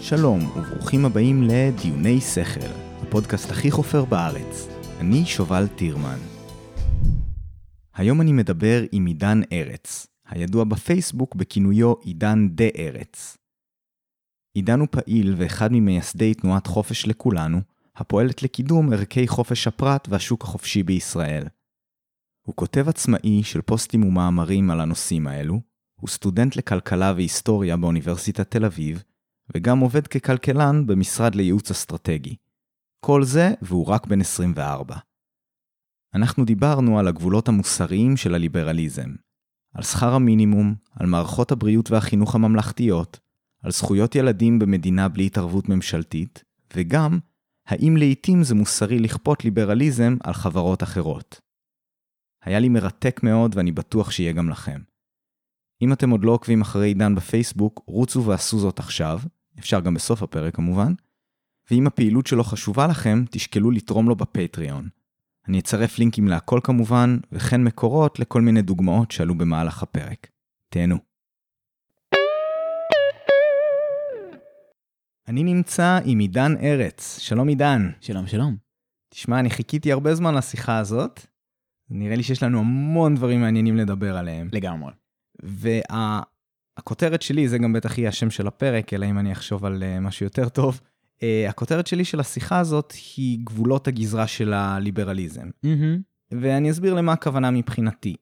שלום וברוכים הבאים לדיוני שכל, הפודקאסט הכי חופר בארץ. אני שובל טירמן. היום אני מדבר עם עידן ארץ, הידוע בפייסבוק בכינויו עידן דה ארץ. עידן הוא פעיל ואחד ממייסדי תנועת חופש לכולנו, הפועלת לקידום ערכי חופש הפרט והשוק החופשי בישראל. הוא כותב עצמאי של פוסטים ומאמרים על הנושאים האלו, הוא סטודנט לכלכלה והיסטוריה באוניברסיטת תל אביב, וגם עובד ככלכלן במשרד לייעוץ אסטרטגי. כל זה והוא רק בן 24. אנחנו דיברנו על הגבולות המוסריים של הליברליזם, על שכר המינימום, על מערכות הבריאות והחינוך הממלכתיות, על זכויות ילדים במדינה בלי התערבות ממשלתית, וגם האם לעתים זה מוסרי לכפות ליברליזם על חברות אחרות. היה לי מרתק מאוד ואני בטוח שיהיה גם לכם. אם אתם עוד לא עוקבים אחרי עידן בפייסבוק, רוצו ועשו זאת עכשיו, אפשר גם בסוף הפרק כמובן, ואם הפעילות שלו חשובה לכם, תשקלו לתרום לו בפטריון. אני אצרף לינקים להכל כמובן, וכן מקורות לכל מיני דוגמאות שעלו במהלך הפרק. תהנו. אני נמצא עם עידן ארץ. שלום עידן. שלום, שלום. תשמע, אני חיכיתי הרבה זמן לשיחה הזאת. נראה לי שיש לנו המון דברים מעניינים לדבר עליהם. לגמרי. והכותרת שלי, זה גם בטח יהיה השם של הפרק, אלא אם אני אחשוב על משהו יותר טוב. הכותרת שלי של השיחה הזאת היא גבולות הגזרה של הליברליזם. ואני אסביר למה הכוונה מבחינתי.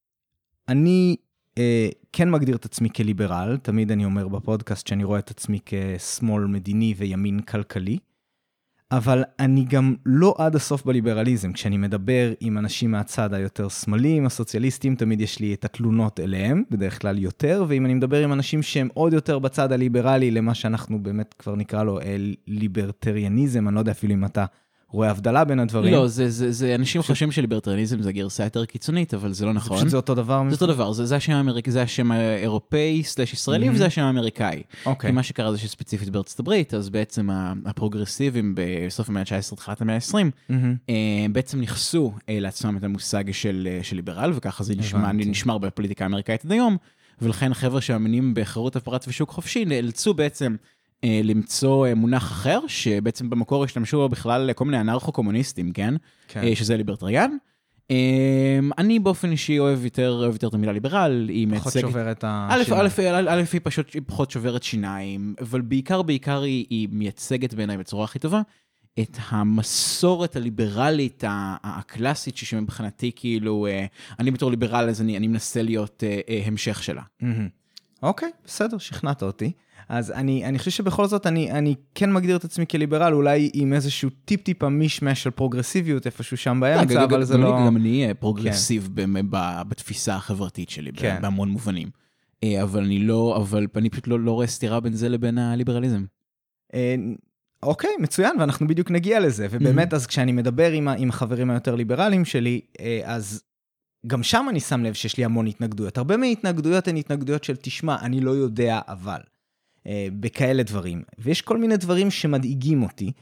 אני כן מגדיר את עצמי כליברל, תמיד אני אומר בפודקאסט שאני רואה את עצמי כשמאל מדיני וימין כלכלי, אבל אני גם לא עד הסוף בליברליזם. כשאני מדבר עם אנשים מהצד היותר שמאליים, הסוציאליסטים, תמיד יש לי את התלונות אליהם, בדרך כלל יותר, ואם אני מדבר עם אנשים שהם עוד יותר בצד הליברלי, למה שאנחנו באמת כבר נקרא לו ליברטריאניזם, אני לא יודע אפילו אם אתה רואה הבדלה בין הדברים. לא, זה אנשים חושבים שליברטריאניזם זה גרסה יותר קיצונית, אבל זה לא נכון. זה פשוט זה אותו דבר? זה אותו דבר, זה השם האירופאי סלש ישראלי, וזה השם האמריקאי. כי מה שקרה זה שספציפית בארצות הברית, אז בעצם הפרוגרסיבים בסוף המאה ה-19, תחילת המאה ה-20, בעצם נכסו לעצמם את המושג של ליברל, וככה זה נשמר בפוליטיקה האמריקאית עד היום, ולכן חבר'ה שמאמינים בחירות הפרט ושוק חופשי, נאלצו בעצם למצוא מונח אחר, שבעצם במקור השתמשו בו בכלל כל מיני אנרכו-קומוניסטים, כן? שזה ליברטריאן. אני באופן אישי אוהב יותר את המילה ליברל, היא פחות שוברת השיניים. א', היא פשוט פחות שוברת שיניים, אבל בעיקר היא מייצגת בעיניי בצורה הכי טובה, את המסורת הליברלית הקלאסית, שמבחינתי כאילו, אני בתור ליברל, אז אני מנסה להיות המשך שלה. אוקיי, בסדר, שכנעת אותי. אז אני חושב שבכל זאת אני כן מגדיר את עצמי כליברל, אולי עם איזשהו טיפ-טיפה מישמש של פרוגרסיביות איפשהו שם באמצע, אבל זה לא... גם אני פרוגרסיב בתפיסה החברתית שלי, בהמון מובנים. אבל אני פשוט לא רואה סתירה בין זה לבין הליברליזם. אוקיי, מצוין, ואנחנו בדיוק נגיע לזה. ובאמת, אז כשאני מדבר עם החברים היותר ליברליים שלי, אז גם שם אני שם לב שיש לי המון התנגדויות. הרבה מהתנגדויות הן התנגדויות של תשמע, אני לא יודע, אבל בכאלה דברים. ויש כל מיני דברים שמדאיגים אותי,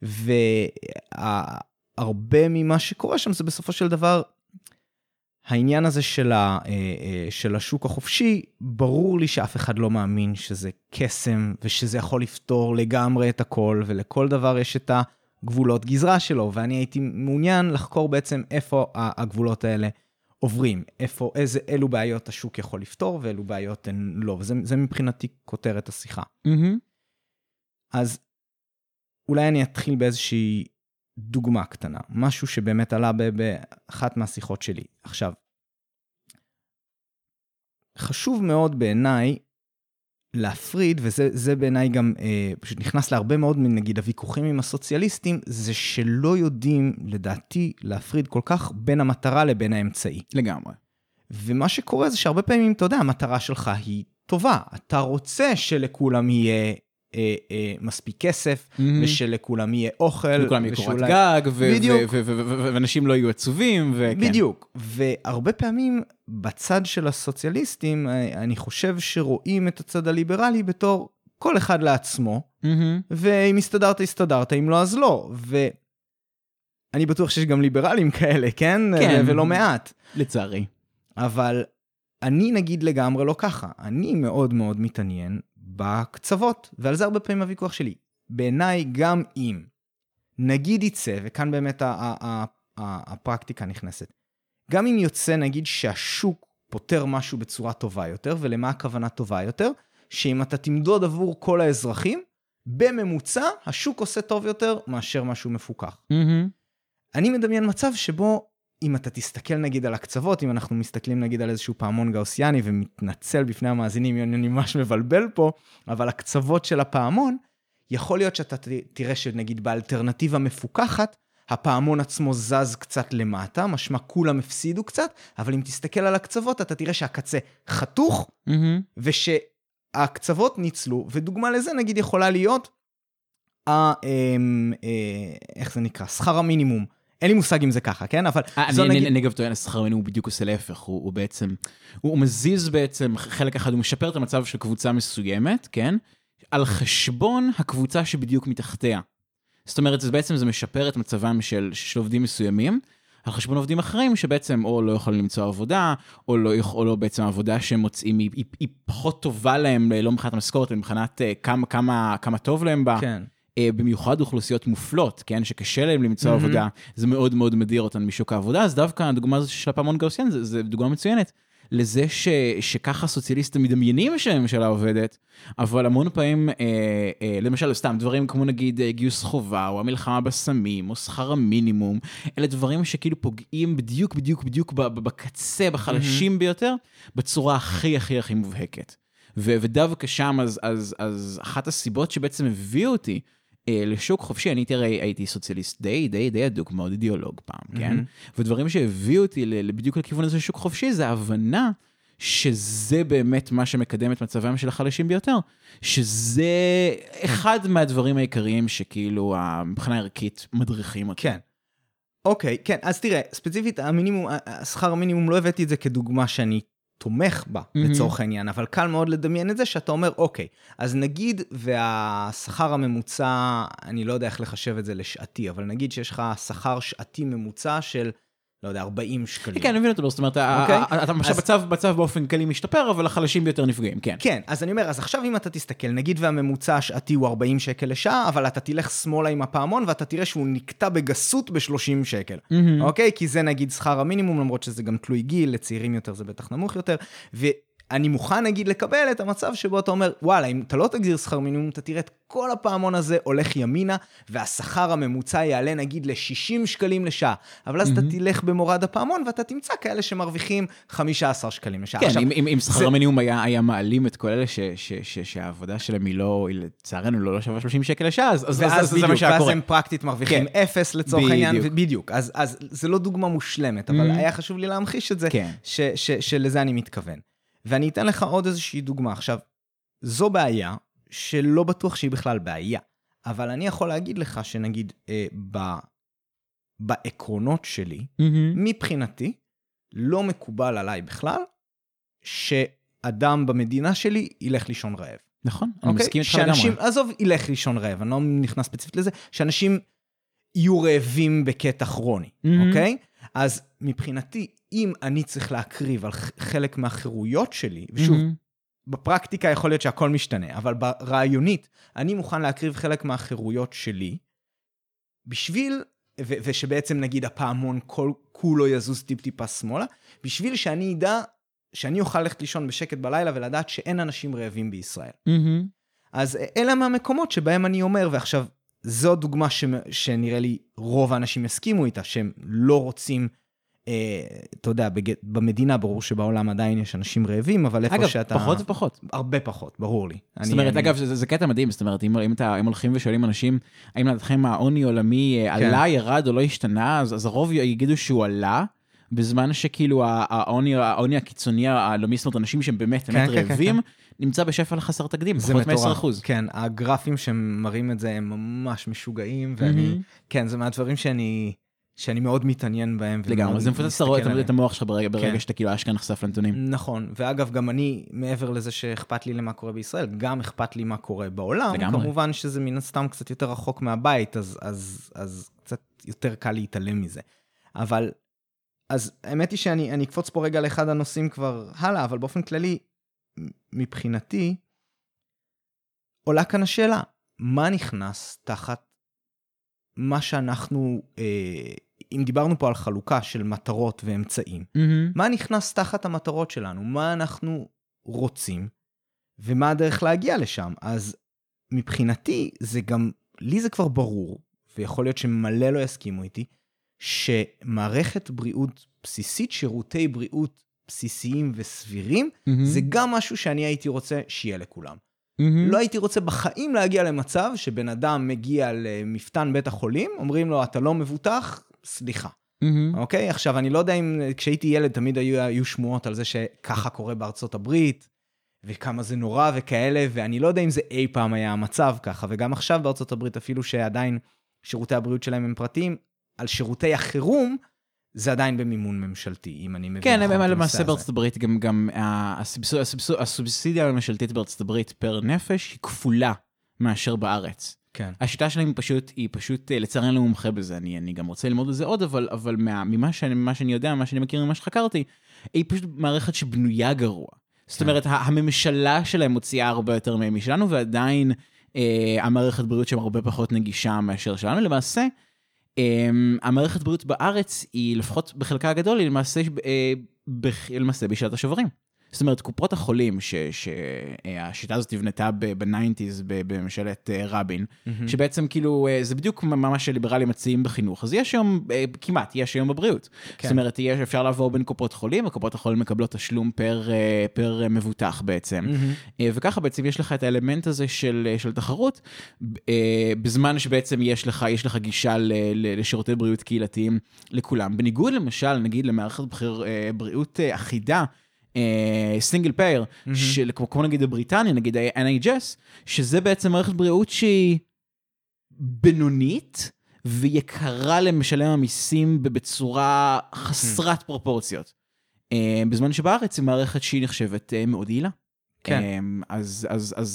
והרבה ממה שקורה שם זה בסופו של דבר, העניין הזה של השוק החופשי, ברור לי שאף אחד לא מאמין שזה קסם, ושזה יכול לפתור לגמרי את הכל, ולכל דבר יש את הגבולות גזרה שלו, ואני הייתי מעוניין לחקור בעצם איפה הגבולות האלה עוברים, אילו בעיות השוק יכול לפתור, ואילו בעיות הן לא, וזה מבחינתי כותרת השיחה. אז אולי אני אתחיל באיזושהי דוגמה קטנה, משהו שבאמת עלה באחת מהשיחות שלי. עכשיו, חשוב מאוד בעיניי להפריד, וזה בעיניי גם פשוט נכנס להרבה מאוד נגיד הוויכוחים עם הסוציאליסטים, זה שלא יודעים לדעתי להפריד כל כך בין המטרה לבין האמצעי. לגמרי. ומה שקורה זה שהרבה פעמים, אתה יודע, המטרה שלך היא טובה. אתה רוצה שלכולם יהיה מספיק כסף, ושלכולם יהיה אוכל. לכולם יהיה קורת גג, ואנשים לא יהיו עצובים. בדיוק. והרבה פעמים בצד של הסוציאליסטים, אני חושב שרואים את הצד הליברלי בתור כל אחד לעצמו, ואם הסתדרת, הסתדרת, אם לא, אז לא. ואני בטוח שיש גם ליברלים כאלה, כן? ולא מעט. לצערי. אבל אני נגיד לגמרי לא ככה. אני מאוד מאוד מתעניין בקצוות, ועל זה הרבה פעמים הוויכוח שלי. בעיניי גם אם נגיד יצא, וכאן באמת הפרקטיקה נכנסת, גם אם יוצא נגיד שהשוק פותר משהו בצורה טובה יותר, ולמה הכוונה טובה יותר, שאם אתה תמדוד עבור כל האזרחים, בממוצע השוק עושה טוב יותר מאשר משהו מפוקח. אני מדמיין מצב שבו, אם אתה תסתכל נגיד על הקצוות, אם אנחנו מסתכלים נגיד על איזשהו פעמון גאוסיאני, ומתנצל בפני המאזינים, אני ממש מבלבל פה, אבל הקצוות של הפעמון, יכול להיות שאתה תראה שנגיד באלטרנטיבה מפוקחת, הפעמון עצמו זז קצת למטה, משמע כולם הפסידו קצת, אבל אם תסתכל על הקצוות, אתה תראה שהקצה חתוך, ושהקצוות ניצלו, ודוגמה לזה נגיד יכולה להיות, איך זה נקרא? שכר המינימום. אין לי מושג אם זה ככה, כן? אבל אני אגב טוען, השכר המינימום הוא בדיוק עושה להפך, הוא בעצם, הוא מזיז בעצם חלק אחד, הוא משפר את המצב של קבוצה מסוימת, כן? על חשבון הקבוצה שבדיוק מתחתיה. זאת אומרת, זה משפר את מצבם של עובדים מסוימים, על חשבון עובדים אחרים שבעצם או לא יכולים למצוא עבודה, או לא בעצם העבודה שהם מוצאים, היא פחות טובה להם, לא מבחינת המשכורת, אלא מבחינת כמה טוב להם בה. כן. במיוחד אוכלוסיות מופלות, כן, שקשה להם למצוא עבודה, זה מאוד מאוד מדיר אותן משוק העבודה, אז דווקא הדוגמה הזאת של הפעמון גאוסיאן, זה דוגמה מצוינת, לזה שככה סוציאליסטים מדמיינים שהממשלה עובדת, אבל המון פעמים, למשל, סתם דברים כמו נגיד גיוס חובה, או המלחמה בסמים, או שכר המינימום, אלה דברים שכאילו פוגעים בדיוק בקצה, בחלשים ביותר, בצורה הכי מובהקת. ודווקא שם, אז אחת הסיבות שבעצם הביאו אותי לשוק חופשי, אני הייתי סוציאליסט די אדוק, מאוד אידיאולוג פעם, כן? ודברים שהביאו אותי בדיוק לכיוון הזה של שוק חופשי, זה ההבנה שזה באמת מה שמקדם את מצבם של החלשים ביותר, שזה אחד מהדברים העיקריים שכאילו מבחינה ערכית מדריכים אותי. כן. אוקיי, כן, אז תראה, ספציפית, שכר המינימום, לא הבאתי את זה כדוגמה שאני תומך בה, לצורך העניין, אבל קל מאוד לדמיין את זה, שאתה אומר, אוקיי, אז נגיד, והשכר הממוצע, אני לא יודע איך לחשב את זה לשעתי, אבל נגיד שיש לך שכר שעתי ממוצע של, לא יודע, 40 שקלים. כן, אני מבין אותו, זאת אומרת, המצב באופן כללי משתפר, אבל החלשים ביותר נפגעים, כן. כן, אז אני אומר, אז עכשיו אם אתה תסתכל, נגיד והממוצע השעתי הוא 40 שקל לשעה, אבל אתה תלך שמאלה עם הפעמון, ואתה תראה שהוא נקטע בגסות ב-30 שקל. אוקיי? כי זה נגיד שכר המינימום, למרות שזה גם תלוי גיל, לצעירים יותר זה בטח נמוך יותר, אני מוכן נגיד לקבל את המצב שבו אתה אומר, וואלה, אם אתה לא תגזיר שכר מינימום, אתה תראה את כל הפעמון הזה הולך ימינה, והשכר הממוצע יעלה נגיד ל-60 שקלים לשעה. אבל אז אתה תלך במורד הפעמון, ואתה תמצא כאלה שמרוויחים 15 שקלים לשעה. כן, עכשיו, אם שכר מינימום היה מעלים את כל אלה שהעבודה שלהם היא לא, לצערנו לא שווה 30 שקל לשעה, אז זה מה שהיה קורה. ואז הם פרקטית מרוויחים 0 לצורך העניין, בדיוק. אז זה לא דוגמה מושלמת, אבל היה חשוב לי להמחיש את זה, שלזה אני מתכוון. ואני אתן לך עוד איזושהי דוגמה. עכשיו, זו בעיה שלא בטוח שהיא בכלל בעיה, אבל אני יכול להגיד לך שנגיד בעקרונות שלי, מבחינתי, לא מקובל עליי בכלל, שאדם במדינה שלי ילך לישון רעב. נכון, אני מסכים איתך לגמרי. עזוב, ילך לישון רעב, אני לא נכנס ספציפית לזה, שאנשים יהיו רעבים בקטע כרוני, אוקיי? אז מבחינתי, אם אני צריך להקריב על חלק מהחירויות שלי, ושוב, בפרקטיקה יכול להיות שהכל משתנה, אבל ברעיונית, אני מוכן להקריב חלק מהחירויות שלי, בשביל, ושבעצם נגיד הפעמון כולו יזוז טיפה שמאלה, בשביל שאני אדע, שאני אוכל ללכת לישון בשקט בלילה, ולדעת שאין אנשים רעבים בישראל. אז אלה מהמקומות שבהם אני אומר, ועכשיו, זו דוגמה שנראה לי רוב האנשים יסכימו איתה, שהם לא רוצים, אתה יודע, במדינה ברור שבעולם עדיין יש אנשים רעבים, אבל איפה שאתה... אגב, פחות ופחות. הרבה פחות, ברור לי. זאת אומרת, אגב, זה קטע מדהים, זאת אומרת, אם הולכים ושואלים אנשים, האם לדעתכם העוני עולמי עלה, ירד או לא השתנה, אז הרוב יגידו שהוא עלה, בזמן שכאילו העוני הקיצוני, הלאומי, זאת אומרת, אנשים שהם באמת רעבים, נמצא בשפל חסר תקדים, פחות מ-10%. כן, הגרפים שמראים את זה הם ממש משוגעים, ואני, כן, זה מהדברים שאני מאוד מתעניין בהם. לגמרי, זה מפוצץ את המוח שלך ברגע שאתה כאילו אשכרה נחשף לנתונים. נכון, ואגב, גם אני, מעבר לזה שאכפת לי למה קורה בישראל, גם אכפת לי מה קורה בעולם, כמובן שזה מן הסתם קצת יותר רחוק מהבית, אז קצת יותר קל להתעלם מזה. אבל, אז האמת היא שאני אקפוץ פה רגע לאחד הנושאים כבר הלאה, אבל באופן כללי, מבחינתי, עולה כאן השאלה, מה נכנס תחת מה שאנחנו, אם דיברנו פה על חלוקה של מטרות ואמצעים, מה נכנס תחת המטרות שלנו? מה אנחנו רוצים, ומה הדרך להגיע לשם? אז מבחינתי, לי זה כבר ברור, ויכול להיות שמלא לא יסכימו איתי, שמערכת בריאות בסיסית, שירותי בריאות בסיסיים וסבירים, זה גם משהו שאני הייתי רוצה שיהיה לכולם. לא הייתי רוצה בחיים להגיע למצב שבן אדם מגיע למפתן בית החולים, אומרים לו, אתה לא מבוטח, סליחה. אוקיי? עכשיו, אני לא יודע אם כשהייתי ילד תמיד היו שמועות על זה שככה קורה בארצות הברית, וכמה זה נורא וכאלה, ואני לא יודע אם זה אי פעם היה המצב ככה, וגם עכשיו בארצות הברית אפילו שעדיין שירותי הבריאות שלהם הם פרטיים, על שירותי החירום, זה עדיין במימון ממשלתי, אם אני מבין. כן, למעשה בארצות הברית, גם הסובסידיה הממשלתית בארצות הברית פר נפש היא כפולה מאשר בארץ. כן. השיטה שלהם היא פשוט, לצערנו לא מומחה בזה, אני גם רוצה ללמוד בזה עוד, אבל ממה שאני יודע, מה שאני מכיר, ממה שחקרתי, היא פשוט מערכת שבנויה גרוע. זאת אומרת, הממשלה שלהם מוציאה הרבה יותר משלנו, ועדיין המערכת בריאות שם הרבה פחות נגישה מאשר שלנו. למעשה, המערכת בריאות בארץ היא לפחות בחלקה הגדול, היא למעשה בשעת השוברים. זאת אומרת, קופות החולים, שהשיטה הזאת נבנתה ב-90s בממשלת רבין, שבעצם כאילו, זה בדיוק מה שליברלים מציעים בחינוך. אז יש היום, כמעט, יש היום בבריאות. זאת אומרת, אפשר לעבור בין קופות חולים, וקופות החולים מקבלות תשלום פר מבוטח בעצם. וככה בעצם יש לך את האלמנט הזה של תחרות, בזמן שבעצם יש לך גישה לשירותי בריאות קהילתיים לכולם. בניגוד למשל, נגיד, למערכת בריאות אחידה, סינגל פייר, כמו נגיד בבריטניה, נגיד ה-NHS, שזה בעצם מערכת בריאות שהיא בינונית ויקרה למשלם המיסים בצורה חסרת פרופורציות. בזמן שבארץ היא מערכת שהיא נחשבת מאוד יעילה. כן. אז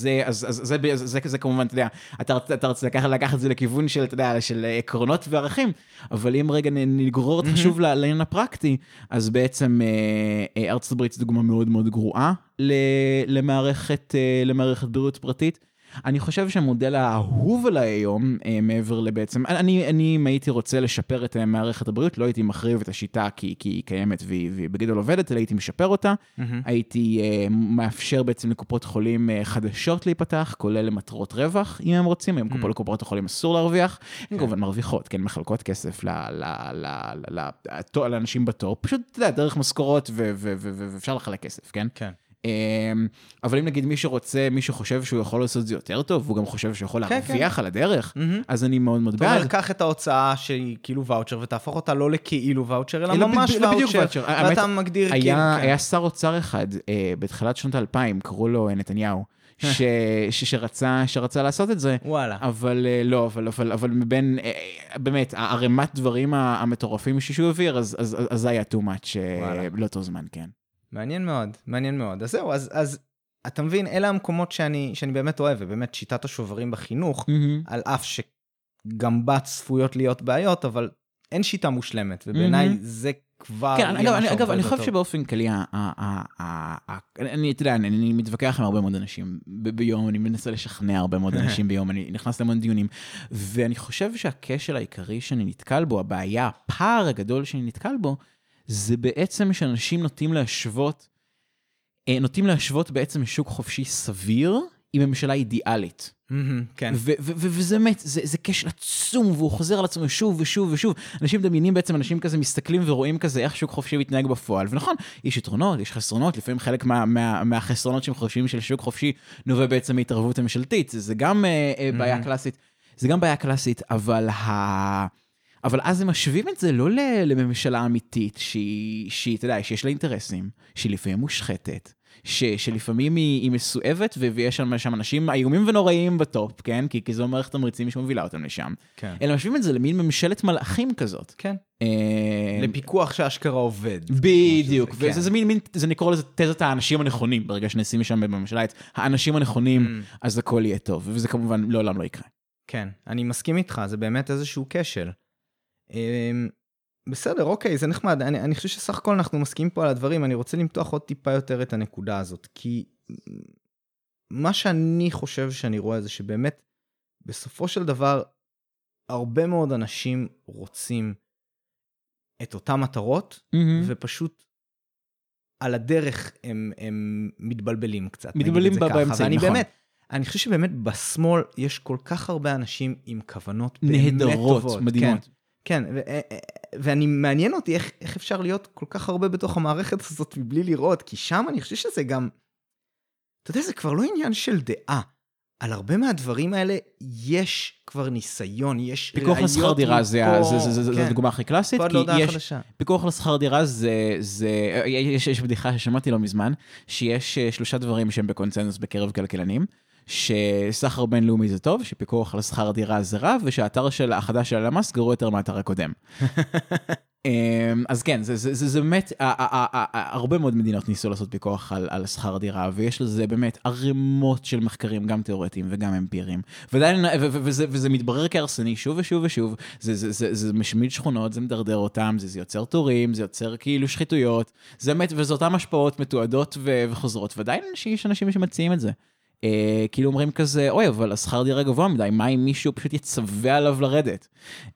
זה כמובן, אתה יודע, אתה רוצה לקחת את זה לכיוון של, אתה יודע, של עקרונות וערכים, אבל אם רגע נגרור את חשוב לעניין הפרקטי, אז בעצם ארצות הברית זו דוגמה מאוד מאוד גרועה למערכת בריאות פרטית. אני חושב שהמודל האהוב עליי היום, מעבר לבעצם, אני הייתי רוצה לשפר את מערכת הבריאות, לא הייתי מחריב את השיטה כי היא קיימת והיא בגדול עובדת, אלא הייתי משפר אותה, הייתי מאפשר בעצם לקופות חולים חדשות להיפתח, כולל למטרות רווח, אם הם רוצים, היום לקופות החולים אסור להרוויח, הן כמובן מרוויחות, כן, מחלקות כסף לאנשים בתור, פשוט, אתה יודע, דרך משכורות ואפשר לחלק כסף, כן? כן. אבל אם נגיד מי שחושב שהוא יכול לעשות את זה יותר טוב, והוא גם חושב שהוא יכול להרוויח על הדרך, אז אני מאוד מאוד בעד. זאת אומרת, קח את ההוצאה שהיא כאילו ואוצ'ר, ותהפוך אותה לא לכאילו ואוצ'ר, אלא ממש ואוצ'ר, ואתה מגדיר כאילו. היה שר אוצר אחד, בתחילת שנות 2000, קראו לו נתניהו, שרצה לעשות את זה, אבל לא, אבל מבין, באמת, הרמת דברים המטורפים שהוא העביר, אז זה היה too much, לא אותו זמן, כן. מעניין מאוד, מעניין מאוד. אז זהו, אז אתה מבין, אלה המקומות שאני באמת אוהב, ובאמת שיטת השוברים בחינוך, על אף שגם בה צפויות להיות בעיות, אבל אין שיטה מושלמת, ובעיניי זה כבר... כן, אגב, אני חושב שבאופן כללי, אני מתווכח עם הרבה מאוד אנשים ביום, אני מנסה לשכנע הרבה מאוד אנשים ביום, אני נכנס למון דיונים, ואני חושב שהכשל העיקרי שאני נתקל בו, הבעיה, הפער הגדול שאני נתקל בו, זה בעצם שאנשים נוטים להשוות בעצם שוק חופשי סביר עם ממשלה אידיאלית. כן. וזה באמת, זה כשל עצום, והוא חוזר על עצמו שוב ושוב ושוב. אנשים מדמיינים בעצם, אנשים כזה מסתכלים ורואים כזה איך שוק חופשי מתנהג בפועל. ונכון, יש יתרונות, יש חסרונות, לפעמים חלק מהחסרונות שהם חושבים של שוק חופשי נובע בעצם מהתערבות הממשלתית. זה גם בעיה קלאסית. זה גם בעיה קלאסית, אבל אז הם משווים את זה לא לממשלה אמיתית, שהיא, אתה יודע, שיש לה אינטרסים, שהיא לפעמים מושחתת, שלפעמים היא מסואבת, ויש שם אנשים איומים ונוראים בטופ, כן? כי זו מערכת תמריצים שמובילה אותם לשם. כן. אלא משווים את זה למין ממשלת מלאכים כזאת. כן. לפיקוח שאשכרה עובד. בדיוק. וזה מין, זה נקרא לזה תזת האנשים הנכונים, ברגע שנשים שם בממשלה את האנשים הנכונים, אז הכל יהיה טוב. וזה כמובן לעולם לא יקרה. כן, אני מסכים איתך, זה באמת איזשהו כשל. בסדר, אוקיי, זה נחמד. אני חושב שסך הכל אנחנו מסכים פה על הדברים, אני רוצה למתוח עוד טיפה יותר את הנקודה הזאת, כי מה שאני חושב שאני רואה זה שבאמת, בסופו של דבר, הרבה מאוד אנשים רוצים את אותם מטרות, ופשוט על הדרך הם מתבלבלים קצת. מתבלבלים באמצעים, נכון. אני חושב שבאמת בשמאל יש כל כך הרבה אנשים עם כוונות נהדרות, באמת מדהימות. כן, ואני מעניין אותי איך אפשר להיות כל כך הרבה בתוך המערכת הזאת מבלי לראות, כי שם אני חושב שזה גם, אתה יודע, זה כבר לא עניין של דעה. על הרבה מהדברים האלה יש כבר ניסיון, יש ראיות. פיקוח לשכר דירה, זו הדוגמה הכי קלאסית. עוד לא הודעה חדשה. פיקוח לשכר דירה יש בדיחה ששמעתי לא מזמן, שיש 3 דברים שהם בקונצנזוס בקרב כלכלנים, שסחר בינלאומי זה טוב, שפיקוח לשכר דירה זה רע, ושהאתר החדש של הלמ"ס גרוע יותר מהאתר הקודם. אז כן, זה באמת, הרבה מאוד מדינות ניסו לעשות פיקוח על שכר דירה, ויש לזה באמת ערימות של מחקרים, גם תיאורטיים וגם אמפיריים, וזה מתברר כהרסני שוב ושוב ושוב, זה משמיד שכונות, זה מדרדר אותם, זה יוצר תורים, זה יוצר כאילו שחיתויות, זה באמת, וזה אותם השפעות מתועדות וחוזרות, ועדיין יש אנשים שמציעים את זה. כאילו אומרים כזה, אוי, אבל השכר דירה גבוה מדי, מה אם מישהו פשוט יצווה עליו לרדת?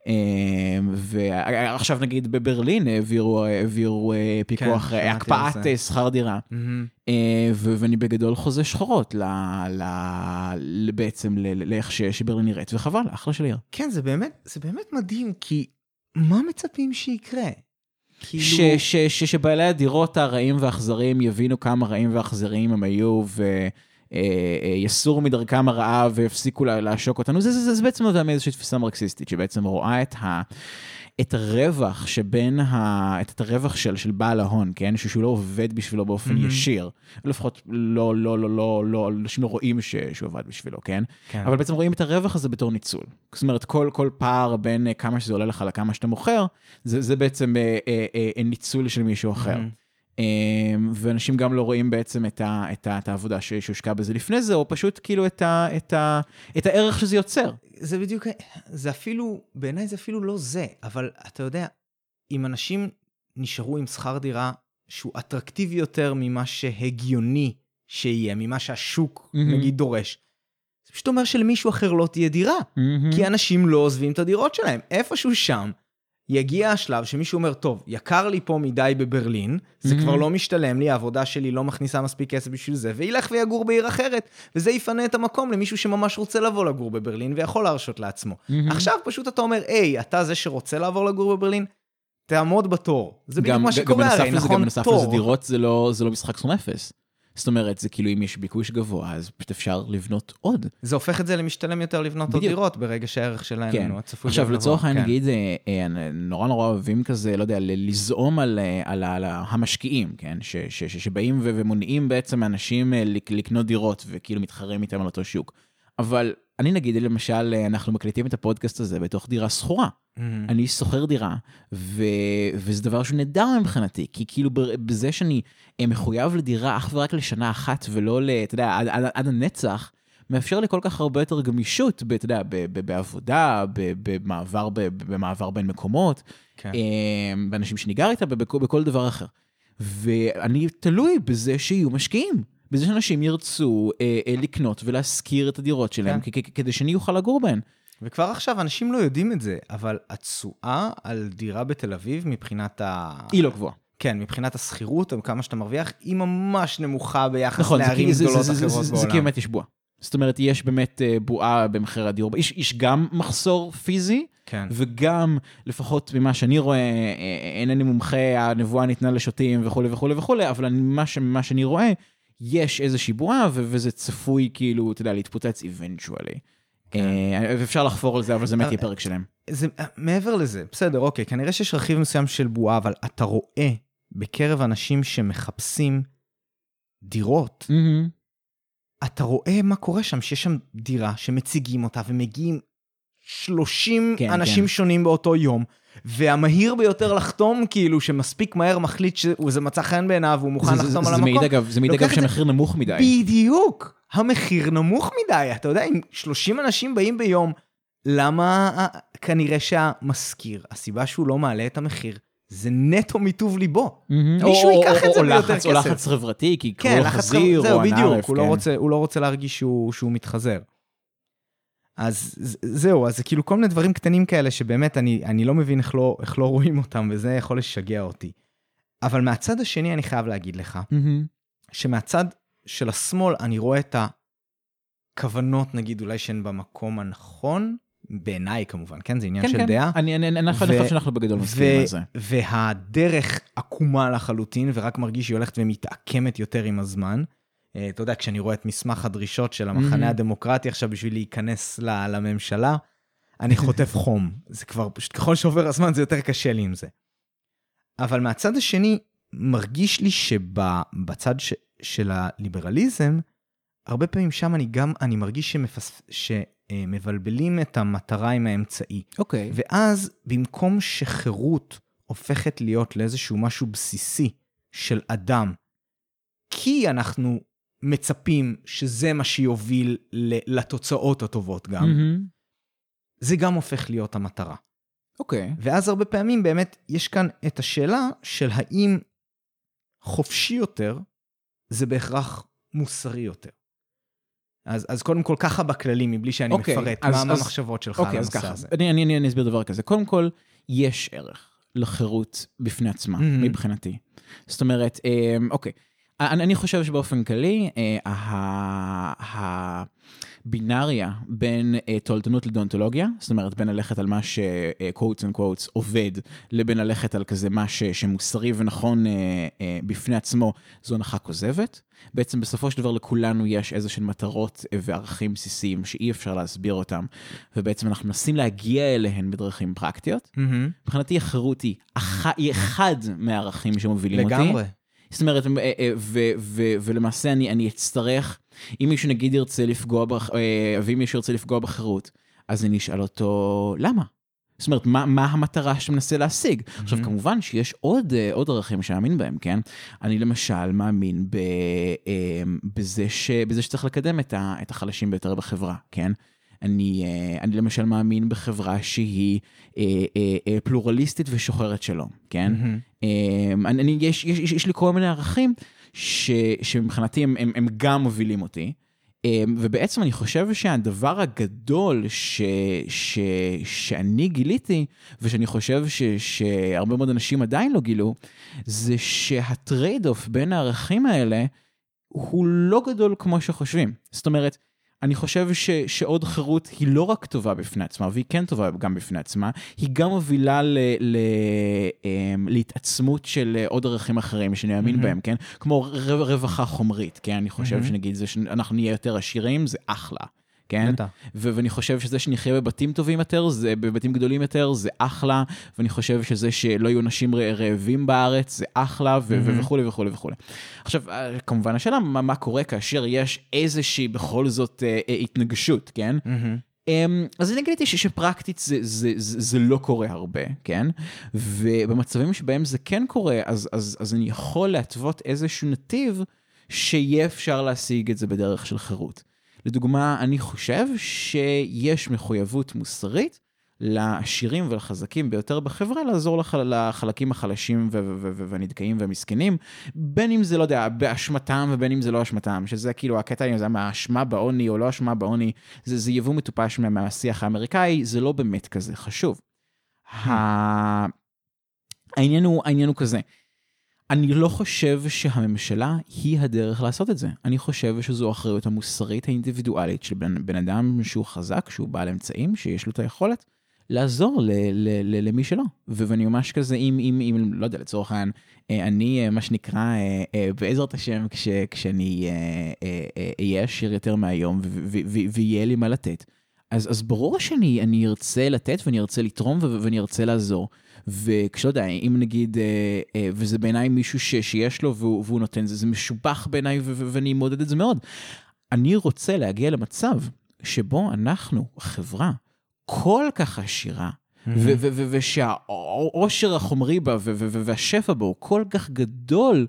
ועכשיו נגיד בברלין העבירו פיקוח, הקפאת שכר דירה, ואני בגדול חוזה שחורות בעצם לאיך שברלין נראית, וחבל, אחלה של עיר. כן, זה באמת מדהים, כי מה מצפים שיקרה? שבעלי הדירות הרעים והאכזריים יבינו כמה רעים ואכזריים הם היו, יסורו מדרכם הרעה ויפסיקו לעשוק אותנו. זה בעצם נובע מאיזושהי תפיסה מרקסיסטית, שבעצם רואה את הרווח את הרווח של בעל ההון, כן? שהוא לא עובד בשבילו באופן ישיר. לפחות אנשים לא רואים שהוא עובד בשבילו, כן? אבל בעצם רואים את הרווח הזה בתור ניצול. זאת אומרת, כל פער בין כמה שזה עולה לך לכמה שאתה מוכר, זה בעצם ניצול של מישהו אחר. ואנשים גם לא רואים בעצם את העבודה שהושקע בזה לפני זה, או פשוט כאילו את הערך שזה יוצר. זה בדיוק, זה אפילו, בעיניי זה אפילו לא זה, אבל אתה יודע, אם אנשים נשארו עם שכר דירה שהוא אטרקטיבי יותר ממה שהגיוני שיהיה, ממה שהשוק נגיד דורש, זה פשוט אומר שלמישהו אחר לא תהיה דירה, כי אנשים לא עוזבים את הדירות שלהם, איפשהו שם, יגיע השלב שמישהו אומר, טוב, יקר לי פה מדי בברלין, זה כבר לא משתלם לי, העבודה שלי לא מכניסה מספיק כסף בשביל זה, וילך ויגור בעיר אחרת, וזה יפנה את המקום למישהו שממש רוצה לבוא לגור בברלין, ויכול להרשות לעצמו. עכשיו פשוט אתה אומר, אתה זה שרוצה לעבור לגור בברלין, תעמוד בתור. זה בדיוק מה שקורה, הרי, נכון? גם בנוסף לזה דירות זה לא משחק סכום אפס. זאת אומרת, זה כאילו אם יש ביקוש גבוה, אז פשוט אפשר לבנות עוד. זה הופך את זה למשתלם יותר לבנות עוד דירות, ברגע שהערך שלנו כן. הצפוי. עכשיו, לצורך העניין, נגיד, נורא אוהבים כזה, לא יודע, לזעום על המשקיעים, כן? שבאים ומונעים בעצם אנשים לקנות דירות, וכאילו מתחרים איתם על אותו שוק. אבל אני נגיד, למשל, אנחנו מקליטים את הפודקאסט הזה בתוך דירה סחורה. אני סוחר דירה, וזה דבר שהוא נהדר מבחינתי, כי כאילו בזה שאני מחויב לדירה אך ורק לשנה אחת, ולא, אתה יודע, עד הנצח, מאפשר לי כל כך הרבה יותר גמישות, אתה יודע, בעבודה, במעבר בין מקומות, באנשים שאני גר איתה, בכל דבר אחר. ואני תלוי בזה שיהיו משקיעים. בזה שאנשים ירצו לקנות ולהשכיר את הדירות שלהם, כדי שאני אוכל לגור בהן. וכבר עכשיו אנשים לא יודעים את זה, אבל התשואה על דירה בתל אביב מבחינת היא לא גבוהה. כן, מבחינת הסחירות, או כמה שאתה מרוויח, היא ממש נמוכה ביחס לערים גדולות אחרות בעולם. זה באמת יש בועה. זאת אומרת, יש באמת בועה במחיר הדיור. יש גם מחסור פיזי, וגם, לפחות ממה שאני רואה, אינני מומחה, הנבואה ניתנה לשוטים וכו' וכו' וכו', אבל מה שאני רואה, יש איזושהי בועה, וזה צפוי כאילו, אתה יודע, להתפוצץ eventually. ואפשר לחפור על זה, אבל זה באמת יהיה פרק שלהם. מעבר לזה, בסדר, אוקיי, כנראה שיש רכיב מסוים של בועה, אבל אתה רואה בקרב אנשים שמחפשים דירות, אתה רואה מה קורה שם, שיש שם דירה שמציגים אותה, ומגיעים 30 אנשים שונים באותו יום, והמהיר ביותר לחתום, כאילו שמספיק מהר מחליט שזה מצא חן בעיניו, והוא מוכן לחתום על המקום. זה מעיד אגב שהמחיר נמוך מדי. בדיוק, המחיר נמוך מדי. אתה יודע, אם 30 אנשים באים ביום, למה כנראה שהמשכיר, הסיבה שהוא לא מעלה את המחיר, זה נטו מטוב ליבו. מישהו ייקח את זה ביותר כסף. או לחץ חברתי, כי קרוא חזיר, זהו, בדיוק, הוא לא רוצה להרגיש שהוא מתחזר. אז זהו, אז זה כאילו כל מיני דברים קטנים כאלה, שבאמת אני לא מבין איך לא רואים אותם, וזה יכול לשגע אותי. אבל מהצד השני אני חייב להגיד לך, שמהצד של השמאל אני רואה את הכוונות, נגיד אולי שהן במקום הנכון, בעיניי כמובן, כן? זה עניין של דעה. אני חושב שאנחנו בגדול מסכימים על זה. והדרך עקומה לחלוטין, ורק מרגיש שהיא הולכת ומתעקמת יותר עם הזמן. אתה יודע, כשאני רואה את מסמך הדרישות של המחנה הדמוקרטי, עכשיו בשביל להיכנס לממשלה, אני חוטף חום. זה כבר, פשוט ככל שעובר הזמן, זה יותר קשה לי עם זה. אבל מהצד השני, מרגיש לי שבצד של הליברליזם, הרבה פעמים שם אני מרגיש שמבלבלים את המטרה עם האמצעי. אוקיי. ואז, במקום שחירות הופכת להיות לאיזשהו משהו בסיסי של אדם, כי אנחנו מצפים שזה מה שיוביל לתוצאות הטובות גם, זה גם הופך להיות המטרה. אוקיי. ואז הרבה פעמים באמת יש כאן את השאלה של האם חופשי יותר, זה בהכרח מוסרי יותר. אז קודם כל ככה בכללי, מבלי שאני מפרט, מה המחשבות שלך על הנושא הזה? אני אסביר דבר כזה. קודם כל, יש ערך לחירות בפני עצמה, מבחינתי. זאת אומרת, אוקיי, אני חושב שבאופן כללי, הבינריה בין תועלתנות לדאונטולוגיה, זאת אומרת, בין ללכת על מה ש-quotes and quotes עובד, לבין ללכת על כזה מה שמוסרי ונכון בפני עצמו, זו הנחה כוזבת. בעצם בסופו של דבר לכולנו יש איזה של מטרות וערכים בסיסיים שאי אפשר להסביר אותם, ובעצם אנחנו מנסים להגיע אליהן בדרכים פרקטיות. מבחינתי החירות היא אחד מהערכים שמובילים אותי. לגמרי. זאת אומרת, ולמעשה אני אצטרך, אם מישהו נגיד ירצה לפגוע, ואם מישהו ירצה לפגוע בחירות, אז אני אשאל אותו, למה? זאת אומרת, מה המטרה שמנסה להשיג? עכשיו, כמובן שיש עוד ערכים שאאמין בהם, כן? אני למשל מאמין בזה שצריך לקדם את החלשים ביותר בחברה, כן? אני למשל מאמין בחברה שהיא פלורליסטית ושוחרת שלום, כן? יש לי כל מיני ערכים שמבחינתי הם גם מובילים אותי, ובעצם אני חושב שהדבר הגדול שאני גיליתי, ושאני חושב שהרבה מאוד אנשים עדיין לא גילו, זה שהטרייד אוף בין הערכים האלה הוא לא גדול כמו שחושבים. זאת אומרת, אני חושב שעוד חירות היא לא רק טובה בפני עצמה, והיא כן טובה גם בפני עצמה, היא גם מובילה להתעצמות של עוד ערכים אחרים שאני מאמין בהם, כן? כמו רווחה חומרית, כן? אני חושב שנגיד זה שאנחנו נהיה יותר עשירים, זה אחלה, כן? ואני חושב שזה שנחיה בבתים טובים יותר, בבתים גדולים יותר, זה אחלה, ואני חושב שזה שלא יהיו נשים רעבים בארץ, זה אחלה, וכו' וכו' וכו'. עכשיו, כמובן השאלה, מה קורה כאשר יש איזושהי בכל זאת התנגשות, כן? אז אני גיליתי שפרקטית זה לא קורה הרבה, כן? ובמצבים שבהם זה כן קורה, אז אני יכול להתוות איזשהו נתיב שיהיה אפשר להשיג את זה בדרך של חירות. לדוגמה, אני חושב שיש מחויבות מוסרית לעשירים ולחזקים ביותר בחברה, לעזור לחלקים החלשים והנדכאים והמסכנים, בין אם זה, לא יודע, באשמתם ובין אם זה לא אשמתם, שזה כאילו הקטע, זה מהאשמה בעוני או לא אשמה בעוני, זה יבוא מטופש מהשיח האמריקאי, זה לא באמת כזה חשוב. העניין הוא כזה, אני לא חושב שהממשלה היא הדרך לעשות את זה. אני חושב שזו האחריות המוסרית האינדיבידואלית של בן אדם שהוא חזק, שהוא בעל אמצעים, שיש לו את היכולת לעזור למי שלא. ואני ממש כזה, אם לא יודע, לצורך העניין, אני מה שנקרא, בעזרת השם, כשאני אהיה עשיר יותר מהיום, ויהיה לי מה לתת, אז ברור שאני ארצה לתת, ואני ארצה לתרום, ואני ארצה לעזור. וכשלא יודע, אם נגיד, וזה בעיניי מישהו שיש לו, והוא נותן, זה משובח בעיניי, ואני מודד את זה מאוד. אני רוצה להגיע למצב, שבו אנחנו, חברה, כל כך עשירה, ושהעושר החומרי בה, והשפע בו, הוא כל כך גדול,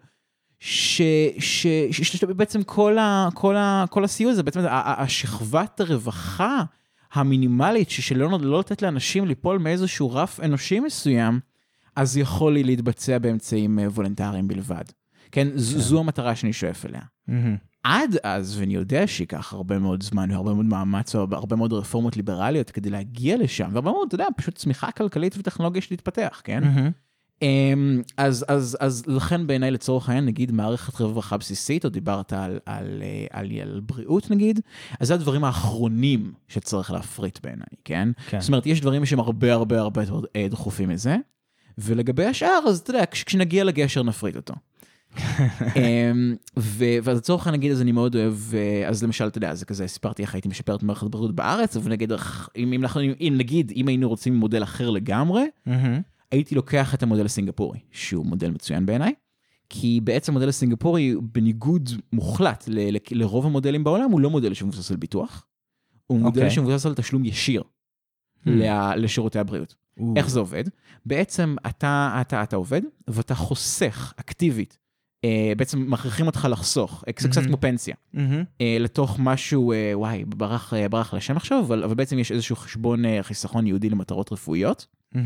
שבעצם כל הסיוע הזה, בעצם השכבת הרווחה, המינימלית, שלא לתת לאנשים ליפול מאיזשהו רף אנושי מסוים, אז יכול לי להתבצע באמצעים וולנטריים בלבד. כן, זו המטרה שאני שואף אליה. עד אז, ואני יודע שיקח הרבה מאוד זמן, והרבה מאוד מאמץ, הרבה מאוד רפורמות ליברליות כדי להגיע לשם, והרבה מאוד, אתה יודע, פשוט צמיחה כלכלית וטכנולוגיה שתתפתח, כן? אז לכן בעיניי לצורך העניין, נגיד מערכת רווחה בסיסית, או דיברת על בריאות נגיד, אז זה הדברים האחרונים שצריך להפריט בעיניי, כן? זאת אומרת, יש דברים שהם הרבה הרבה הרבה דחופים מזה, ולגבי השאר, אז אתה יודע, כשנגיע לגשר נפריט אותו. ואז לצורך נגיד, אז אני מאוד אוהב, אז למשל, אתה יודע, זה כזה, סיפרתי איך הייתי משפר את מערכת הבריאות בארץ, ונגיד, אם היינו רוצים מודל אחר לגמרי, הייתי לוקח את המודל הסינגפורי, שהוא מודל מצוין בעיניי, כי בעצם המודל הסינגפורי, בניגוד מוחלט לרוב המודלים בעולם, הוא לא מודל שמבוסס על ביטוח, הוא מודל שמבוסס על תשלום ישיר לשירותי הבריאות. איך זה עובד? בעצם אתה עובד, ואתה חוסך אקטיבית, בעצם מכריחים אותך לחסוך, קצת כמו פנסיה, לתוך משהו, וואי, ברח לשם עכשיו, אבל בעצם יש איזשהו חשבון חיסכון יהודי למטרות רפואיות,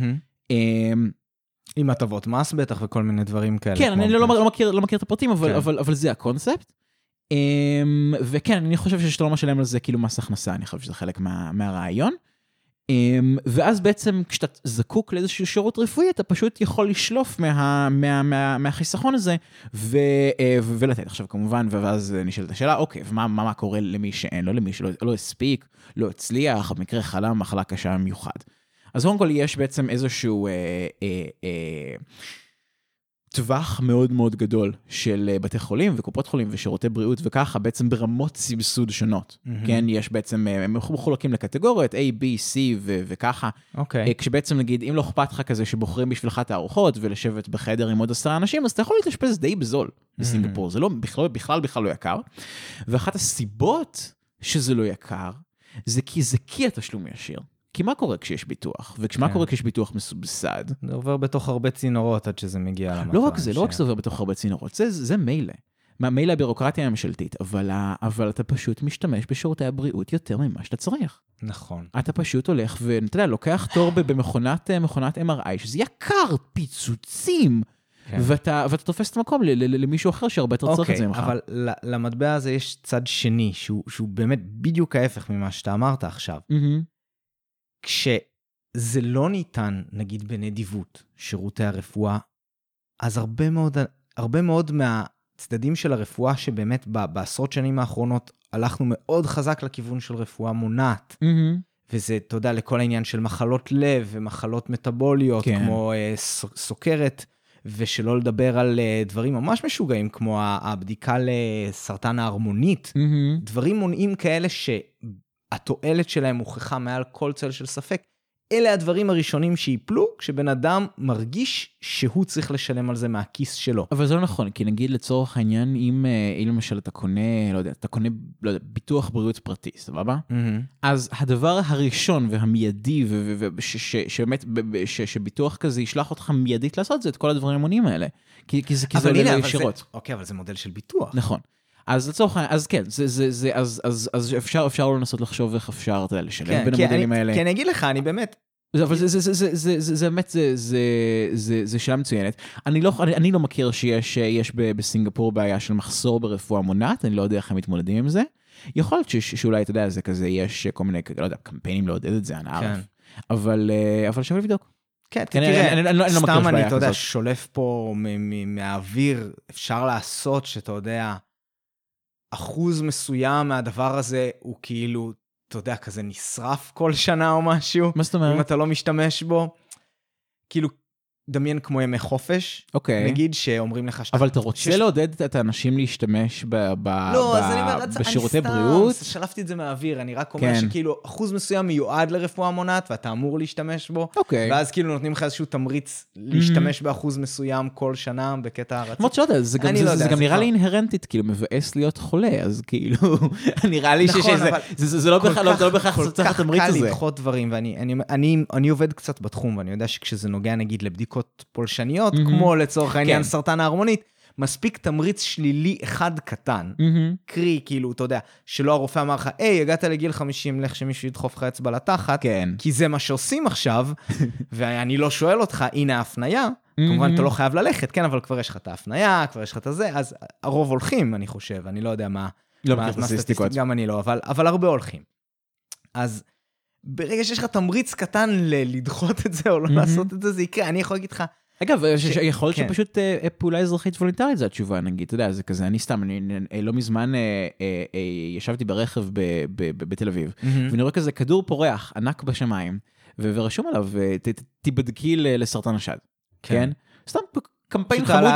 עם הטבות מס בטח וכל מיני דברים כאלה. כן, אני לא מכיר את הפרטים, אבל זה הקונספט. וכן, אני חושב שאתה לא משלם על זה כאילו מס הכנסה, אני חושב שזה חלק מהרעיון. ואז בעצם כשאתה זקוק לאיזשהו שירות רפואי, אתה פשוט יכול לשלוף מהחיסכון הזה ולתת. עכשיו כמובן, ואז נשאלת השאלה, אוקיי, ומה קורה למי שאין לו, למי שלא הספיק, לא הצליח, במקרה חלה מחלה קשה מיוחד. אז קודם כל יש בעצם איזשהו טווח מאוד מאוד גדול של בתי חולים וקופות חולים ושירותי בריאות וככה, בעצם ברמות סבסוד שונות. כן, יש בעצם, הם מחולקים לקטגוריות A, B, C וככה. כשבעצם נגיד, אם לא אכפת לך כזה שבוחרים בשבילך את הארוחות ולשבת בחדר עם עוד 10 אנשים, אז אתה יכול להתאשפז די בזול בסינגפור. זה לא, בכלל לא יקר. ואחת הסיבות שזה לא יקר, זה כי התשלום ישיר. כי מה קורה כשיש ביטוח? ומה קורה כשיש ביטוח מסובסד? זה עובר בתוך הרבה צינורות עד שזה מגיע למטרה. לא רק זה עובר בתוך הרבה צינורות, זה מילא. מילא הבירוקרטיה הממשלתית, אבל אתה פשוט משתמש בשירותי הבריאות יותר ממה שאתה צריך. נכון. אתה פשוט הולך ואתה יודע, לוקח תור במכונת MRI, שזה יקר פיצוצים, ואתה תופס את המקום למישהו אחר שהרבה יותר צריך את זה ממך. אבל למטבע הזה יש צד שני, שהוא באמת בדיוק ההפך ממה שאתה אמרת עכשיו. כשזה לא ניתן, נגיד בנדיבות, שירותי הרפואה, אז הרבה מאוד מהצדדים של הרפואה, שבאמת בעשרות שנים האחרונות, הלכנו מאוד חזק לכיוון של רפואה מונעת, וזה, אתה יודע, לכל העניין של מחלות לב, ומחלות מטאבוליות, כמו סוכרת, ושלא לדבר על דברים ממש משוגעים, כמו הבדיקה לסרטן ההרמונית, דברים מונעים כאלה התועלת שלהם מוכחה מעל כל צל של ספק. אלה הדברים הראשונים שיפלו, כשבן אדם מרגיש שהוא צריך לשלם על זה מהכיס שלו. אבל זה לא נכון, כי נגיד לצורך העניין, אם למשל אתה קונה, לא יודע, ביטוח בריאות פרטי, סבבה? אז הדבר הראשון והמיידי, שבאמת, שביטוח כזה ישלח אותך מיידית לעשות, זה את כל הדברים המונים האלה. כי זה עולה לישירות. אוקיי, אבל זה מודל של ביטוח. נכון. אז לצורך העניין, אז כן, אז אפשר לא לנסות לחשוב איך אפשר לשלם בין המודלים האלה. כי אני אגיד לך, אני באמת... אבל זה באמת, זה שאלה מצוינת. אני לא מכיר שיש בסינגפור בעיה של מחסור ברפואה מונעת, אני לא יודע איך הם מתמודדים עם זה. יכול להיות שאולי, אתה יודע, זה כזה, יש כל מיני, לא יודע, קמפיינים לעודד את זה, אני ערב. אבל שווה לבדוק. כן, תראה, סתם אני, אתה יודע, שולף פה מהאוויר, אפשר לעשות שאתה יודע... אחוז מסוים מהדבר הזה הוא כאילו, אתה יודע, כזה נשרף כל שנה או משהו. מה זאת אומרת? אם אתה לא משתמש בו. כאילו, דמיין כמו ימי חופש. נגיד שאומרים לך... אבל אתה רוצה לעודד את האנשים להשתמש בשירותי בריאות? שלפתי את זה מהאוויר, אני רק אומר שכאילו אחוז מסוים מיועד לרפואה מונעת, ואתה אמור להשתמש בו, ואז כאילו נותנים לך איזשהו תמריץ להשתמש באחוז מסוים כל שנה בקטע הרצון. זאת אומרת, זה גם נראה לי אינהרנטית, כאילו מבאס להיות חולה, אז כאילו, נראה לי שזה לא בכך צריך התמריץ הזה. קל לדחות דברים, ואני עובד קצת בתחום, ואני יודע שכשזה נוגע נגיד לבדיקות פולשניות, כמו לצורך העניין סרטן ההרמונית, מספיק תמריץ שלילי אחד קטן, קרי, כאילו, אתה יודע, שלא הרופא אמר לך, הגעת לגיל 50, לך שמישהו ידחוף לך אצבע לתחת, כי זה מה שעושים עכשיו, ואני לא שואל אותך, הנה ההפניה, כמובן אתה לא חייב ללכת, כן, אבל כבר יש לך את ההפניה, כבר יש לך את זה, אז הרוב הולכים, אני חושב, אני לא יודע מה סטטיסטיקות, גם אני לא, אבל הרבה הולכים. אז ברגע שיש לך תמריץ קטן לדחות את זה, או לא לעשות את זה, זה יקרה, אני יכול להגיד לך, אגב, יכול להיות שפשוט פעולה אזרחית וולונטרית זה התשובה, נגיד, אתה יודע, זה כזה, אני סתם, לא מזמן ישבתי ברכב בתל אביב, ואני רואה כזה כדור פורח, ענק בשמיים, ורשום עליו, תיבדקי לסרטן השד, כן? סתם קמפיין חמוד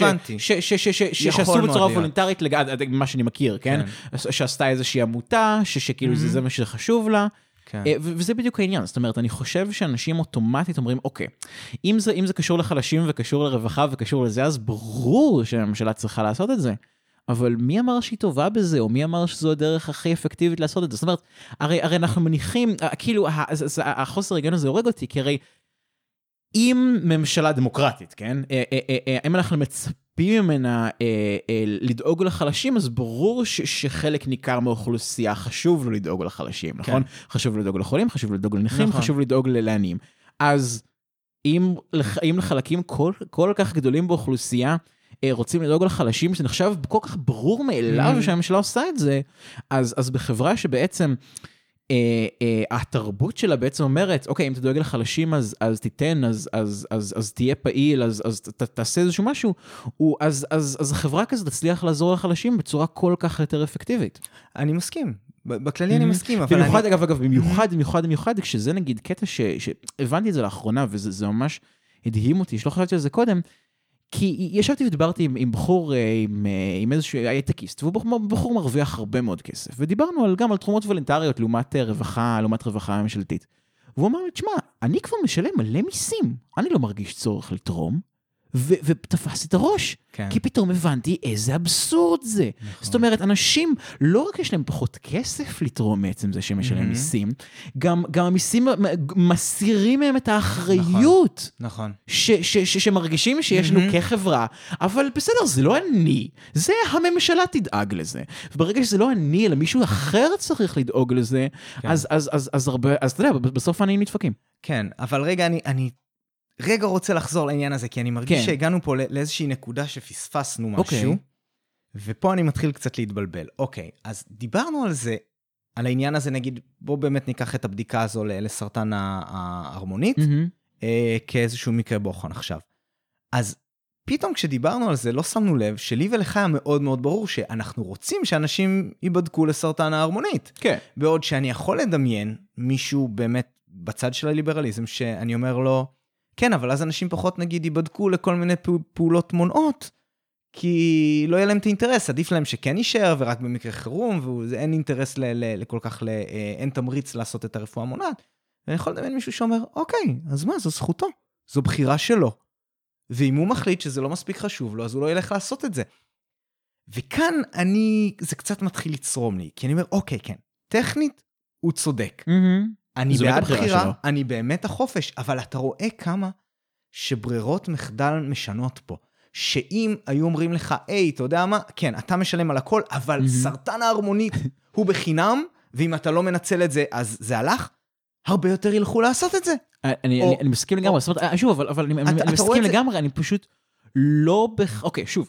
שעשו בצורה וולונטרית, מה שאני מכיר, כן? שעשתה איזושהי עמותה, שכאילו זה מה שחשוב לה, וזה בדיוק העניין, זאת אומרת, אני חושב שאנשים אוטומטית אומרים, אוקיי, אם זה קשור לחלשים וקשור לרווחה וקשור לזה, אז ברור שהממשלה צריכה לעשות את זה. אבל מי אמר שהיא טובה בזה, או מי אמר שזו הדרך הכי אפקטיבית לעשות את זה? זאת אומרת, הרי אנחנו מניחים, כאילו, החוסר היגיון הזה הורג אותי, כי הרי אם ממשלה דמוקרטית, כן? אם אנחנו מצפים ממנה לדאוג לחלשים, אז ברור שחלק ניכר מהאוכלוסייה חשוב לו לדאוג לחלשים, נכון? חשוב לו לדאוג לחולים, חשוב לו לדאוג לנכים, חשוב לו לדאוג לעניים. אז אם לחלקים כל כך גדולים באוכלוסייה, רוצים לדאוג לחלשים, שנחשב כל כך ברור מאליו שהממשלה עושה את זה, אז בחברה שבעצם התרבות שלה בעצם אומרת, אוקיי, אם אתה דואג לחלשים, אז תיתן, אז תהיה פעיל, אז תעשה איזשהו משהו, אז החברה כזאת תצליח לעזור לחלשים בצורה כל כך יותר אפקטיבית. אני מסכים. בכללי אני מסכים, אבל במיוחד, אגב, במיוחד, כשזה נגיד קטע שהבנתי את זה לאחרונה, וזה ממש הדהים אותי, שלא חשבתי על זה קודם, כי ישבתי ודיברתי עם בחור, עם איזשהו הייטקיסט, והוא בחור מרוויח הרבה מאוד כסף, ודיברנו גם על תרומות וולונטריות לעומת רווחה ממשלתית. והוא אמר לי, תשמע, אני כבר משלם מלא מיסים, אני לא מרגיש צורך לתרום, ותפס את הראש, כי פתאום הבנתי איזה אבסורד זה. זאת אומרת, אנשים, לא רק יש להם פחות כסף לתרום מעצם זה שהם משלם מיסים, גם המיסים מסירים מהם את האחריות, שמרגישים שיש לנו כחברה, אבל בסדר, זה לא אני, זה הממשלה תדאג לזה. וברגע שזה לא אני, אלא מישהו אחר צריך לדאוג לזה, אז אתה יודע, בסוף אני נדפקים. כן, אבל רגע, אני רגע רוצה לחזור לעניין הזה, כי אני מרגיש שהגענו פה לאיזושהי נקודה שפספסנו משהו, ופה אני מתחיל קצת להתבלבל. אוקיי, אז דיברנו על זה, על העניין הזה, נגיד, בוא באמת ניקח את הבדיקה הזו לסרטן ההרמונית, כאיזשהו מקרה בוחן עכשיו. אז פתאום כשדיברנו על זה, לא שמנו לב שלי ולך היה מאוד מאוד ברור שאנחנו רוצים שאנשים ייבדקו לסרטן ההרמונית. כן. בעוד שאני יכול לדמיין מישהו באמת בצד של הליברליזם, שאני אומר לו, כן, אבל אז אנשים פחות, נגיד, ייבדקו לכל מיני פעולות מונעות, כי לא יהיה להם את האינטרס, עדיף להם שכן יישאר, ורק במקרה חירום, ואין אינטרס לכל כך, אין תמריץ לעשות את הרפואה המונעת. ואני יכול לדמיין מישהו שאומר, אוקיי, אז מה, זו זכותו, זו בחירה שלו. ואם הוא מחליט שזה לא מספיק חשוב לו, אז הוא לא ילך לעשות את זה. וכאן זה קצת מתחיל לצרום לי, כי אני אומר, אוקיי, כן, טכנית, הוא צודק. אני בעד בחירה, אני באמת החופש, אבל אתה רואה כמה שברירות מחדל משנות פה. שאם היו אומרים לך, אתה יודע מה? כן, אתה משלם על הכל, אבל סרטן ההרמונית הוא בחינם, ואם אתה לא מנצל את זה, אז זה הלך, הרבה יותר ילכו לעשות את זה. אני מסכים לגמרי, שוב, אבל אני מסכים לגמרי, אני פשוט לא אוקיי, שוב,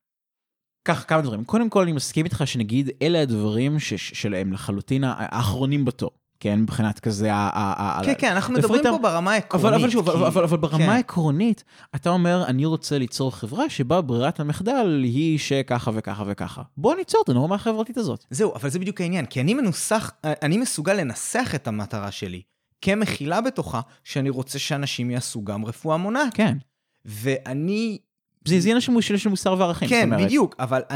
כך כמה דברים. קודם כל, אני מסכים איתך שנגיד, אלה הדברים שלהם לחלוטין האחרונים בתור. כן, מבחינת כזה... כן, כן, אנחנו מדברים פה ברמה העקרונית. אבל ברמה העקרונית, אתה אומר, אני רוצה ליצור חברה שבה ברירת המחדל היא שככה וככה וככה. בוא ניצור את הנורמה החברתית הזאת. זהו, אבל זה בדיוק העניין, כי אני מסוגל לנסח את המטרה שלי, כמכילה בתוכה, שאני רוצה שאנשים יעשו גם רפואה מונעת. כן. ואני... זה עניין של מוסר וערכים. כן, בדיוק,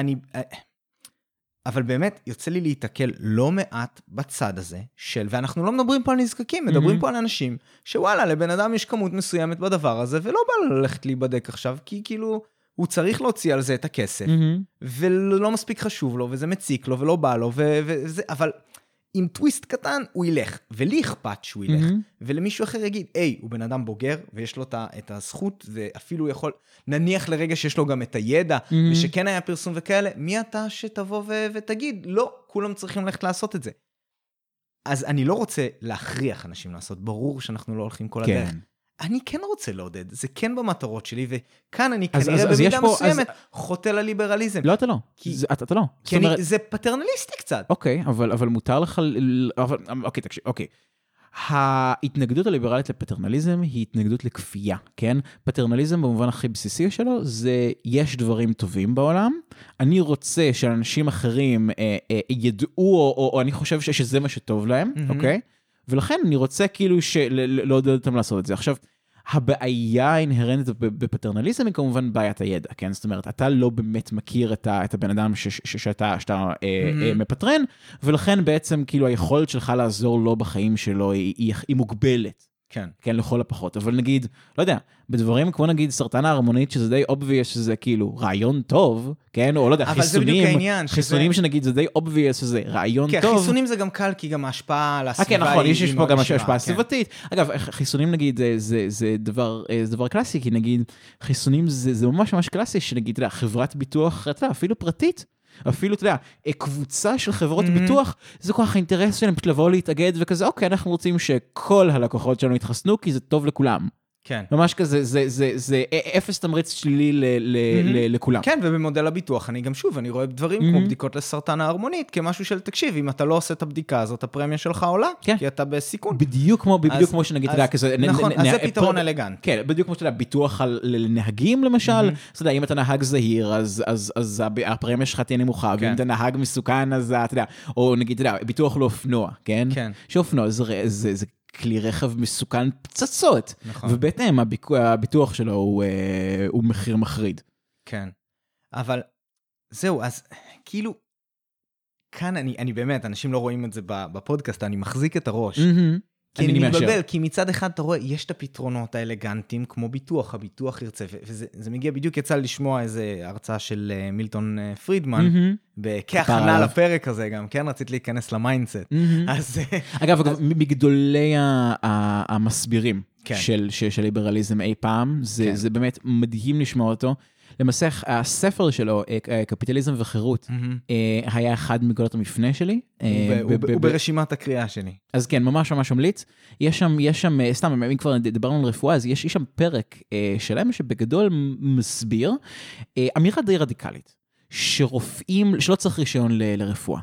אבל באמת יוצא לי להתקל לא מעט בצד הזה ואנחנו לא מדברים פה על נזקקים, מדברים פה על אנשים שוואלה, לבן אדם יש כמות מסוימת בדבר הזה, ולא בא לו ללכת להיבדק עכשיו, כי כאילו הוא צריך להוציא על זה את הכסף, ולא מספיק חשוב לו, וזה מציק לו, ולא בא לו, אבל עם טוויסט קטן, הוא ילך, ולי אכפת שהוא ילך, ולמישהו אחר יגיד, הוא בן אדם בוגר, ויש לו את הזכות, ואפילו יכול, נניח לרגע שיש לו גם את הידע, ושכן היה פרסום וכאלה, מי אתה שתבוא ותגיד, לא, כולם צריכים ללכת לעשות את זה. אז אני לא רוצה להכריח אנשים לעשות, ברור שאנחנו לא הולכים כל הדרך. אני כן רוצה לעודד, זה כן במטרות שלי, וכאן אני כנראה במידה מסוימת חוטא לליברליזם. לא, אתה לא. אתה לא. כי זה פטרנליסטי קצת. אוקיי, אבל מותר לך, אוקיי, תקשיב, אוקיי. ההתנגדות הליברלית לפטרנליזם היא התנגדות לכפייה, כן? פטרנליזם במובן הכי בסיסי שלו, זה יש דברים טובים בעולם, אני רוצה שאנשים אחרים ידעו, או אני חושב שזה מה שטוב להם, אוקיי? ולכן אני רוצה כאילו לעודד אותם לעשות את זה. עכשיו, הבעיה האינהרנטית בפטרנליזם היא כמובן בעיית הידע, כן? זאת אומרת, אתה לא באמת מכיר את הבן אדם שאתה מפטרן, ולכן בעצם כאילו היכולת שלך לעזור לו בחיים שלו היא מוגבלת. כן, לכל הפחות. אבל נגיד, לא יודע, בדברים כמו נגיד סרטן ההרמונית, שזה די obvious שזה כאילו רעיון טוב, כן? או לא יודע, חיסונים שנגיד זה די obvious שזה רעיון טוב. כן, חיסונים זה גם קל, כי גם ההשפעה על הסביבה כן, נכון, יש פה גם השפעה סביבתית. אגב, חיסונים נגיד זה דבר קלאסי, כי נגיד חיסונים זה ממש ממש קלאסי, שנגיד, אתה יודע, חברת ביטוח, אתה יודע, אפילו פרטית, אפילו, אתה יודע, קבוצה של חברות ביטוח, זה כל כך האינטרס שלהם פשוט לבוא להתאגד וכזה, אוקיי, אנחנו רוצים שכל הלקוחות שלנו יתחסנו, כי זה טוב לכולם. כן. ממש כזה, זה אפס תמריץ שלילי לכולם. כן, ובמודל הביטוח, אני רואה דברים כמו בדיקות לסרטן ההרמונית, כמשהו של תקשיב, אם אתה לא עושה את הבדיקה הזאת, הפרמיה שלך עולה, כי אתה בסיכון. בדיוק כמו שנגיד, אתה יודע, כזה... נכון, אז זה פתרון אלגנט. כן, בדיוק כמו שאתה יודע, ביטוח לנהגים למשל, אתה יודע, אם אתה נהג זהיר, אז הפרמיה שלך תהיה נמוכה, ואם אתה נהג מסוכן, אז אתה יודע, או נגיד, אתה יודע, ביטוח לאופנוע, כן? שאופנוע זה כלי רכב מסוכן פצצות, ובהתאם הביטוח שלו הוא מחיר מחריד. כן, אבל זהו, אז כאילו, כאן אני באמת, אנשים לא רואים את זה בפודקאסט, אני מחזיק את הראש, כי אני מתבלבל, כי מצד אחד אתה רואה, יש את הפתרונות האלגנטיים, כמו ביטוח, הביטוח ירצה, וזה מגיע בדיוק, יצא לשמוע איזה הרצאה של מילטון פרידמן, כהכנה לפרק הזה גם, כן? רצית להיכנס למיינדסט. אגב, מגדולי המסבירים של ליברליזם אי פעם, זה באמת מדהים לשמוע אותו, למעשה, הספר שלו, קפיטליזם וחירות, היה אחד מגולות המפנה שלי. הוא ברשימת הקריאה שלי. אז כן, ממש ממש ממליץ. יש שם, סתם, אם כבר דיברנו על רפואה, אז יש שם פרק שלהם שבגדול מסביר, אמירה די רדיקלית, שרופאים, שלא צריך רישיון לרפואה.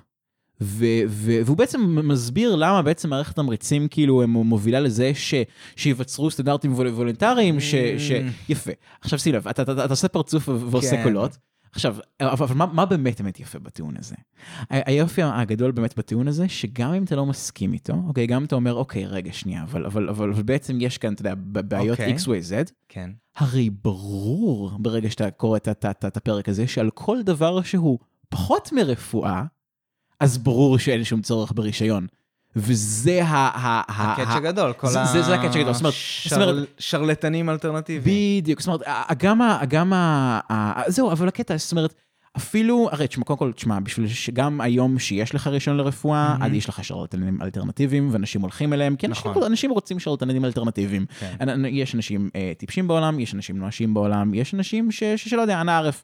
והוא בעצם מסביר למה בעצם מערכת תמריצים כאילו מובילה לזה שיווצרו סטנדרטים וולונטריים יפה. עכשיו שים לב, אתה עושה פרצוף ועושה קולות. עכשיו, אבל מה באמת יפה בטיעון הזה? היופי הגדול באמת בטיעון הזה, שגם אם אתה לא מסכים איתו, אוקיי, גם אם אתה אומר, אוקיי, רגע, שנייה, אבל בעצם יש כאן, אתה יודע, בעיות X, Y, Z, כן. הרי ברור ברגע שאתה קורא את הפרק הזה, שעל כל דבר שהוא פחות מרפואה, אז ברור שאין שום צורך ברישיון. וזה הקטש הגדול, כל זה הקטש הגדול. שרלטנים אלטרנטיביים. בדיוק, זאת אומרת, זהו, אבל הקטע, זאת אומרת, אפילו, הרי, קודם כל, תשמע, בשביל שגם היום שיש לך רישיון לרפואה, עד יש לך שרלטנים אלטרנטיביים, ואנשים הולכים אליהם, כי אנשים רוצים שרלטנים אלטרנטיביים. יש אנשים טיפשים בעולם, יש אנשים נואשים בעולם, יש אנשים שלא יודע, אנא ערף.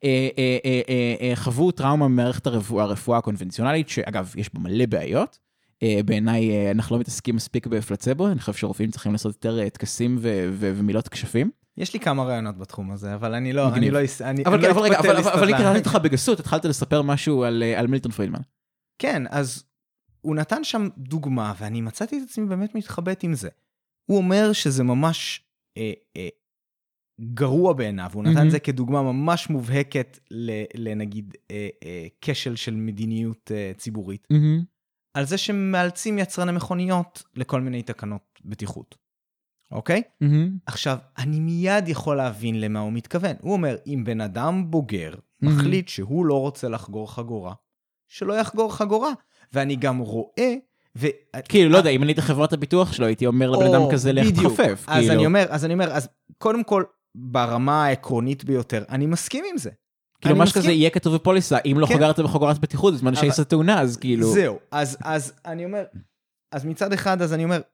חוו טראומה ממערכת הרפואה הקונבנציונלית, שאגב, יש בה מלא בעיות. בעיניי, אנחנו לא מתעסקים מספיק בפלצבו, אני חושב שרופאים צריכים לעשות יותר תקסים ומילות כשפים. יש לי כמה רעיונות בתחום הזה, אבל אני לא אתפתל אבל אני קראתי אותך בגסות, התחלת לספר משהו על מילטון פרידמן. כן, אז הוא נתן שם דוגמה, ואני מצאתי את עצמי באמת מתחבט עם זה. הוא אומר שזה ממש גרוע בעיניו, הוא נתן את זה כדוגמה ממש מובהקת לנגיד כשל של מדיניות ציבורית, על זה שמאלצים יצרני מכוניות לכל מיני תקנות בטיחות. אוקיי? עכשיו, אני מיד יכול להבין למה הוא מתכוון. הוא אומר, אם בן אדם בוגר מחליט שהוא לא רוצה לחגור חגורה, שלא יחגור חגורה. ואני גם רואה כאילו, לא יודע, אם אני את חברת הביטוח שלו, הייתי אומר לבן אדם כזה לחפף. אז אני אומר, אז קודם כל, ברמה העקרונית ביותר, אני מסכים עם זה. כאילו ממש כזה יהיה כתוב בפוליסה, אם לא חגרת בחגורת בטיחות, בזמן שיש תאונה, אז כאילו... זהו, אז אני אומר, אז מצד אחד, אז אני אומר,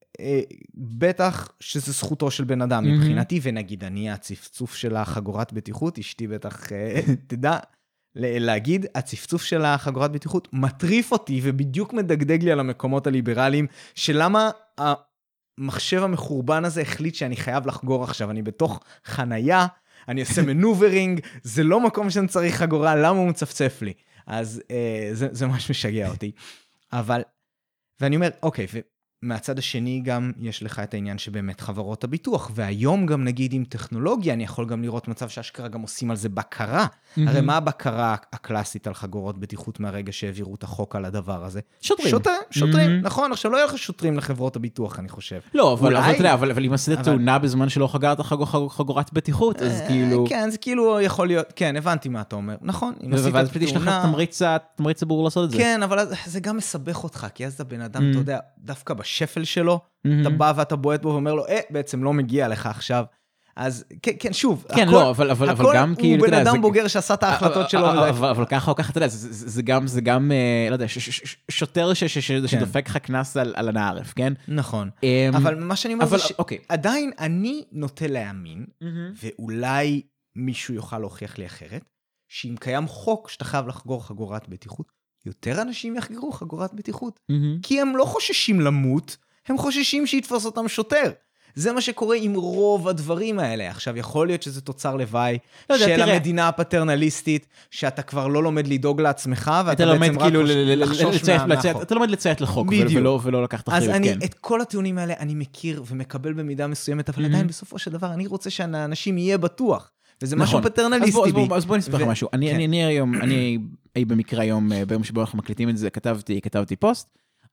בטח שזה זכותו של בן אדם מבחינתי, ונגיד אני הצפצוף של החגורת בטיחות, אשתי בטח תדע להגיד, הצפצוף של החגורת בטיחות מטריף אותי, ובדיוק מדגדג לי על המקומות הליברליים, שלמה המחשב המחורבן הזה החליט שאני חייב לחגור עכשיו, אני בתוך חנייה, אני עושה מנוברינג, זה לא מקום שאני צריך חגורה, למה הוא מצפצף לי? אז זה ממש משגע אותי. אבל, ואני אומר, אוקיי, מהצד השני גם יש לך את העניין שבאמת חברות הביטוח, והיום גם נגיד עם טכנולוגיה, אני יכול גם לראות מצב שאשכרה גם עושים על זה בקרה. הרי מה הבקרה הקלאסית על חגורות בטיחות מהרגע שהעבירו את החוק על הדבר הזה? שוטרים, נכון, עכשיו לא יהיה לך שוטרים לחברות הביטוח, אני חושב. לא, אבל אם עשית תאונה בזמן שלא חגרת חגורת בטיחות, אז כאילו... כן, זה כאילו יכול להיות, כן, הבנתי מה אתה אומר, נכון. ואז פתאום יש לך תמריץ הברור לעשות את זה. כן, אבל זה גם מסבך אותך, כי אז הבן אדם, אתה יודע, דווקא בשפל שלו, אתה בא ואתה בועט בו ואומר לו, בעצם לא מגיע לך עכשיו. אז כן, שוב, כן, לא, אבל גם כאילו, הוא בן אדם בוגר שעשה את ההחלטות שלו. אבל ככה או ככה, אתה יודע, זה גם, לא יודע, שוטר שדופק לך כנס על הנערף, כן? נכון. אבל מה שאני אומר זה שעדיין אני נוטה להאמין, ואולי מישהו יוכל להוכיח לי אחרת, שאם קיים חוק שאתה חייב לחגור חגורת בטיחות, יותר אנשים יחגרו חגורת בטיחות. כי הם לא חוששים למות, הם חוששים שיתפוס אותם שוטר. זה מה שקורה עם רוב הדברים האלה. עכשיו, יכול להיות שזה תוצר לוואי של המדינה הפטרנליסטית, שאתה כבר לא לומד לדאוג לעצמך, ואתה בעצם רק לחשוש מהחוק. אתה לומד לציית לחוק, ולא לקחת אחריות. אז את כל הטיעונים האלה אני מכיר ומקבל במידה מסוימת, אבל עדיין בסופו של דבר אני רוצה שהאנשים יהיה בטוח. וזה משהו פטרנליסטי בי. אז בוא נספר לך משהו. אני במקרה היום, ביום שבו אנחנו מקליטים את זה, כתבתי פוסט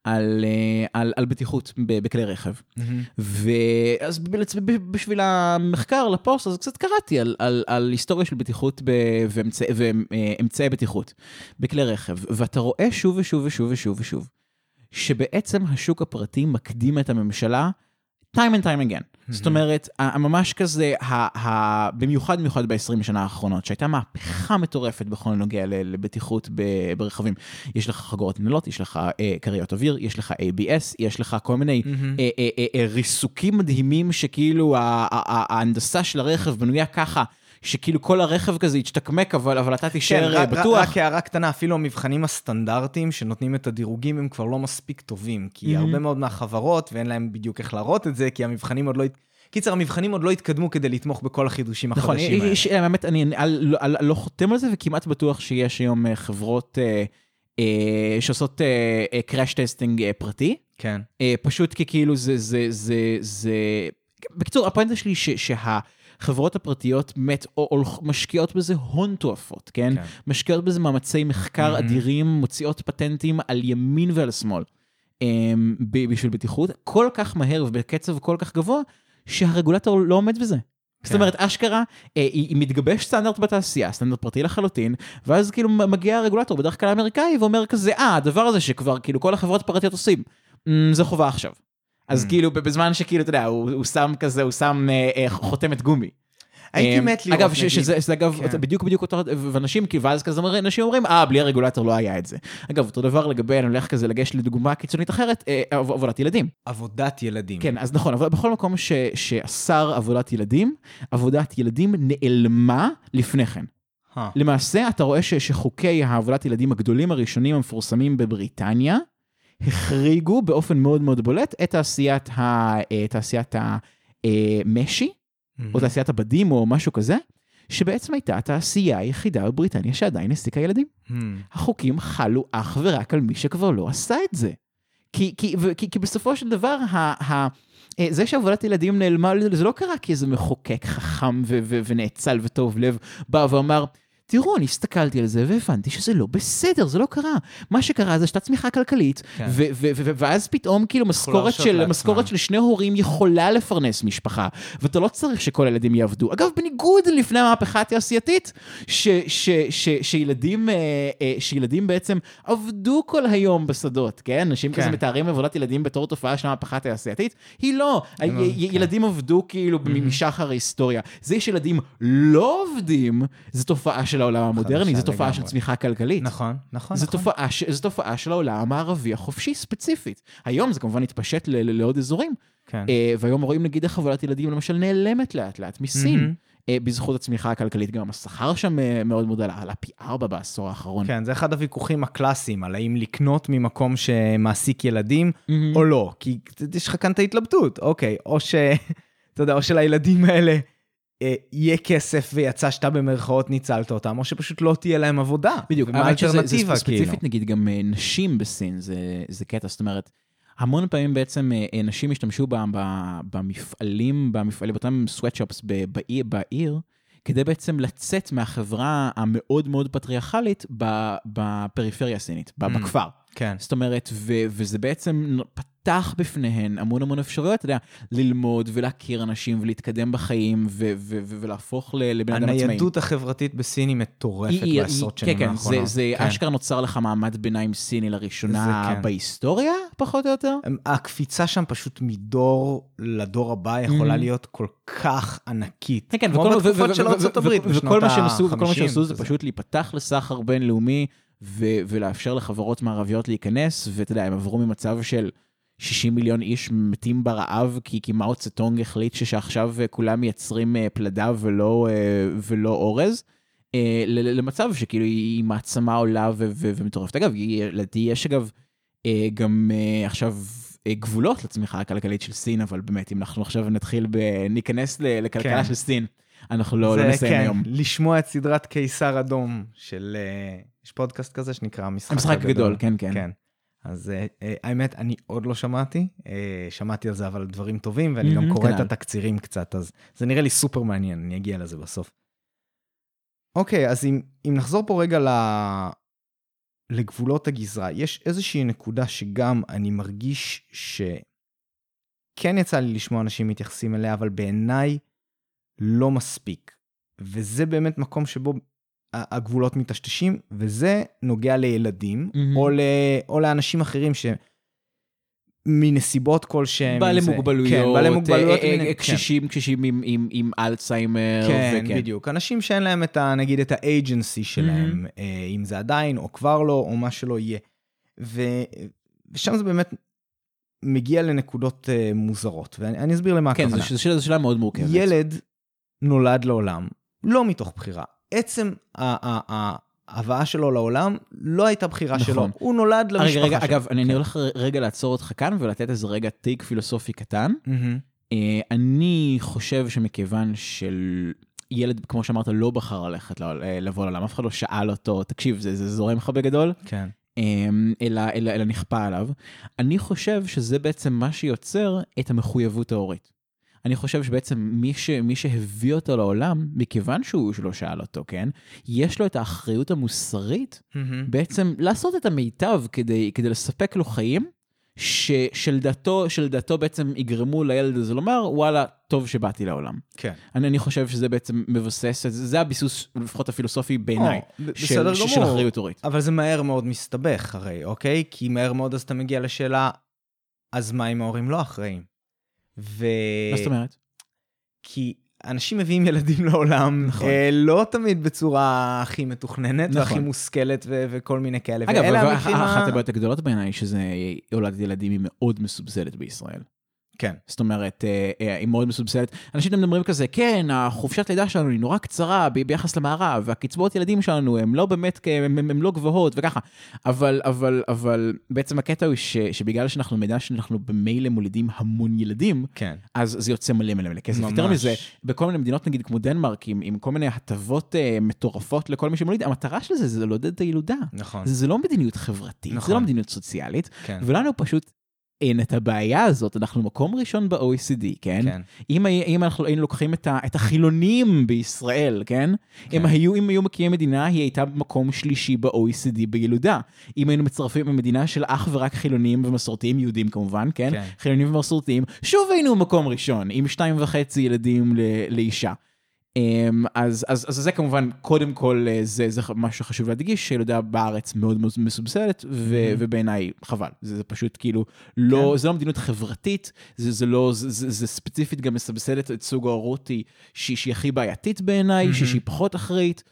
על בטיחות בכלי רכב. ואז בשביל המחקר לפוסט, אז קצת קראתי על היסטוריה של בטיחות ואמצעי בטיחות בכלי רכב. ואתה רואה שוב ושוב ושוב ושוב ושוב, שבעצם השוק הפרטי מקדים את הממשלה time and time again. זאת אומרת, ממש כזה, במיוחד ב-20 שנה האחרונות, שהייתה מהפכה מטורפת בכל הנוגע לבטיחות ברכבים. יש לך חגורות נעלות, יש לך קריות אוויר, יש לך ABS, יש לך כל מיני ריסוקים מדהימים, שכאילו ההנדסה של הרכב בנויה ככה, שכאילו כל הרכב כזה יתשתקמק, אבל אתה תישאר בטוח. רק הערה קטנה, אפילו המבחנים הסטנדרטיים שנותנים את הדירוגים, הם כבר לא מספיק טובים, כי הרבה מאוד מהחברות, ואין להם בדיוק איך להראות את זה, כי המבחנים עוד לא... קיצר, המבחנים עוד לא התקדמו כדי לתמוך בכל החידושים החדשים האלה. נכון, באמת, אני לא חותם על זה, וכמעט בטוח שיש היום חברות שעושות קראש טסטינג פרטי. כן. פשוט כי כאילו זה... בקיצור, הפואנטה שלי חברות הפרטיות באמת משקיעות בזה הון תועפות, כן? משקיעות בזה מאמצי מחקר אדירים, מוציאות פטנטים על ימין ועל שמאל בשביל בטיחות, כל כך מהר ובקצב כל כך גבוה, שהרגולטור לא עומד בזה. זאת אומרת, אשכרה, היא מתגבש סטנדרט בתעשייה, סטנדרט פרטי לחלוטין, ואז כאילו מגיע הרגולטור בדרך כלל האמריקאי, ואומר כזה, הדבר הזה שכבר כאילו כל החברות הפרטיות עושים, זה חובה עכשיו. אז כאילו, בזמן שכאילו, אתה יודע, הוא שם כזה, הוא שם חותמת גומי. הייתי מת לראות, אגב, שזה אגב, בדיוק אותו, ואנשים, ואז כזה אנשים אומרים, בלי הרגולטור לא היה את זה. אגב, אותו דבר לגבי, אני הולך כזה לגש לדוגמה קיצונית אחרת, עבודת ילדים. עבודת ילדים. כן, אז נכון, אבל בכל מקום שאסר עבודת ילדים נעלמה לפני כן. למעשה, אתה רואה שחוקי העבודת ילדים הגדולים הראשונים המפורסמים בבריטניה, החריגו באופן מאוד מאוד בולט את תעשיית המשי, או תעשיית הבדים או משהו כזה, שבעצם הייתה התעשייה היחידה בבריטניה שעדיין העסיקה ילדים. החוקים חלו אך ורק על מי שכבר לא עשה את זה. כי בסופו של דבר, זה שעבודת ילדים נעלמה, זה לא קרה כי איזה מחוקק חכם ונאצל וטוב לב, בא ואמר, תראו, אני הסתכלתי על זה והבנתי שזה לא בסדר, זה לא קרה. מה שקרה זה שאתה צמיחה כלכלית, ואז פתאום כאילו משכורת של שני הורים יכולה לפרנס משפחה, ואתה לא צריך שכל הילדים יעבדו. אגב, בניגוד לפני המהפכה התעשייתית, שילדים בעצם עבדו כל היום בשדות, כן? אנשים כזה מתארים עבודת ילדים בתור תופעה של המהפכה התעשייתית, היא לא. ילדים עבדו כאילו משחר ההיסטוריה. זה שילדים לא עובדים, זו תופעה של העולם המודרני, זו תופעה של צמיחה כלכלית. נכון. זו תופעה של העולם המערבי החופשי ספציפית. היום זה כמובן התפשט לעוד אזורים, והיום רואים נגיד איך חבלת ילדים למשל נעלמת לאט לאט מסין, בזכות הצמיחה הכלכלית, גם השכר שם מאוד מאוד עלה פי 4 בעשור האחרון. כן, זה אחד הוויכוחים הקלאסיים, על האם לקנות ממקום שמעסיק ילדים או לא, כי יש לך כאן את ההתלבטות, אוקיי, או אתה יודע, או שלילדים האלה יהיה כסף ויצא שאתה במרכאות ניצלת אותם, או שפשוט לא תהיה להם עבודה. בדיוק, האמת שזה ספציפית נגיד גם נשים בסין, זה קטע, זאת אומרת, המון פעמים בעצם נשים השתמשו במפעלים, באותם סוואטשופס בעיר, כדי בעצם לצאת מהחברה המאוד מאוד פטריארכלית בפריפריה הסינית, בכפר. כן. זאת אומרת, וזה בעצם פתח בפניהן המון אפשרויות, אתה יודע, ללמוד ולהכיר אנשים ולהתקדם בחיים ולהפוך לבן אדם עצמאי. הניידות החברתית בסין היא מטורפת בעשרות שנים האחרונות. כן, זה אשכרה נוצר לך מעמד ביניים סיני לראשונה בהיסטוריה, פחות או יותר. הקפיצה שם פשוט מדור לדור הבא יכולה להיות כל כך ענקית. כן, כמו בתקופות של ארצות הברית בשנות ה-50. וכל מה שעשו זה פשוט להיפתח לסחר בינלאומי, ולאפשר לחברות מערביות להיכנס, ואתה יודע, הם עברו ממצב של 60 מיליון איש מתים ברעב, כי מאו צטונג החליט שעכשיו כולם מייצרים פלדה ולא אורז, למצב שכאילו היא מעצמה עולה ומטורפת. אגב, יש אגב גם עכשיו גבולות לצמיחה הכלכלית של סין, אבל באמת, אם אנחנו עכשיו ניכנס לכלכלה של סין, אנחנו לא נסיים היום. לשמוע את סדרת קיסר אדום של... יש פודקאסט כזה שנקרא המשחק הגדול, כן. אז האמת, אני עוד לא שמעתי על זה, אבל דברים טובים, ואני גם קורא את התקצירים קצת, אז זה נראה לי סופר מעניין, אני אגיע לזה בסוף. אוקיי, אז אם נחזור פה רגע לגבולות הגזרה, יש איזושהי נקודה שגם אני מרגיש שכן יצא לי לשמוע אנשים מתייחסים אליה, אבל בעיניי לא מספיק. וזה באמת מקום שבו הגבולות מטשטשים, וזה נוגע לילדים, או לאנשים אחרים מנסיבות כלשהם. בעלי מוגבלויות, קשישים עם אלצהיימר. כן, בדיוק. אנשים שאין להם נגיד את האג'נסי שלהם, אם זה עדיין, או כבר לא, או מה שלא יהיה. ושם זה באמת מגיע לנקודות מוזרות, ואני אסביר למה הכוונה. כן, זו שאלה מאוד מורכבת. ילד נולד לעולם, לא מתוך בחירה. עצם ההבאה שלו לעולם לא הייתה בחירה שלו, הוא נולד למשפחה שלו. אגב, אני הולך רגע לעצור אותך כאן, ולתת איזה רגע טייק פילוסופי קטן. אני חושב שמכיוון של ילד, כמו שאמרת, לא בחר ללכת לבוא לעולם, אף אחד לא שאל אותו, תקשיב, זה זורם לך בגדול? כן. אלא נכפה עליו. אני חושב שזה בעצם מה שיוצר את המחויבות ההורית. אני חושב שבעצם מי שהביא אותו לעולם, מכיוון שהוא לא שאל אותו, כן? יש לו את האחריות המוסרית, בעצם לעשות את המיטב כדי לספק לו חיים, שלדעתו בעצם יגרמו לילד הזה לומר, וואלה, טוב שבאתי לעולם. כן. אני חושב שזה בעצם מבסס, זה הביסוס, לפחות הפילוסופי בעיניי, של אחריות הורית. אבל זה מהר מאוד מסתבך הרי, אוקיי? כי מהר מאוד אז אתה מגיע לשאלה, אז מה אם ההורים לא אחראים? מה זאת אומרת? כי אנשים מביאים ילדים לעולם, לא תמיד בצורה הכי מתוכננת, והכי מושכלת וכל מיני כאלה. אגב, אחת הבעיות הגדולות בעיניי, שזה הולדת ילדים היא מאוד מסובסדת בישראל. כן. זאת אומרת, היא מאוד מסובסדת. אנשים מדברים כזה, כן, החופשת לידה שלנו היא נורא קצרה ביחס למערב, והקצבאות ילדים שלנו הם לא באמת, הם לא גבוהות וככה. אבל בעצם הקטע הוא שבגלל שאנחנו מידע שאנחנו במילא מולידים המון ילדים, כן. אז זה יוצא מלא כסף. יותר מזה, בכל מיני מדינות נגיד כמו דנמרק, עם כל מיני הטבות מטורפות לכל מי שמוליד, המטרה של זה לעודד את הילודה. נכון. זה לא מדיניות חברתית, זה לא מדיניות סוציאלית, כן. ולנו פשוט אין את הבעיה הזאת, אנחנו מקום ראשון ב-OECD, כן? כן. אם אנחנו היינו לוקחים את החילונים בישראל, כן? כן. אם היו מקימים מדינה, היא הייתה במקום שלישי ב-OECD בילודה. אם היינו מצרפים במדינה של אך ורק חילונים ומסורתיים, יהודים כמובן, כן? כן. חילונים ומסורתיים, שוב היינו מקום ראשון, עם 2.5 ילדים לאישה. אז זה כמובן, קודם כל, זה משהו חשוב להדגיש, שילודה בארץ מאוד מאוד מסובסדת, ובעיניי חבל. זה פשוט כאילו, זה לא מדיניות חברתית, זה ספציפית גם מסובסדת את סוג ההורות שהיא הכי בעייתית בעיניי, שהיא פחות אחראית,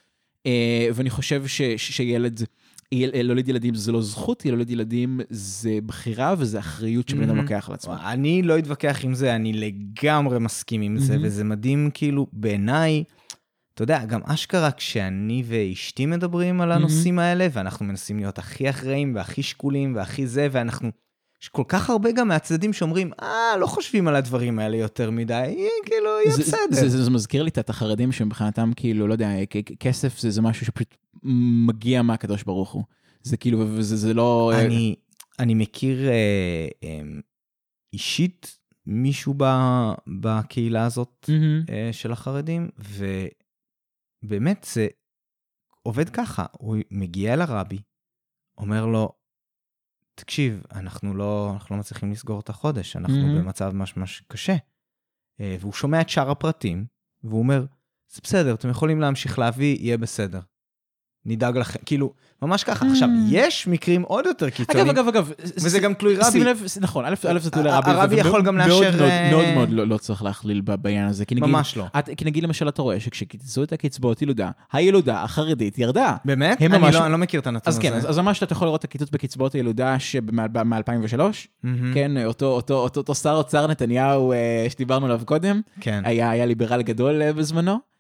ואני חושב שילד, להוליד ילדים זה לא זכות, להוליד ילדים זה בחירה, וזה אחריות שבן אדם לוקח על עצמו. אני לא אתווכח עם זה, אני לגמרי מסכים עם זה, וזה מדהים כאילו בעיניי, אתה יודע, גם אשכרה כשאני ואשתי מדברים על הנושאים האלה, ואנחנו מנסים להיות הכי אחראים, והכי שקולים, והכי זה, ואנחנו, יש כל כך הרבה גם מהצדדים שאומרים, לא חושבים על הדברים האלה יותר מדי, כאילו, יהיה בסדר. זה מזכיר לי את החרדים שמבחינתם, כאילו, לא יודע, כסף זה משהו שפשוט מגיע מהקדוש ברוך הוא. זה כאילו, זה לא... אני מכיר אישית מישהו בקהילה הזאת של החרדים, ובאמת זה עובד ככה, הוא מגיע לרבי, אומר לו, תקשיב, אנחנו לא מצליחים לסגור את החודש, אנחנו במצב ממש קשה. והוא שומע את שאר הפרטים, והוא אומר, זה בסדר, אתם יכולים להמשיך להביא, יהיה בסדר. נדאג לכם, כאילו, ממש ככה. עכשיו, יש מקרים עוד יותר קיצוניים. אגב, וזה גם תלוי רבי. שים לב, נכון, א' זה תלוי רבי. הרבי יכול גם לאשר... מאוד לא צריך להכליל בעניין הזה. ממש לא. כי נגיד למשל, אתה רואה שכשקיצצו את הקצבאות ילודה, הילודה החרדית ירדה. באמת? אני לא מכיר את הנתון הזה. אז כן, אז ממש אתה יכול לראות את הקיצוץ בקצבאות הילודה מ-2003, כן, אותו שר אוצר נתניהו שדיברנו עליו קודם, היה ליברל גדול בזמנו.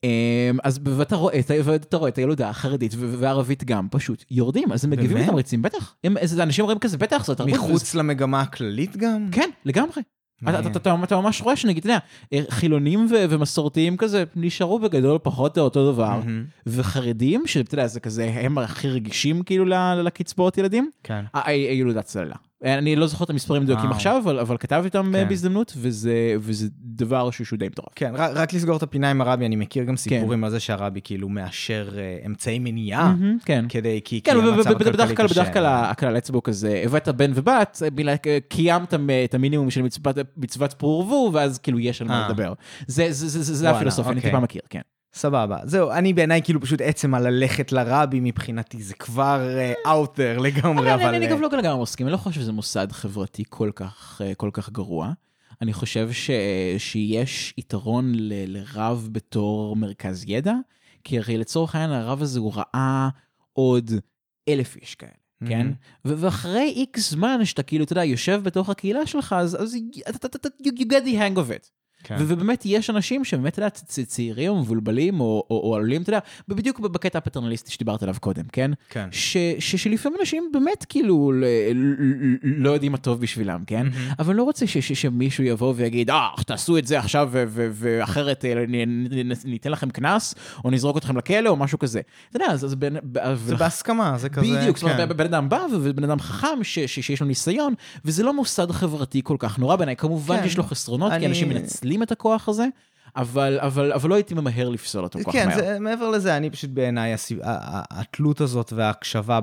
אז ואתה רואה את הילודה החרדית והערבית גם פשוט יורדים, אז הם מגיבים את תמריצים, בטח. אנשים אומרים כזה, בטח, זאת תרבות. מחוץ למגמה הכללית גם? כן, לגמרי. אתה ממש רואה שנגיד, חילונים ומסורתיים כזה נשארו בגדול פחות או אותו דבר, וחרדים, שאתה יודע, זה כזה, הם הכי רגישים כאילו לקצבאות ילדים, הילודה צללה. אני לא זוכר את המספרים מדויקים עכשיו, אבל כתבתי אותם בהזדמנות, וזה דבר שהוא די מטורף. כן, רק לסגור את הפינה עם הרבי, אני מכיר גם סיפורים על זה שהרבי כאילו מאשר אמצעי מניעה, כדי, כי המצב הכלכלי קשה. בדרך כלל הכלל האצבע הוא כזה, הבאת בן ובת, קיימת את המינימום של מצוות פרו ורבו, ואז כאילו יש על מה לדבר. זה הפילוסופיה, אני טיפה מכיר, כן. סבבה, זהו, אני בעיניי כאילו פשוט עצם על ללכת לרבי מבחינתי, זה כבר out there לגמרי, אבל... אני גם לא לגמרי מסכים, אני לא חושב שזה מוסד חברתי כל כך גרוע, אני חושב שיש יתרון לרב בתור מרכז ידע, כי הרי לצורך העניין הרב הזה הוא ראה עוד 1,000 איש כאלה, כן? ואחרי איקס זמן שאתה כאילו, אתה יודע, יושב בתוך הקהילה שלך, אז you get the hang of it. ובאמת יש אנשים שבאמת, אתה יודע, צעירים, מבולבלים, או עלולים, אתה יודע, בדיוק בקטע הפטרנליסטי שדיברת עליו קודם, כן? שלפעמים אנשים באמת כאילו לא יודעים מה טוב בשבילם, כן? אבל לא רוצה שמישהו יבוא ויגיד, תעשו את זה עכשיו, ואחרת ניתן לכם כנס, או נזרוק אתכם לכלא, או משהו כזה. אתה יודע, זה בהסכמה, זה כזה... בדיוק, זאת אומרת, בן אדם בא, ובן אדם חכם, שיש לו ניסיון, וזה לא מוסד חברתי כל כך נורא בעיניי. כמובן שיש לו חסרונות, כי אנשים מנצלים את הכוח הזה, אבל לא הייתי ממהר לפסול אותו כל כך מהר. כן, מעבר לזה, אני פשוט בעיניי, התלות הזאת וההקשבה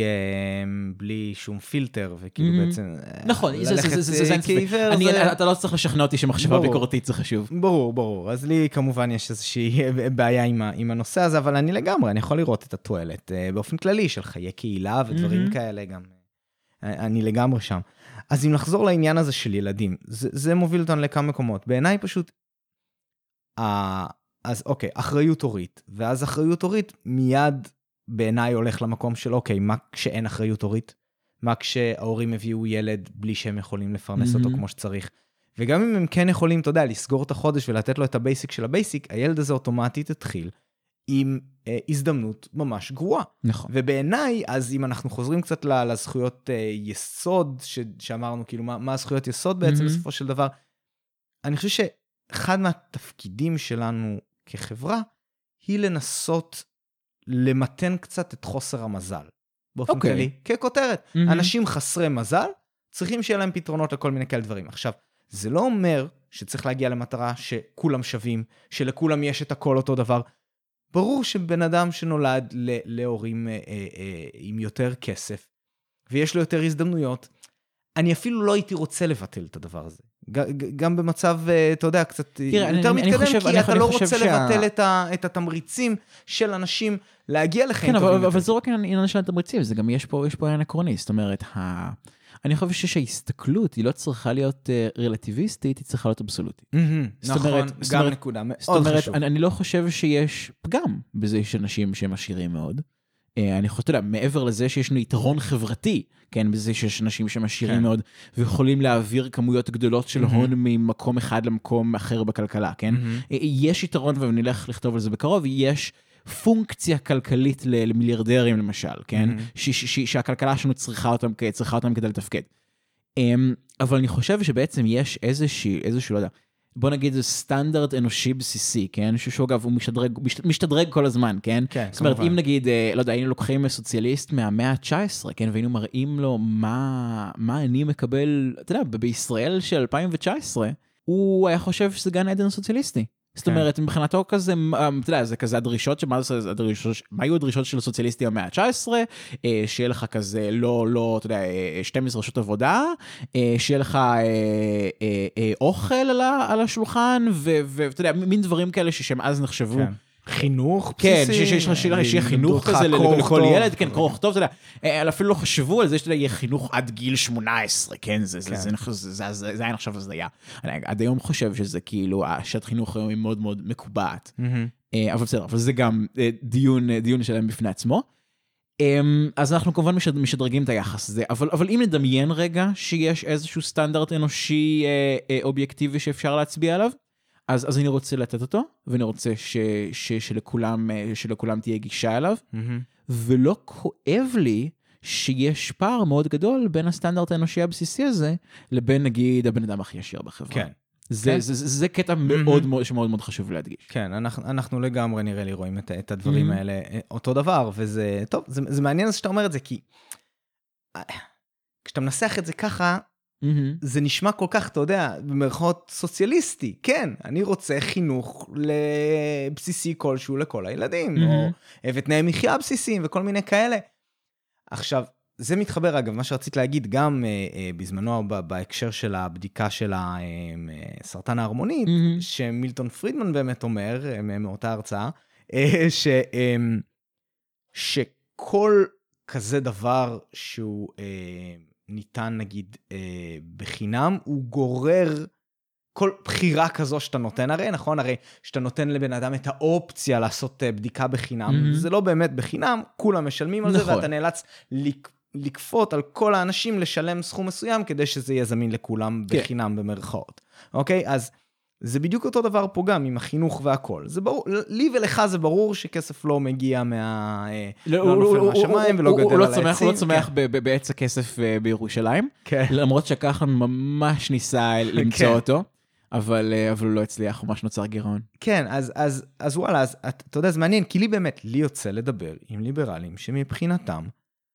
בלי שום פילטר, וכאילו בעצם... נכון, זה כעיוור. אתה לא צריך לשכנע אותי שמחשבה ביקורתית, זה חשוב. ברור. אז לי כמובן יש איזושהי בעיה עם הנושא הזה, אבל אני לגמרי, אני יכול לראות את התועלת באופן כללי של חיי קהילה ודברים כאלה גם. אני לגמרי שם. אז אם נחזור לעניין הזה של ילדים, זה מוביל אותנו לכמה מקומות. בעיניי פשוט, אז אוקיי, אחריות הורית, ואז אחריות הורית מיד בעיניי הולך למקום של אוקיי, מה כשאין אחריות הורית? מה כשההורים הביאו ילד בלי שהם יכולים לפרנס אותו כמו שצריך? וגם אם הם כן יכולים, אתה יודע, לסגור את החודש ולתת לו את הבייסיק של הבייסיק, הילד הזה אוטומטית התחיל עם הזדמנות ממש גרועה. נכון. ובעיניי, אז אם אנחנו חוזרים קצת לזכויות יסוד, שאמרנו, כאילו, מה הזכויות יסוד בעצם בסופו של דבר, אני חושב שאחד מהתפקידים שלנו כחברה, היא לנסות למתן קצת את חוסר המזל. באופן כללי, ככותרת. אנשים חסרי מזל, צריכים שיהיה להם פתרונות לכל מיני כאלה דברים. עכשיו, זה לא אומר שצריך להגיע למטרה שכולם שווים, שלכולם יש את הכל אותו דבר. ברור שבן אדם שנולד להורים עם יותר כסף, ויש לו יותר הזדמנויות, אני אפילו לא הייתי רוצה לבטל את הדבר הזה. גם במצב, אתה יודע, קצת יותר מתקדם, כי אתה לא רוצה לבטל את התמריצים של אנשים להגיע לחיים טובים. כן, אבל זה רק עניין של התמריצים, זה גם יש פה עניין עקרוני, זאת אומרת, אני חושב שההסתכלות היא לא צריכה להיות רלטיביסטית, היא צריכה להיות אבסולוטית. נכון, גם נקודה מאוד חשוב. זאת אומרת, אני לא חושב שיש פגם בזה שאנשים שהם עשירים מאוד. אני חושב, אתה יודע, מעבר לזה שיש לנו יתרון חברתי, כן, בזה שיש אנשים שהם עשירים מאוד, ויכולים להעביר כמויות גדולות של הון ממקום אחד למקום אחר בכלכלה, כן? יש יתרון, ואני אלך לכתוב על זה בקרוב, יש פונקציה כלכלית למיליארדרים למשל, כן? שהכלכלה שלנו צריכה אותם כדי לתפקד. אבל אני חושב שבעצם יש איזשהו, לא יודע, בוא נגיד זה סטנדרט אנושי בסיסי, כן? שהוא אגב, הוא משתדרג כל הזמן, כן? כן, זאת אומרת, אם נגיד, לא יודע, היינו לוקחים סוציאליסט מהמאה ה-19, כן? והיינו מראים לו מה אני מקבל, אתה יודע, בישראל של 2019, הוא היה חושב שזה גן עדן סוציאליסטי. זאת אומרת, מבחינתו כזה, אתה יודע, זה כזה הדרישות, מה היו הדרישות של הסוציאליסטים במאה ה-19, שיהיה לך כזה, לא, אתה יודע, 12 שעות עבודה, שיהיה לך אוכל על השולחן, ואתה יודע, מין דברים כאלה שהם אז נחשבו. חינוך בסיסי. כן, שיהיה חינוך כזה לכל ילד, כן, קרוא טוב, אתה יודע, אפילו לא חשבו על זה שאתה יודע, יהיה חינוך עד גיל 18, כן, זה היה נחשב הזדיה. אני עד היום חושב שזה כאילו, השעת חינוך היום היא מאוד מאוד מקובעת. אבל בסדר, אבל זה גם דיון שלהם בפני עצמו. אז אנחנו כמובן משדרגים את היחס הזה, אבל אם נדמיין רגע שיש איזשהו סטנדרט אנושי אובייקטיבי שאפשר להצביע עליו, אז אני רוצה לתת אותו, ואני רוצה שלכולם תהיה גישה אליו, ולא כואב לי שיש פער מאוד גדול בין הסטנדרט האנושי הבסיסי הזה, לבין נגיד הבן אדם הכי ישיר בחברה. כן. זה קטע מאוד מאוד חשוב להדגיש. כן, אנחנו לגמרי נראה לי רואים את הדברים האלה אותו דבר, וזה, טוב, זה מעניין שאתה אומר את זה, כי כשאתה מנסח את זה ככה, זה נשמע כל כך, אתה יודע, במרכאות סוציאליסטי. כן, אני רוצה חינוך לבסיסי כלשהו לכל הילדים, או ותנאי מחיה בסיסיים וכל מיני כאלה. עכשיו, זה מתחבר, אגב, מה שרצית להגיד, גם בזמנו בהקשר של הבדיקה של הסרטן ההרמונית, שמילטון פרידמן באמת אומר, מאותה הרצאה, שכל כזה דבר שהוא ניתן נגיד בחינם, הוא גורר כל בחירה כזו שאתה נותן, הרי נכון, הרי שאתה נותן לבן אדם את האופציה לעשות בדיקה בחינם, זה לא באמת בחינם, כולם משלמים על זה, ואתה נאלץ לקפות על כל האנשים לשלם סכום מסוים, כדי שזה יהיה זמין לכולם בחינם במרכאות. אוקיי? אז זה בדיוק אותו דבר פה גם, עם החינוך והכל. זה ברור, לי ולך זה ברור שכסף לא מגיע לא נופל מהשמיים ולא גדל על העצים. הוא לא צומח בעץ הכסף בירושלים, למרות שככה ממש ניסה למצוא אותו, אבל הוא לא הצליח, הוא ממש נוצר גירעון. כן, אז וואלה, אז אתה יודע, זה מעניין, כי לי יוצא לדבר עם ליברלים, שמבחינתם,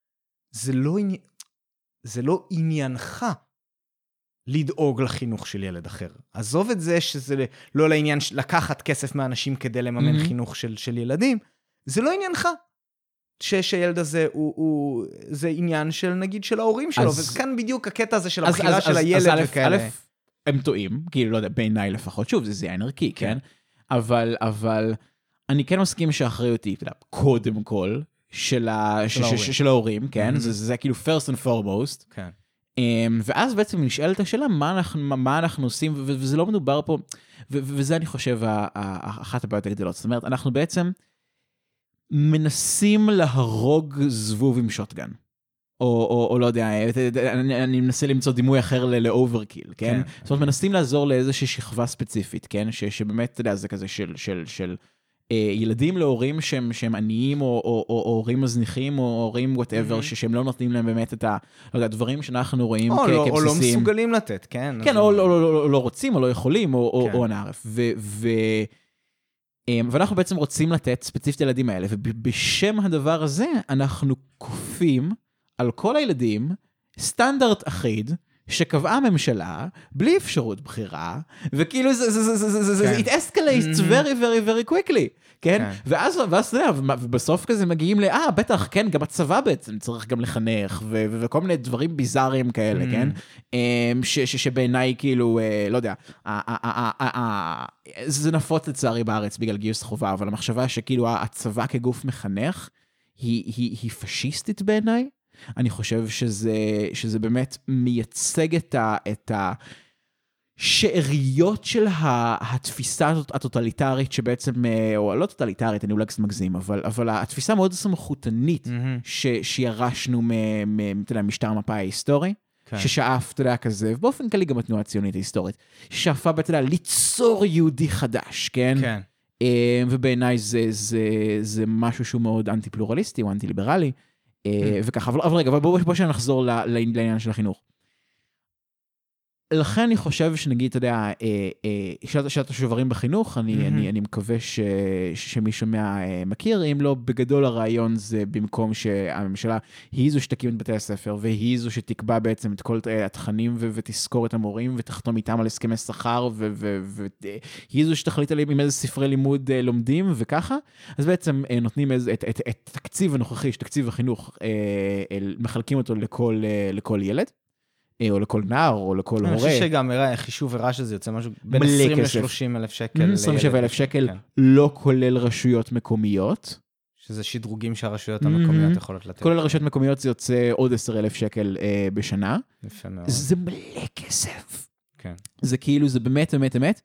זה לא עניינך לדאוג לחינוך של ילד אחר. עזוב את זה שזה לא לעניין לקחת כסף מאנשים כדי לממן חינוך של ילדים, זה לא עניינך. שילד הזה זה עניין של נגיד של ההורים שלו, וכאן בדיוק הקטע הזה של הבחירה של הילד וכאלה. א', הם טועים, כאילו לא יודע, בעיניי לפחות, שוב, זה עניין ערכי, כן? אבל אני כן מסכים שהאחריות היא, קודם כל, של ההורים, כן? זה כאילו first and foremost. כן. ואז בעצם נשאלת השאלה, מה אנחנו עושים, וזה לא מדובר פה, וזה אני חושב אחת הבעיות הגדולות. זאת אומרת, אנחנו בעצם מנסים להרוג זבוב עם שוטגן. או לא יודע, אני מנסה למצוא דימוי אחר לאוברקיל, כן? זאת אומרת, מנסים לעזור לאיזושהי שכבה ספציפית, כן? שבאמת, אתה יודע, זה כזה של ילדים להורים שהם עניים, או הורים מזניחים, או הורים whatever, שהם לא נותנים להם באמת את הדברים שאנחנו רואים כבסיסיים. או לא מסוגלים לתת, כן? כן, או לא רוצים, או לא יכולים, או נערף. ואנחנו בעצם רוצים לתת ספציפית לילדים האלה, ובשם הדבר הזה אנחנו כופים על כל הילדים סטנדרט אחיד, שקבעה ממשלה, בלי אפשרות בחירה, וכאילו זה it escalates very very very quickly, כן? ואז בסוף כזה מגיעים בטח, כן, גם הצבא בעצם צריך גם לחנך, וכל מיני דברים ביזאריים כאלה, כן? שבעיניי כאילו, לא יודע, זה נפוץ לצערי בארץ בגלל גיוס חובה, אבל המחשבה שכאילו הצבא כגוף מחנך, היא פשיסטית בעיניי, אני חושב שזה באמת מייצג את השאריות של התפיסה הטוטליטרית שבעצם, או לא טוטליטרית, אני אולי קצת מגזים, אבל התפיסה מאוד סמכותנית שירשנו משטר המפה ההיסטורי, ששאף, אתה יודע, כזה, ובאופן כללי גם התנועה הציונית ההיסטורית, ששאפה, אתה יודע, ליצור יהודי חדש, כן? כן. ובעיניי זה משהו שהוא מאוד אנטי-פלורליסטי, או אנטי-ליברלי, וככה, אבל רגע, בואו שנחזור לעניין של החינוך. לכן אני חושב שנגיד, אתה יודע, שאלת השוברים בחינוך, אני מקווה שמי שומע מכיר, אם לא, בגדול הרעיון זה במקום שהממשלה היא זו שתקים את בתי הספר, והיא זו שתקבע בעצם את כל התכנים ותזכור את המורים, ותחתום איתם על הסכמי שכר, והיא זו שתחליט עליהם עם איזה ספרי לימוד לומדים וככה, אז בעצם נותנים את התקציב הנוכחי, שתקציב החינוך, מחלקים אותו לכל ילד. או לכל נער, או לכל הורה. אני חושב שגם חישוב הראה שזה יוצא משהו בין 20 ל-30 אלף שקל. 27 אלף שקל, לא כולל רשויות מקומיות. שזה שדרוגים שהרשויות המקומיות יכולות לתת. כולל רשויות מקומיות זה יוצא עוד 10 אלף שקל בשנה. יפה מאוד. זה מלא כסף. כן. זה כאילו, זה באמת, באמת, באמת.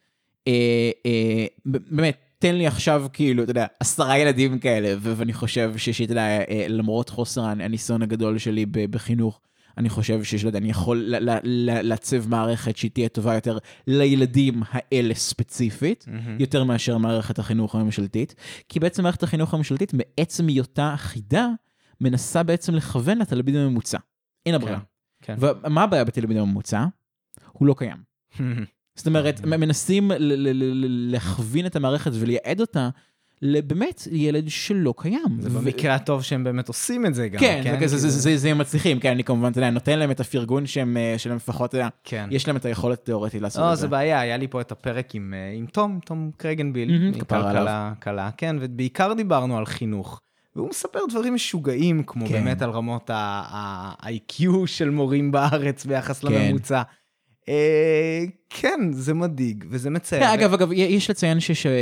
באמת, תן לי עכשיו כאילו, אתה יודע, 10 ילדים כאלה, ואני חושב שאתה יודע, למרות חוסר הניסיון הגדול שלי בחינוך, אני חושב אני יכול לעצב מערכת שהיא תהיה טובה יותר לילדים האלה ספציפית, יותר מאשר מערכת החינוך הממשלתית, כי בעצם מערכת החינוך הממשלתית, מעצם היותה אחידה, מנסה בעצם לכוון לתלמיד הממוצע. אין הברירה. ומה הבעיה בתלמיד הממוצע? הוא לא קיים. זאת אומרת, מנסים להכווין את המערכת ולייעד אותה, באמת ילד שלא קיים. זה במקרה הטוב שהם באמת עושים את זה גם. כן, זה מצליחים, כן, אני כמובן, נותן להם את הפרגון שלהם לפחות, יש להם את היכולת התיאורטית לעשות את זה. זה בעיה, היה לי פה את הפרק עם תום קרגנביל, כלכלה, כן, ובעיקר דיברנו על חינוך, והוא מספר דברים משוגעים, כמו באמת על רמות ה-IQ של מורים בארץ ביחס לממוצע. כן, זה מדאיג, וזה מצער. אגב, יש לציין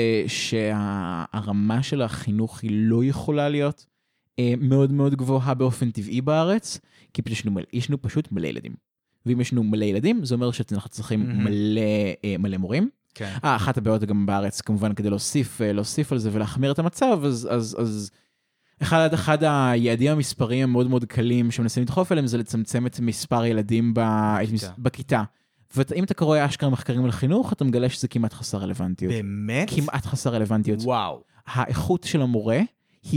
שהרמה של החינוך היא לא יכולה להיות מאוד מאוד גבוהה באופן טבעי בארץ, כי יש לנו פשוט מלא ילדים. ואם יש לנו מלא ילדים, זה אומר שאנחנו צריכים מלא מורים. אחת הבעיות גם בארץ, כמובן, כדי להוסיף על זה ולהחמיר את המצב, אז אחד היעדים המספריים המאוד מאוד קלים שמנסים לדחוף אליהם, זה לצמצם את מספר ילדים בכיתה. ואם אתה קורא אשכרה מחקרים על חינוך, אתה מגלה שזה כמעט חסר רלוונטיות. באמת? כמעט חסר רלוונטיות. וואו. האיכות של המורה היא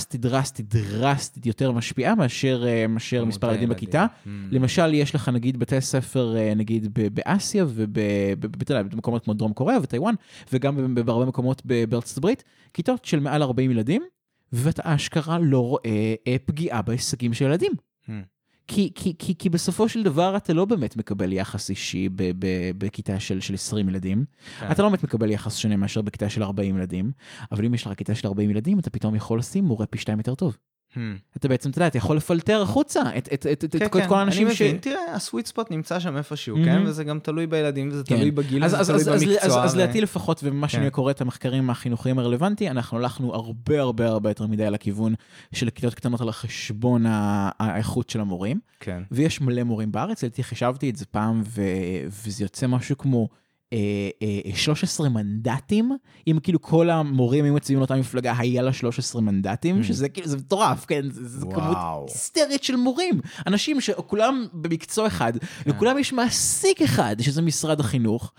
דרסטית יותר משפיעה מאשר מספר ילדים בכיתה. למשל, יש לך נגיד בתי ספר, נגיד באסיה ובמקומות כמו דרום קוריאה וטיואן, וגם בהרבה מקומות בארצות הברית, כיתות של מעל 40 ילדים, ואתה אשכרה לא רואה פגיעה בהישגים של ילדים. כי בסופו של דבר אתה לא באמת מקבל יחס אישי בכיתה של 20 ילדים, אתה לא באמת מקבל יחס שונה מאשר בכיתה של 40 ילדים, אבל אם יש לך כיתה של 40 ילדים, אתה פתאום יכול לשים מורה פי 2 יותר טוב. אתה בעצם, אתה יודע, אתה יכול לפלטר החוצה את כל האנשים ש... אני מבין, תראה, הסוויט ספוט נמצא שם איפשהו, כן? וזה גם תלוי בילדים, וזה תלוי בגיל, וזה תלוי במקצוע. אז להטיל לפחות, ומה שאני קורא את המחקרים החינוכיים הרלוונטי, אנחנו הלכנו הרבה יותר מדי על הכיוון של כיתות קטנות על החשבון האיכות של המורים, ויש מלא מורים בארץ, חשבתי את זה פעם, וזה יוצא משהו כמו 13 מנדטים, אם כאילו כל המורים היו מצביעים לאותה מפלגה, היה לה 13 מנדטים, שזה כאילו, זה מטורף, כן, זה כמות היסטרית של מורים, אנשים שכולם במקצוע אחד, וכולם יש מעסיק אחד, שזה משרד החינוך,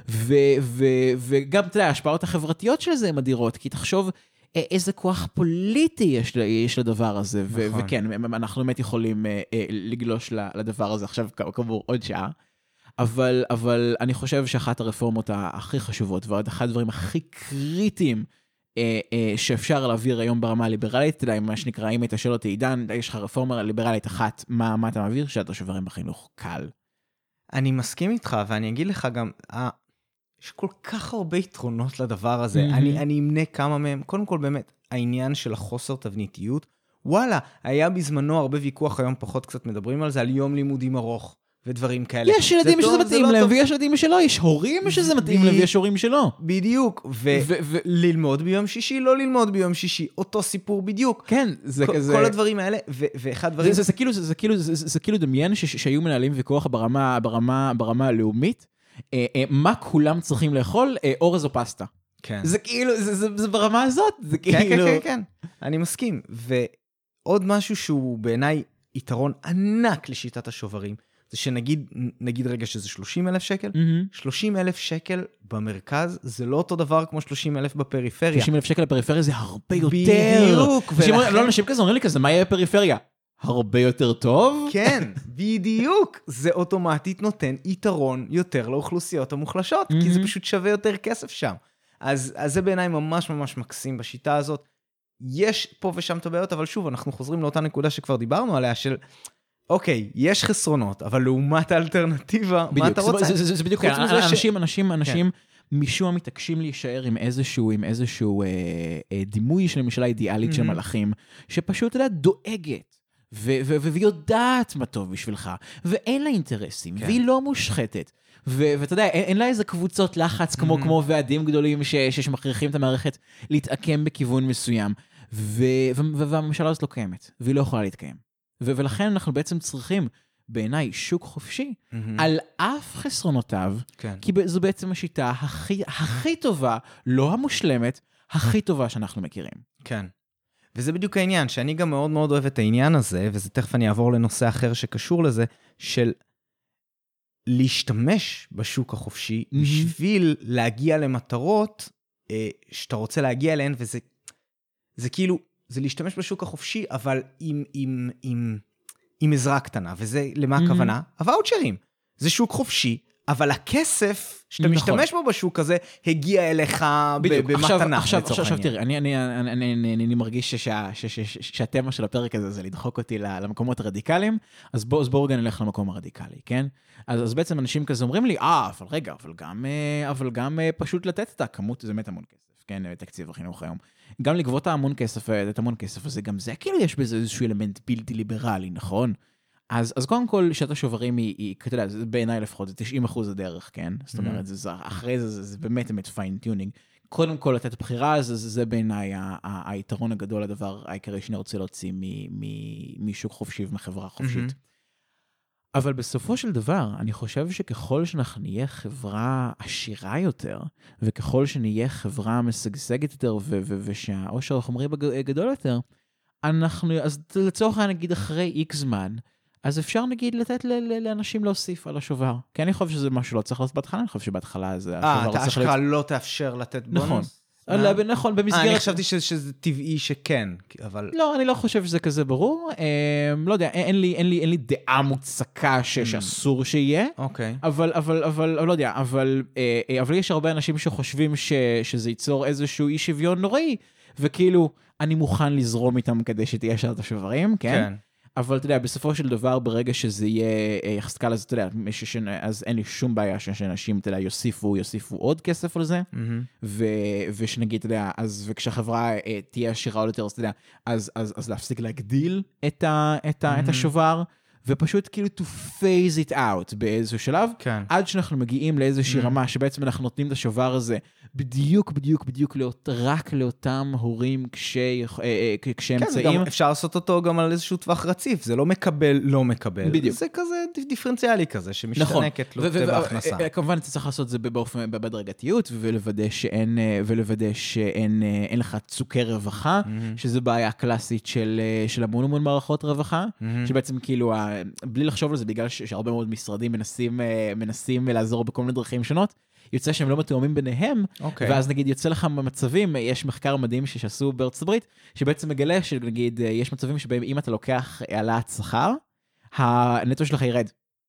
וגם, אתה יודע, ההשפעות החברתיות של זה הן אדירות, כי תחשוב איזה כוח פוליטי יש לדבר הזה, וכן, אנחנו באמת יכולים לגלוש לדבר הזה עכשיו, כאמור, עוד שעה, אבל אני חושב שאחת הרפורמות הכי חשובות, ועוד אחד הדברים הכי קריטיים שאפשר להעביר היום ברמה הליברלית, מה שנקרא, אם היית שואל אותי, עידן, יש לך רפורמה ליברלית אחת, מה אתה מעביר? שאלת השוברים בחינוך, קל. אני מסכים איתך, ואני אגיד לך גם, יש כל כך הרבה יתרונות לדבר הזה, אני אמנה כמה מהם, קודם כל באמת, העניין של החוסר תבניתיות, וואלה, היה בזמנו הרבה ויכוח, היום פחות קצת מדברים על זה, על יום לימודים ארוך. ודברים כאלה. יש ילדים שזה מתאים להם, ויש ילדים שלא, יש הורים שזה מתאים להם, ויש הורים שלא. בדיוק, וללמוד ביום שישי, לא ללמוד ביום שישי, אותו סיפור בדיוק. כן, זה כזה... כל הדברים האלה, ואחד דברים... זה כאילו דמיין שהיו מנהלים ויכוח ברמה הלאומית, מה כולם צריכים לאכול, אורז או פסטה. כן. זה כאילו, זה ברמה הזאת, זה כאילו... כן, אני מסכים. ועוד משהו שהוא בעיניי יתרון ענק לשיטת השוברים, זה שנגיד רגע שזה 30,000 שקל, 30,000 שקל במרכז, זה לא אותו דבר כמו 30,000 בפריפריה. 30,000 שקל בפריפריה זה הרבה יותר. בדיוק. לא, אנשים כזה אומרים לי כזה, מה יהיה בפריפריה? הרבה יותר טוב? כן, בדיוק. זה אוטומטית נותן יתרון יותר לאוכלוסיות המוחלשות, כי זה פשוט שווה יותר כסף שם. אז זה בעיניי ממש ממש מקסים בשיטה הזאת. יש פה ושם את הבעיות, אבל שוב, אנחנו חוזרים לאותה נקודה שכבר דיברנו עליה, של, אוקיי, יש חסרונות, אבל לעומת האלטרנטיבה, מה אתה רוצה? זה בדיוק, אנשים משום מתעקשים להישאר עם איזשהו דימוי של ממשלה אידיאלית של מלאכים, שפשוט דואגת, ויודעת מה טוב בשבילך, ואין לה אינטרסים, והיא לא מושחתת. ואתה יודע, אין לה איזה קבוצות לחץ כמו ועדים גדולים שמכריחים את המערכת להתעקם בכיוון מסוים, והממשלה הזאת לא קיימת, והיא לא יכולה להתקיים. ולכן אנחנו בעצם צריכים, בעיניי, שוק חופשי, על אף חסרונותיו, כי זו בעצם השיטה הכי טובה, לא המושלמת, הכי טובה שאנחנו מכירים. כן. וזה בדיוק העניין, שאני גם מאוד מאוד אוהב את העניין הזה, וזה תכף אני אעבור לנושא אחר שקשור לזה, של להשתמש בשוק החופשי, בשביל להגיע למטרות שאתה רוצה להגיע אליהן, וזה כאילו, זה להשתמש בשוק החופשי, אבל עם עזרה קטנה, וזה למה הכוונה? הוואוצ'רים. זה שוק חופשי, אבל הכסף שאתה משתמש בו בשוק הזה, הגיע אליך במתנה. עכשיו תראי, אני מרגיש שהתמה של הפרק הזה זה לדחוק אותי למקומות הרדיקליים, אז בואו רגע נלך למקום הרדיקלי, כן? אז בעצם אנשים כזה אומרים לי, אבל רגע, אבל גם פשוט לתת את הכמות, זה באמת המון כסף, כן? תקציב החינוך היום. גם לגבות את המון כסף הזה, גם זה כאילו יש בזה איזשהו אלמנט בלתי ליברלי, נכון? אז קודם כל, שיטת השוברים היא, אתה יודע, בעיניי לפחות, זה 90% הדרך, כן? זאת אומרת, אחרי זה באמת פיין-טיונינג. קודם כל, לתת בחירה, זה בעיניי היתרון הגדול, הדבר העיקרי שאני רוצה להוציא משוק חופשי ומחברה חופשית. אבל בסופו של דבר, אני חושב שככל שאנחנו נהיה חברה עשירה יותר, וככל שנהיה חברה משגשגת יותר, ושהעושר החומרי גדול יותר, אז לצורך נגיד אחרי איקס זמן, אז אפשר נגיד לתת לאנשים להוסיף על השובר. כי אני חושב שזה משהו לא צריך לעשות בהתחלה, אני חושב שבהתחלה זה... אתה אשכרה לא תאפשר לתת בונוס? נכון, במסגרת... אני חשבתי שזה טבעי שכן, אבל... לא, אני לא חושב שזה כזה ברור. לא יודע, אין לי דעה מוצקה שאסור שיהיה. אוקיי. אבל לא יודע, אבל יש הרבה אנשים שחושבים שזה ייצור איזשהו אי שוויון נוראי, וכאילו, אני מוכן לזרום איתם כדי שתהיה שעת השוברים, כן? אבל אתה יודע, בסופו של דבר, ברגע שזה יהיה יחסקה לזה, אתה יודע, אז אין לי שום בעיה שאנשים, אתה יודע, יוסיפו עוד כסף על זה, ושנגיד, אתה יודע, וכשהחברה תהיה עשירה עוד יותר, אז אתה יודע, אז להפסיק להגדיל את השובר, ופשוט כאילו to phase it out באיזשהו שלב, עד שאנחנו מגיעים לאיזושהי רמה, שבעצם אנחנו נותנים את השובר הזה, בדיוק רק לאותם הורים כשאמצעים. כן, אפשר לעשות אותו גם על איזשהו טווח רציף, זה לא מקבל, בדיוק. זה כזה דיפרנציאלי כזה, שמשתנה כתלות בהכנסה. כמובן, אתה צריך לעשות את זה בדרגתיות, ולוודא שאין לך צוקי רווחה, שזה בעיה קלאסית של המון מערכות רווחה, שבעצם כאילו, בלי לחשוב על זה, בגלל שהרבה מאוד משרדים מנסים לעזור בכל מיני דרכים שונות, יוצא שהם לא מתואמים ביניהם, ואז נגיד יוצא לך במצבים, יש מחקר מדהים שעשו בארצות הברית, שבעצם מגלה שנגיד יש מצבים שבהם אם אתה לוקח העלאת שכר, הנטו שלך ירד.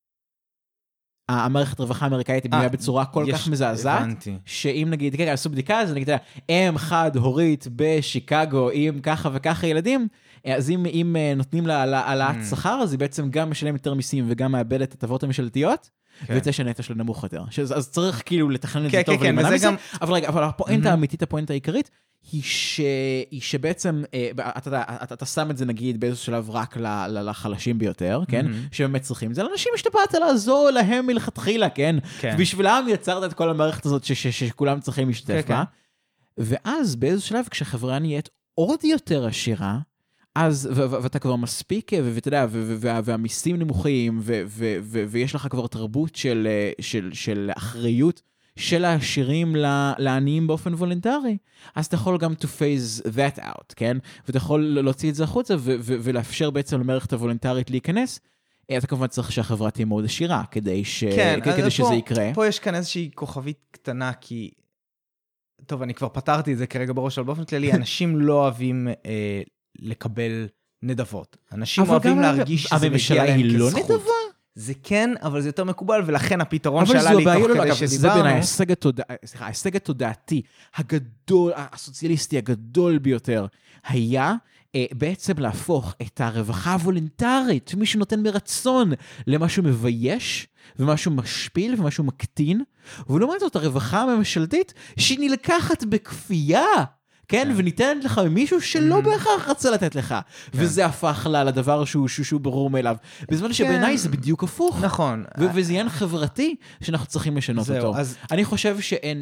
המערכת רווחה האמריקאית היא בנויה בצורה כל כך מזעזעת, שאם נגיד, כן, עשו בדיקה, אז נגיד, אם חד הורית בשיקגו עם ככה וככה ילדים, אז אם נותנים לה העלאת שכר, אז היא בעצם גם משלם יותר מיסים וגם מאבדת את הטבות הממשלתיות, ויוצא שהנטו שלו נמוך יותר. אז צריך כאילו לתכנן את זה טוב ולהימנע מזה. אבל רגע, אבל הפואנטה האמיתית, הפואנטה העיקרית, היא שבעצם, אתה שם את זה נגיד באיזשהו שלב רק לחלשים ביותר, כן? שבאמת צריכים. זה לאנשים שתבעת לעזור להם מלכתחילה, כן? בשבילם יצרת את כל המערכת הזאת שכולם צריכים להשתתף בה. ואז באיזשהו שלב, כשחברה נהיית עוד יותר עשירה, אז, ואתה כבר מספיק, ואתה יודע, והמיסים נמוכים, ויש לך כבר תרבות של אחריות, של העשירים לעניים באופן וולנטרי, אז אתה יכול גם to phase that out, כן? ואתה יכול להוציא את זה החוצה, ולאפשר בעצם למערכת הוולנטרית להיכנס, אתה כמובן צריך שהחברה תהיה מאוד עשירה, כדי שזה יקרה. פה יש כאן איזושהי כוכבית קטנה, כי, טוב, אני כבר פתרתי את זה כרגע בראש, אבל באופן כללי, אנשים לא אוהבים לקבל נדבות. אנשים אוהבים להרגיש שזה מגיע להם כזכות. זה כן, אבל זה יותר מקובל, ולכן הפתרון שעלה לי תוך כדי שדיברנו. זה בין ההישג התודעתי הגדול, הסוציאליסטי הגדול ביותר, היה בעצם להפוך את הרווחה הוולנטרית, שמישהו נותן מרצון למשהו מבייש, ומשהו משפיל, ומשהו מקטין, ולעומת זאת הרווחה הממשלתית, שהיא נלקחת בכפייה, כן, וניתנת לך ממישהו שלא בהכרח רצה לתת לך, וזה הפך לדבר שהוא ברור מאליו, בזמן שבעיניי זה בדיוק הפוך. נכון. וזה עניין חברתי שאנחנו צריכים לשנות אותו. אני חושב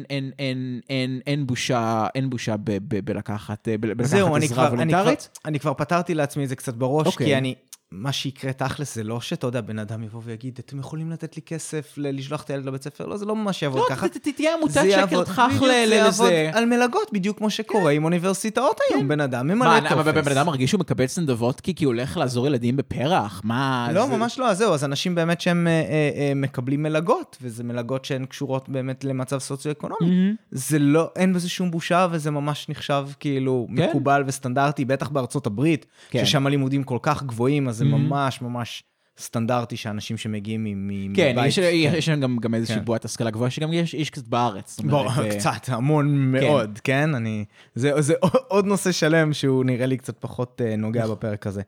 שאין בושה בלקחת עזרה וולנטרית. אני כבר פתרתי לעצמי את זה קצת בראש, כי מה שיקרה תכלס זה לא שאתה יודע, בן אדם יבוא ויגיד, אתם יכולים לתת לי כסף לשלוח את הילד לבית ספר? לא, זה לא ממש יעבוד ככה. לא, תהיה עמותת שקר תחך לזה. זה יעבוד על מלגות, בדיוק כמו שקורה עם אוניברסיטאות היום. בן אדם ממלא טופס. בן אדם מרגיש שהוא מקבל סנדבות כי הוא הולך לעזור ילדים בפרח. לא, ממש לא. זהו, אז אנשים באמת שהם מקבלים מלגות, וזה מלגות שהן קשורות באמת למצב סוציו-אקונומי. זה לא, אין בזה שום בושה, וזה ממש נחשב כאילו מקובל וסטנדרטי, בטח בארצות הברית, ששם הלימודים כל כך גבוהים, אז זה ממש ממש סטנדרטי שאנשים שמגיעים מבית. כן, יש גם איזושהי בועת השכלה גבוהה, שגם יש קצת בארץ. קצת, המון מאוד, כן? זה עוד נושא שלם שהוא נראה לי קצת פחות נוגע בפרק הזה.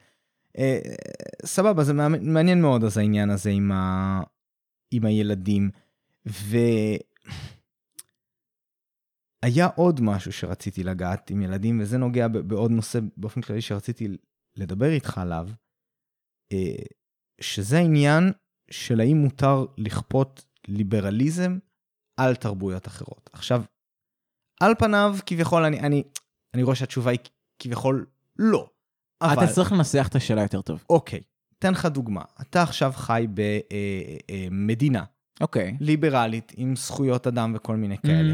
סבבה, זה מעניין מאוד אז העניין הזה עם הילדים. היה עוד משהו שרציתי לגעת עם ילדים, וזה נוגע בעוד נושא באופן כללי שרציתי לדבר איתך עליו, שזה העניין של האם מותר לכפות ליברליזם על תרבויות אחרות. עכשיו, על פניו, כביכול, אני רואה שהתשובה היא כביכול לא. אתה צריך לנסח את השאלה יותר טוב. אוקיי, תן לך דוגמה. אתה עכשיו חי במדינה ליברלית, עם זכויות אדם וכל מיני כאלה,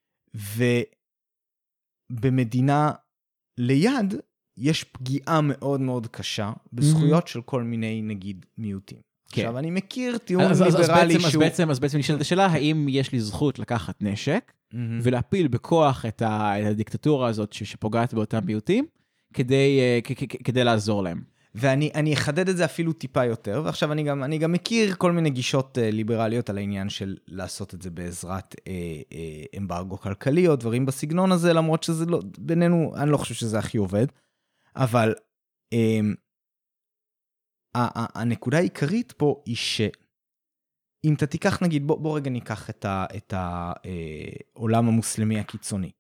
ובמדינה ליד, יש פגיעה מאוד מאוד קשה בזכויות של כל מיני, נגיד, מיעוטים. עכשיו, אני מכיר טיעון ליברלי שהוא... אז בעצם נשאלת השאלה, האם יש לי זכות לקחת נשק, ולהפיל בכוח את הדיקטטורה הזאת שפוגעת באותם מיעוטים, כדי לעזור להם. ואני אחדד את זה אפילו טיפה יותר, ועכשיו אני גם מכיר כל מיני גישות ליברליות על העניין של לעשות את זה בעזרת אמברגו כלכלי, או דברים בסגנון הזה, למרות שזה לא, בינינו, אני לא חושב שזה הכי עובד, אבל הנקודה העיקרית פה היא שאם אתה תיקח, נגיד, בוא רגע ניקח את העולם המוסלמי הקיצוני,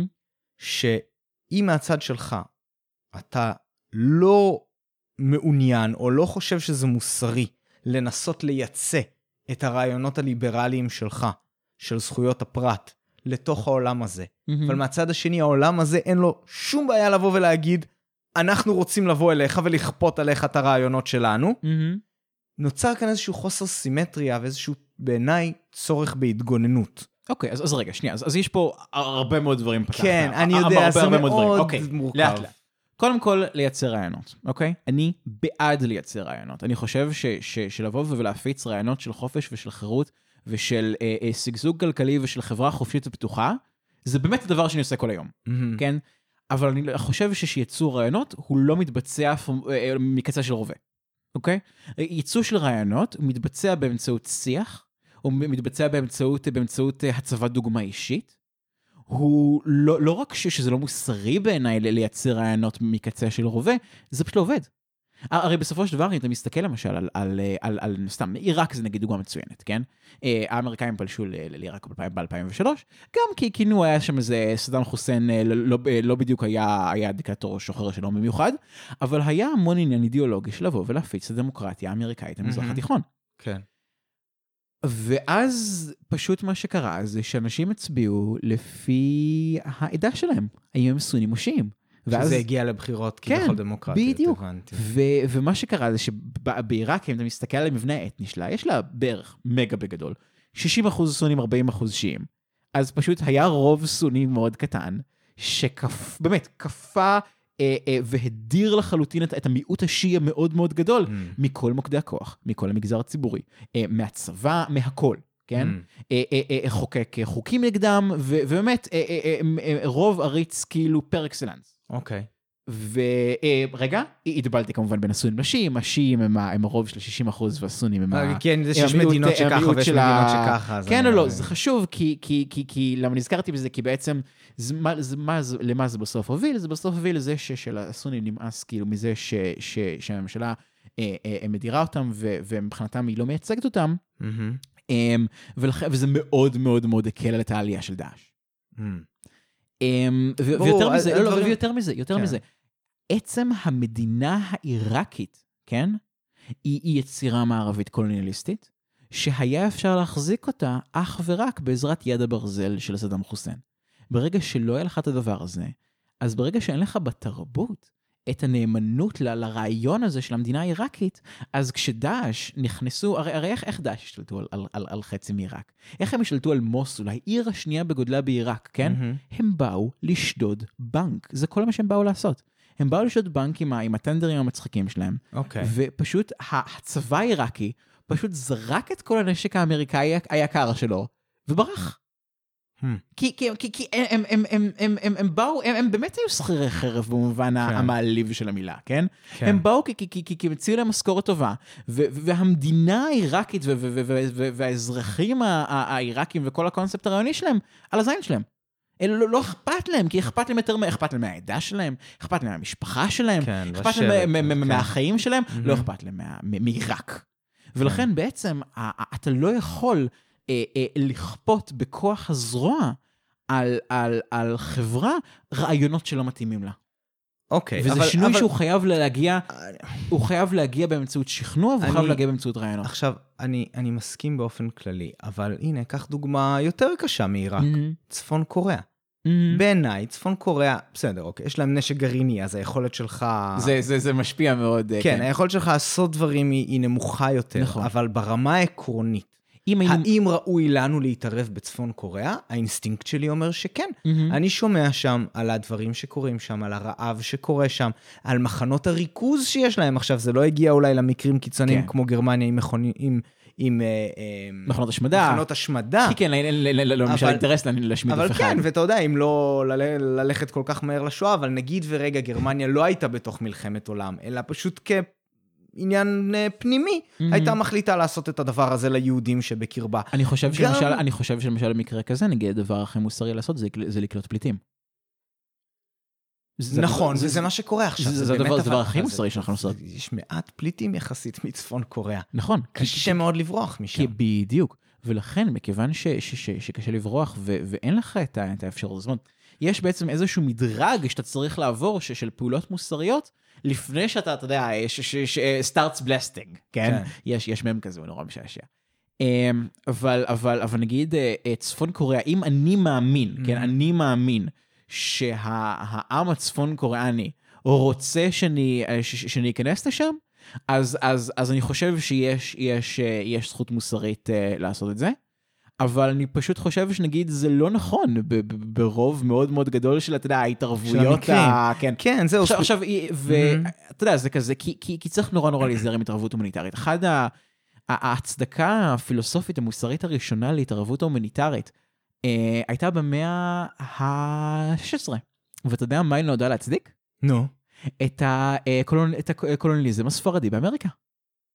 שאם מהצד שלך אתה לא מעוניין או לא חושב שזה מוסרי לנסות לייצא את הרעיונות הליברליים שלך, של זכויות הפרט, לתוך העולם הזה, אבל מהצד השני העולם הזה אין לו שום בעיה לבוא ולהגיד, אנחנו רוצים לבוא אליך ולכפות עליך את הרעיונות שלנו, נוצר כאן איזשהו חוסר סימטריה ואיזשהו בעיניי צורך בהתגוננות. אוקיי, אז רגע, שנייה, אז יש פה הרבה מאוד דברים פתחת. כן, אני יודע, זה מאוד מורכב. לאט לאט. קודם כל, לייצר רעיונות, אוקיי? אני בעד לייצר רעיונות. אני חושב שלבוא ולהפיץ רעיונות של חופש ושל חירות, ושל סגזוג כלכלי ושל חברה חופשית ופתוחה, זה באמת הדבר שאני עושה כל היום, כן? אבל אני חושב שייצור רעיונות הוא לא מתבצע מקצה של רובה, אוקיי? ייצור של רעיונות הוא מתבצע באמצעות שיח, הוא מתבצע באמצעות הצבת דוגמה אישית, הוא לא רק שזה לא מוסרי בעיניי לייצר רעיונות מקצה של רובה, זה פשוט לא עובד. הרי בסופו של דבר, אם אתה מסתכל למשל על סתם, עיראק זה נגיד דוגמה מצוינת, כן? האמריקאים פלשו לעיראק ב-2003, גם כי כינו היה שם איזה סדאם חוסיין, לא בדיוק היה דיקטטור שוחר שלום במיוחד, אבל היה המון עניין אידיאולוגי של לבוא ולהפיץ את הדמוקרטיה האמריקאית במזרח התיכון. כן. ואז פשוט מה שקרה זה שאנשים הצביעו לפי העדה שלהם, האם הם סונים או שיעים. שזה הגיע לבחירות כביכול דמוקרטיות. בדיוק. ומה שקרה זה שבעיראק, אם אתה מסתכל על המבנה האתני שלה, יש לה בערך מגה בגדול, 60% סונים, 40% שיעים. אז פשוט היה רוב סוני מאוד קטן, שבאמת כפה והדיר לחלוטין את המיעוט השיעי המאוד מאוד גדול, מכל מוקדי הכוח, מכל המגזר הציבורי, מהצבא, מהכל. כן? חוקק חוקים נגדם, ובאמת רוב עריץ כאילו פר אקסלנס. אוקיי. ורגע, התבלתי כמובן בין הסונים לשיעים, השיעים הם הרוב של 60% והסונים הם כן, זה שיש מדינות שככה ויש מדינות שככה. כן או לא, זה חשוב, כי למה נזכרתי בזה, כי בעצם, למה זה בסוף הוביל? זה בסוף הוביל לזה שלסונים נמאס כאילו מזה שהממשלה מדירה אותם, ומבחינתם היא לא מייצגת אותם, וזה מאוד מאוד מאוד הקל על את העלייה של דאעש. ויותר מזה, עצם המדינה העיראקית, כן? היא יצירה מערבית קולוניאליסטית, שהיה אפשר להחזיק אותה אך ורק בעזרת יד הברזל של סדאם חוסיין. ברגע שלא היה לך את הדבר הזה, אז ברגע שאין לך בתרבות את הנאמנות לרעיון הזה של המדינה העיראקית, אז כשדאעש נכנסו, הרי איך דאעש השתלטו על חצי מעיראק? איך הם השתלטו על מוסול, העיר השנייה בגודלה בעיראק, כן? הם באו לשדוד בנק, זה כל מה שהם באו לעשות. הם באו לשדוד בנק עם הטנדרים המצחיקים שלהם, ופשוט הצבא העיראקי פשוט זרק את כל הנשק האמריקאי היקר שלו, וברח. כי הם באו, הם באמת היו שכירי חרב במובן המעליב של המילה, כן? הם באו כי הם הציעו להם משכורת טובה, והמדינה העיראקית והאזרחים העיראקים וכל הקונספט הרעיוני שלהם, על הזין שלהם. לא אכפת להם, כי אכפת להם יותר, אכפת להם מהעדה שלהם, אכפת להם מהמשפחה שלהם, אכפת להם מהחיים שלהם, לא אכפת להם מעיראק. ולכן בעצם אתה לא יכול לכפות בכוח הזרוע על חברה רעיונות שלא מתאימים לה. אוקיי. וזה שינוי שהוא חייב להגיע, הוא חייב להגיע באמצעות שכנוע, והוא חייב להגיע באמצעות רעיונות. עכשיו, אני מסכים באופן כללי, אבל הנה, קח דוגמה יותר קשה מעיראק, צפון קוריאה. בעיניי, צפון קוריאה, בסדר, אוקיי, יש להם נשק גרעיני, אז היכולת שלך... זה משפיע מאוד. כן, היכולת שלך לעשות דברים היא נמוכה יותר, אבל ברמה העקרונית, האם ראוי לנו להתערב בצפון קוריאה? האינסטינקט שלי אומר שכן. אני שומע שם על הדברים שקורים שם, על הרעב שקורה שם, על מחנות הריכוז שיש להם. עכשיו, זה לא הגיע אולי למקרים קיצוניים כמו גרמניה עם מחנות השמדה. מחנות השמדה. כי כן, למשל אינטרס להשמיד אף אחד. אבל כן, ואתה יודע, אם לא ללכת כל כך מהר לשואה, אבל נגיד ורגע גרמניה לא הייתה בתוך מלחמת עולם, אלא פשוט עניין פנימי, הייתה מחליטה לעשות את הדבר הזה ליהודים שבקרבה. אני חושב שלמשל במקרה כזה, נגיד הדבר הכי מוסרי לעשות, זה לקלוט פליטים. נכון, וזה מה שקורה עכשיו. זה הדבר הכי מוסרי שאנחנו עושות. יש מעט פליטים יחסית מצפון קוריאה. נכון. קשה מאוד לברוח משם. בדיוק. ולכן, מכיוון שקשה לברוח, ואין לך את האפשרות. זאת אומרת, יש בעצם איזשהו מדרג שאתה צריך לעבור, של פעולות מוסריות, לפני שאתה יודע, starts blasting, כן? יש מהם כזה, הוא נורא משעשע. אבל נגיד, צפון קוריאה, אם אני מאמין, כן, אני מאמין שהעם הצפון קוריאני רוצה שאני אכנס לשם, אז אני חושב שיש זכות מוסרית לעשות את זה. אבל אני פשוט חושב שנגיד זה לא נכון ברוב מאוד מאוד גדול של, אתה יודע, ההתערבויות. כן, זהו. עכשיו, ואתה יודע, זה כזה, כי צריך נורא להיזהר עם התערבות הומניטרית. אחד ההצדקה הפילוסופית המוסרית הראשונה להתערבות ההומניטרית, הייתה במאה ה-16. ואתה יודע מה היא נועדה להצדיק? נו. את הקולוניאליזם הספרדי באמריקה.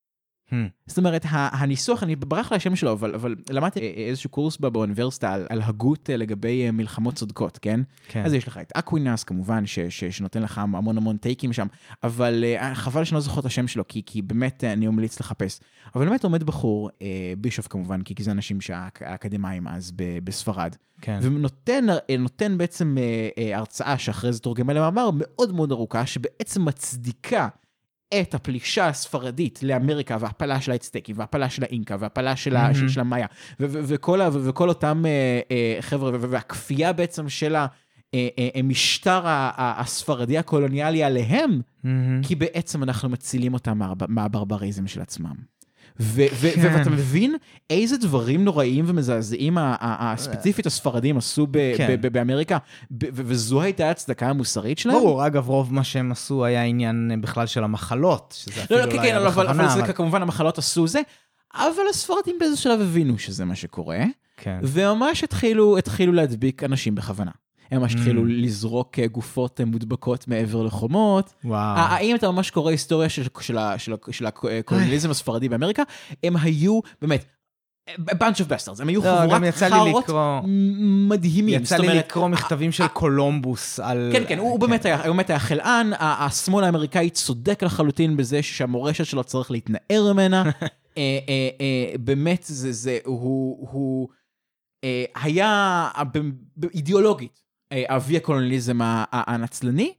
זאת אומרת, הניסוח, אני ברח לשם שלו, אבל למדתי איזשהו קורס באוניברסיטה על הגות לגבי מלחמות צודקות, כן? אז יש לך את אקווינס, כמובן, שנותן לך המון המון טייקים שם, אבל חבל שאני לא זוכר את השם שלו, כי באמת אני ממליץ לחפש. אבל באמת עומד בחור, בישוף כמובן, כי זה אנשים שהאקדמיים אז בספרד, ונותן בעצם הרצאה שאחרי זה תורגמה למאמר מאוד מאוד ארוכה, שבעצם מצדיקה את הפלישה הספרדית לאמריקה, והפלה של האצטקים, והפלה של האינקה, והפלה של המאיה, וכל אותם חבר'ה, והכפייה בעצם של המשטר הספרדי הקולוניאלי עליהם, כי בעצם אנחנו מצילים אותם מהברבריזם של עצמם. ואתה מבין איזה דברים נוראיים ומזעזעים הספציפית הספרדים עשו באמריקה, וזו הייתה הצדקה המוסרית שלהם? ברור, אגב, רוב מה שהם עשו היה עניין בכלל של המחלות, שזה אפילו לא היה בכוונה. אבל זה כמובן המחלות עשו זה, אבל הספרדים באיזה שלב הבינו שזה מה שקורה, וממש התחילו להדביק אנשים בכוונה. הם ממש התחילו לזרוק גופות מודבקות מעבר לחומות. האם אתה ממש קורא היסטוריה של הקולוניאליזם הספרדי באמריקה? הם היו, באמת, bunch of bastards, הם היו חבורת חרות מדהימים. יצא לי לקרוא מכתבים של קולומבוס על... כן, הוא באמת היה חלען, השמאל האמריקאי צודק לחלוטין בזה שהמורשת שלו צריך להתנער ממנה. באמת, הוא היה אידיאולוגית. אבי הקולוניאליזם הנצלני,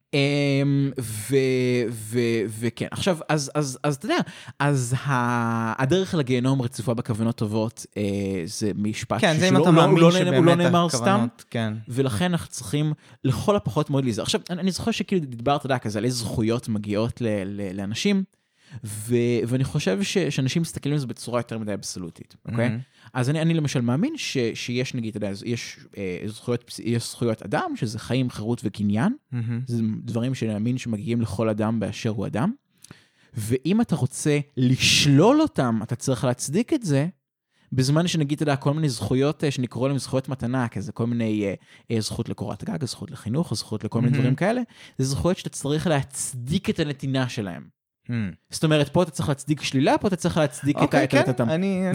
וכן, עכשיו, אז אתה יודע, אז הדרך לגיהנום רצופה בכוונות טובות, זה משפט שהוא לא נאמר סתם, ולכן אנחנו צריכים לכל הפחות מאוד להיזהר. עכשיו, אני זוכר שכאילו דיברת, אתה יודע, כזה על איזה זכויות מגיעות לאנשים, ואני חושב שאנשים מסתכלים על זה בצורה יותר מדי אבסולוטית, אוקיי? אז אני למשל מאמין שיש, נגיד, אתה יודע, יש זכויות אדם, שזה חיים, חירות וקניין, זה דברים שאני מאמין שמגיעים לכל אדם באשר הוא אדם, ואם אתה רוצה לשלול אותם, אתה צריך להצדיק את זה, בזמן שנגיד, אתה יודע, כל מיני זכויות שנקראו להם זכויות מתנה, כזה כל מיני זכות לקורת גג, זכות לחינוך, זכות לכל מיני דברים כאלה, זה זכויות שאתה צריך להצדיק את הנתינה שלהם. זאת אומרת, פה אתה צריך להצדיק שלילה, פה אתה צריך להצדיק את אותם.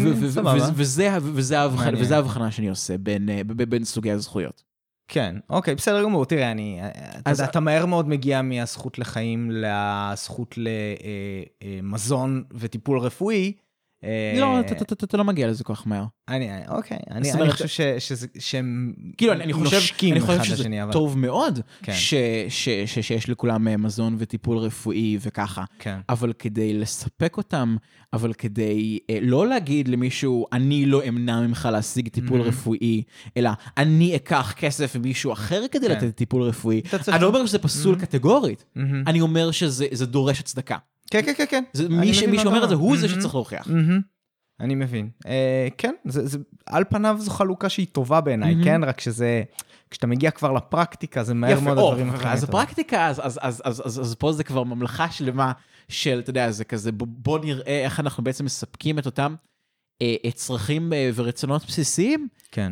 וזה ההבחנה שאני עושה בין סוגי הזכויות. כן, אוקיי, בסדר גמור. תראה, אתה מהר מאוד מגיע מהזכות לחיים לזכות למזון וטיפול רפואי. לא, אתה לא מגיע לזה כל כך מהר. אוקיי, אני חושב שהם נושקים אחד לשני. שזה טוב מאוד שיש לכולם מזון וטיפול רפואי וככה, אבל כדי לספק אותם, אבל כדי לא להגיד למישהו, אני לא אמנע ממך להשיג טיפול רפואי, אלא אני אקח כסף ממישהו אחר כדי לתת טיפול רפואי. אני לא אומר שזה פסול קטגורית, אני אומר שזה דורש הצדקה. כן, כן, כן. מי שאומר את זה, הוא זה שצריך להוכיח. אני מבין. כן, על פניו זו חלוקה שהיא טובה בעיניי, כן? רק כשאתה מגיע כבר לפרקטיקה, זה מהר מאוד הדברים אחרים. אז הפרקטיקה, אז פה זה כבר ממלכה שלמה של, אתה יודע, זה כזה, בוא נראה איך אנחנו בעצם מספקים את אותם צרכים ורצונות בסיסיים,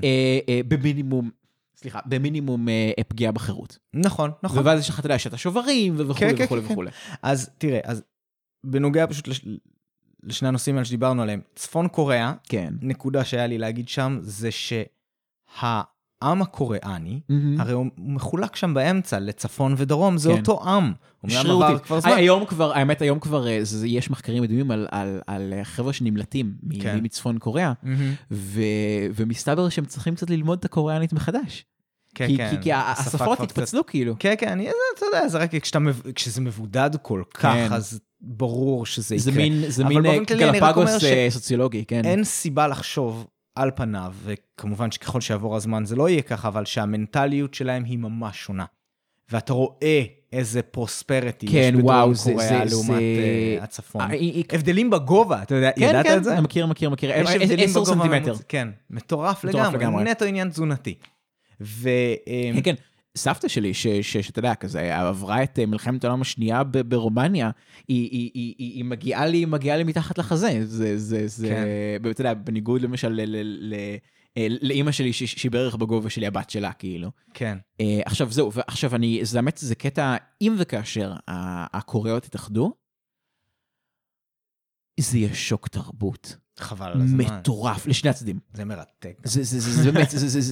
במינימום פגיעה בחירות. נכון. ואז יש לך, אתה יודע, שאתה שוברים וכו' וכו' וכו'. אז תראה, בנוגע פשוט לשני הנושאים האלה שדיברנו עליהם, צפון קוריאה, נקודה שהיה לי להגיד שם, זה שהעם הקוריאני, הרי הוא מחולק שם באמצע, לצפון ודרום, זה אותו עם. שרירותי. האמת, היום כבר יש מחקרים מדהימים על חבר'ה שנמלטים מצפון קוריאה, ומסתבר שהם צריכים קצת ללמוד את הקוריאנית מחדש. כי השפות התפצלו כאילו. כן, אתה יודע, זה רק כשזה מבודד כל כך, אז ברור שזה יקרה. זה מין גלפגוס סוציולוגי, כן. אין סיבה לחשוב על פניו, וכמובן שככל שיעבור הזמן זה לא יהיה ככה, אבל שהמנטליות שלהם היא ממש שונה. ואתה רואה איזה פרוספריטי יש בדרום קוריאה לעומת הצפון. הבדלים בגובה, אתה יודע, ידעת את זה? כן, מכיר. 10 סנטימטר. כן, מטורף לגמרי, נטו עניין תזונתי. כן, סבתא שלי, שאתה יודע, כזה, עברה את מלחמת העולם השנייה ברומניה, היא מגיעה לי מתחת לחזה, אתה יודע, בניגוד למשל לאמא שלי, שהיא בערך בגובה שלי, הבת שלה, כאילו. כן. עכשיו זהו, ועכשיו זה באמת, זה קטע, אם וכאשר הקוריאות התאחדו, זה יהיה שוק תרבות. חבל על הזמן. מטורף, לשני הצדדים. זה מרתק. זה באמת,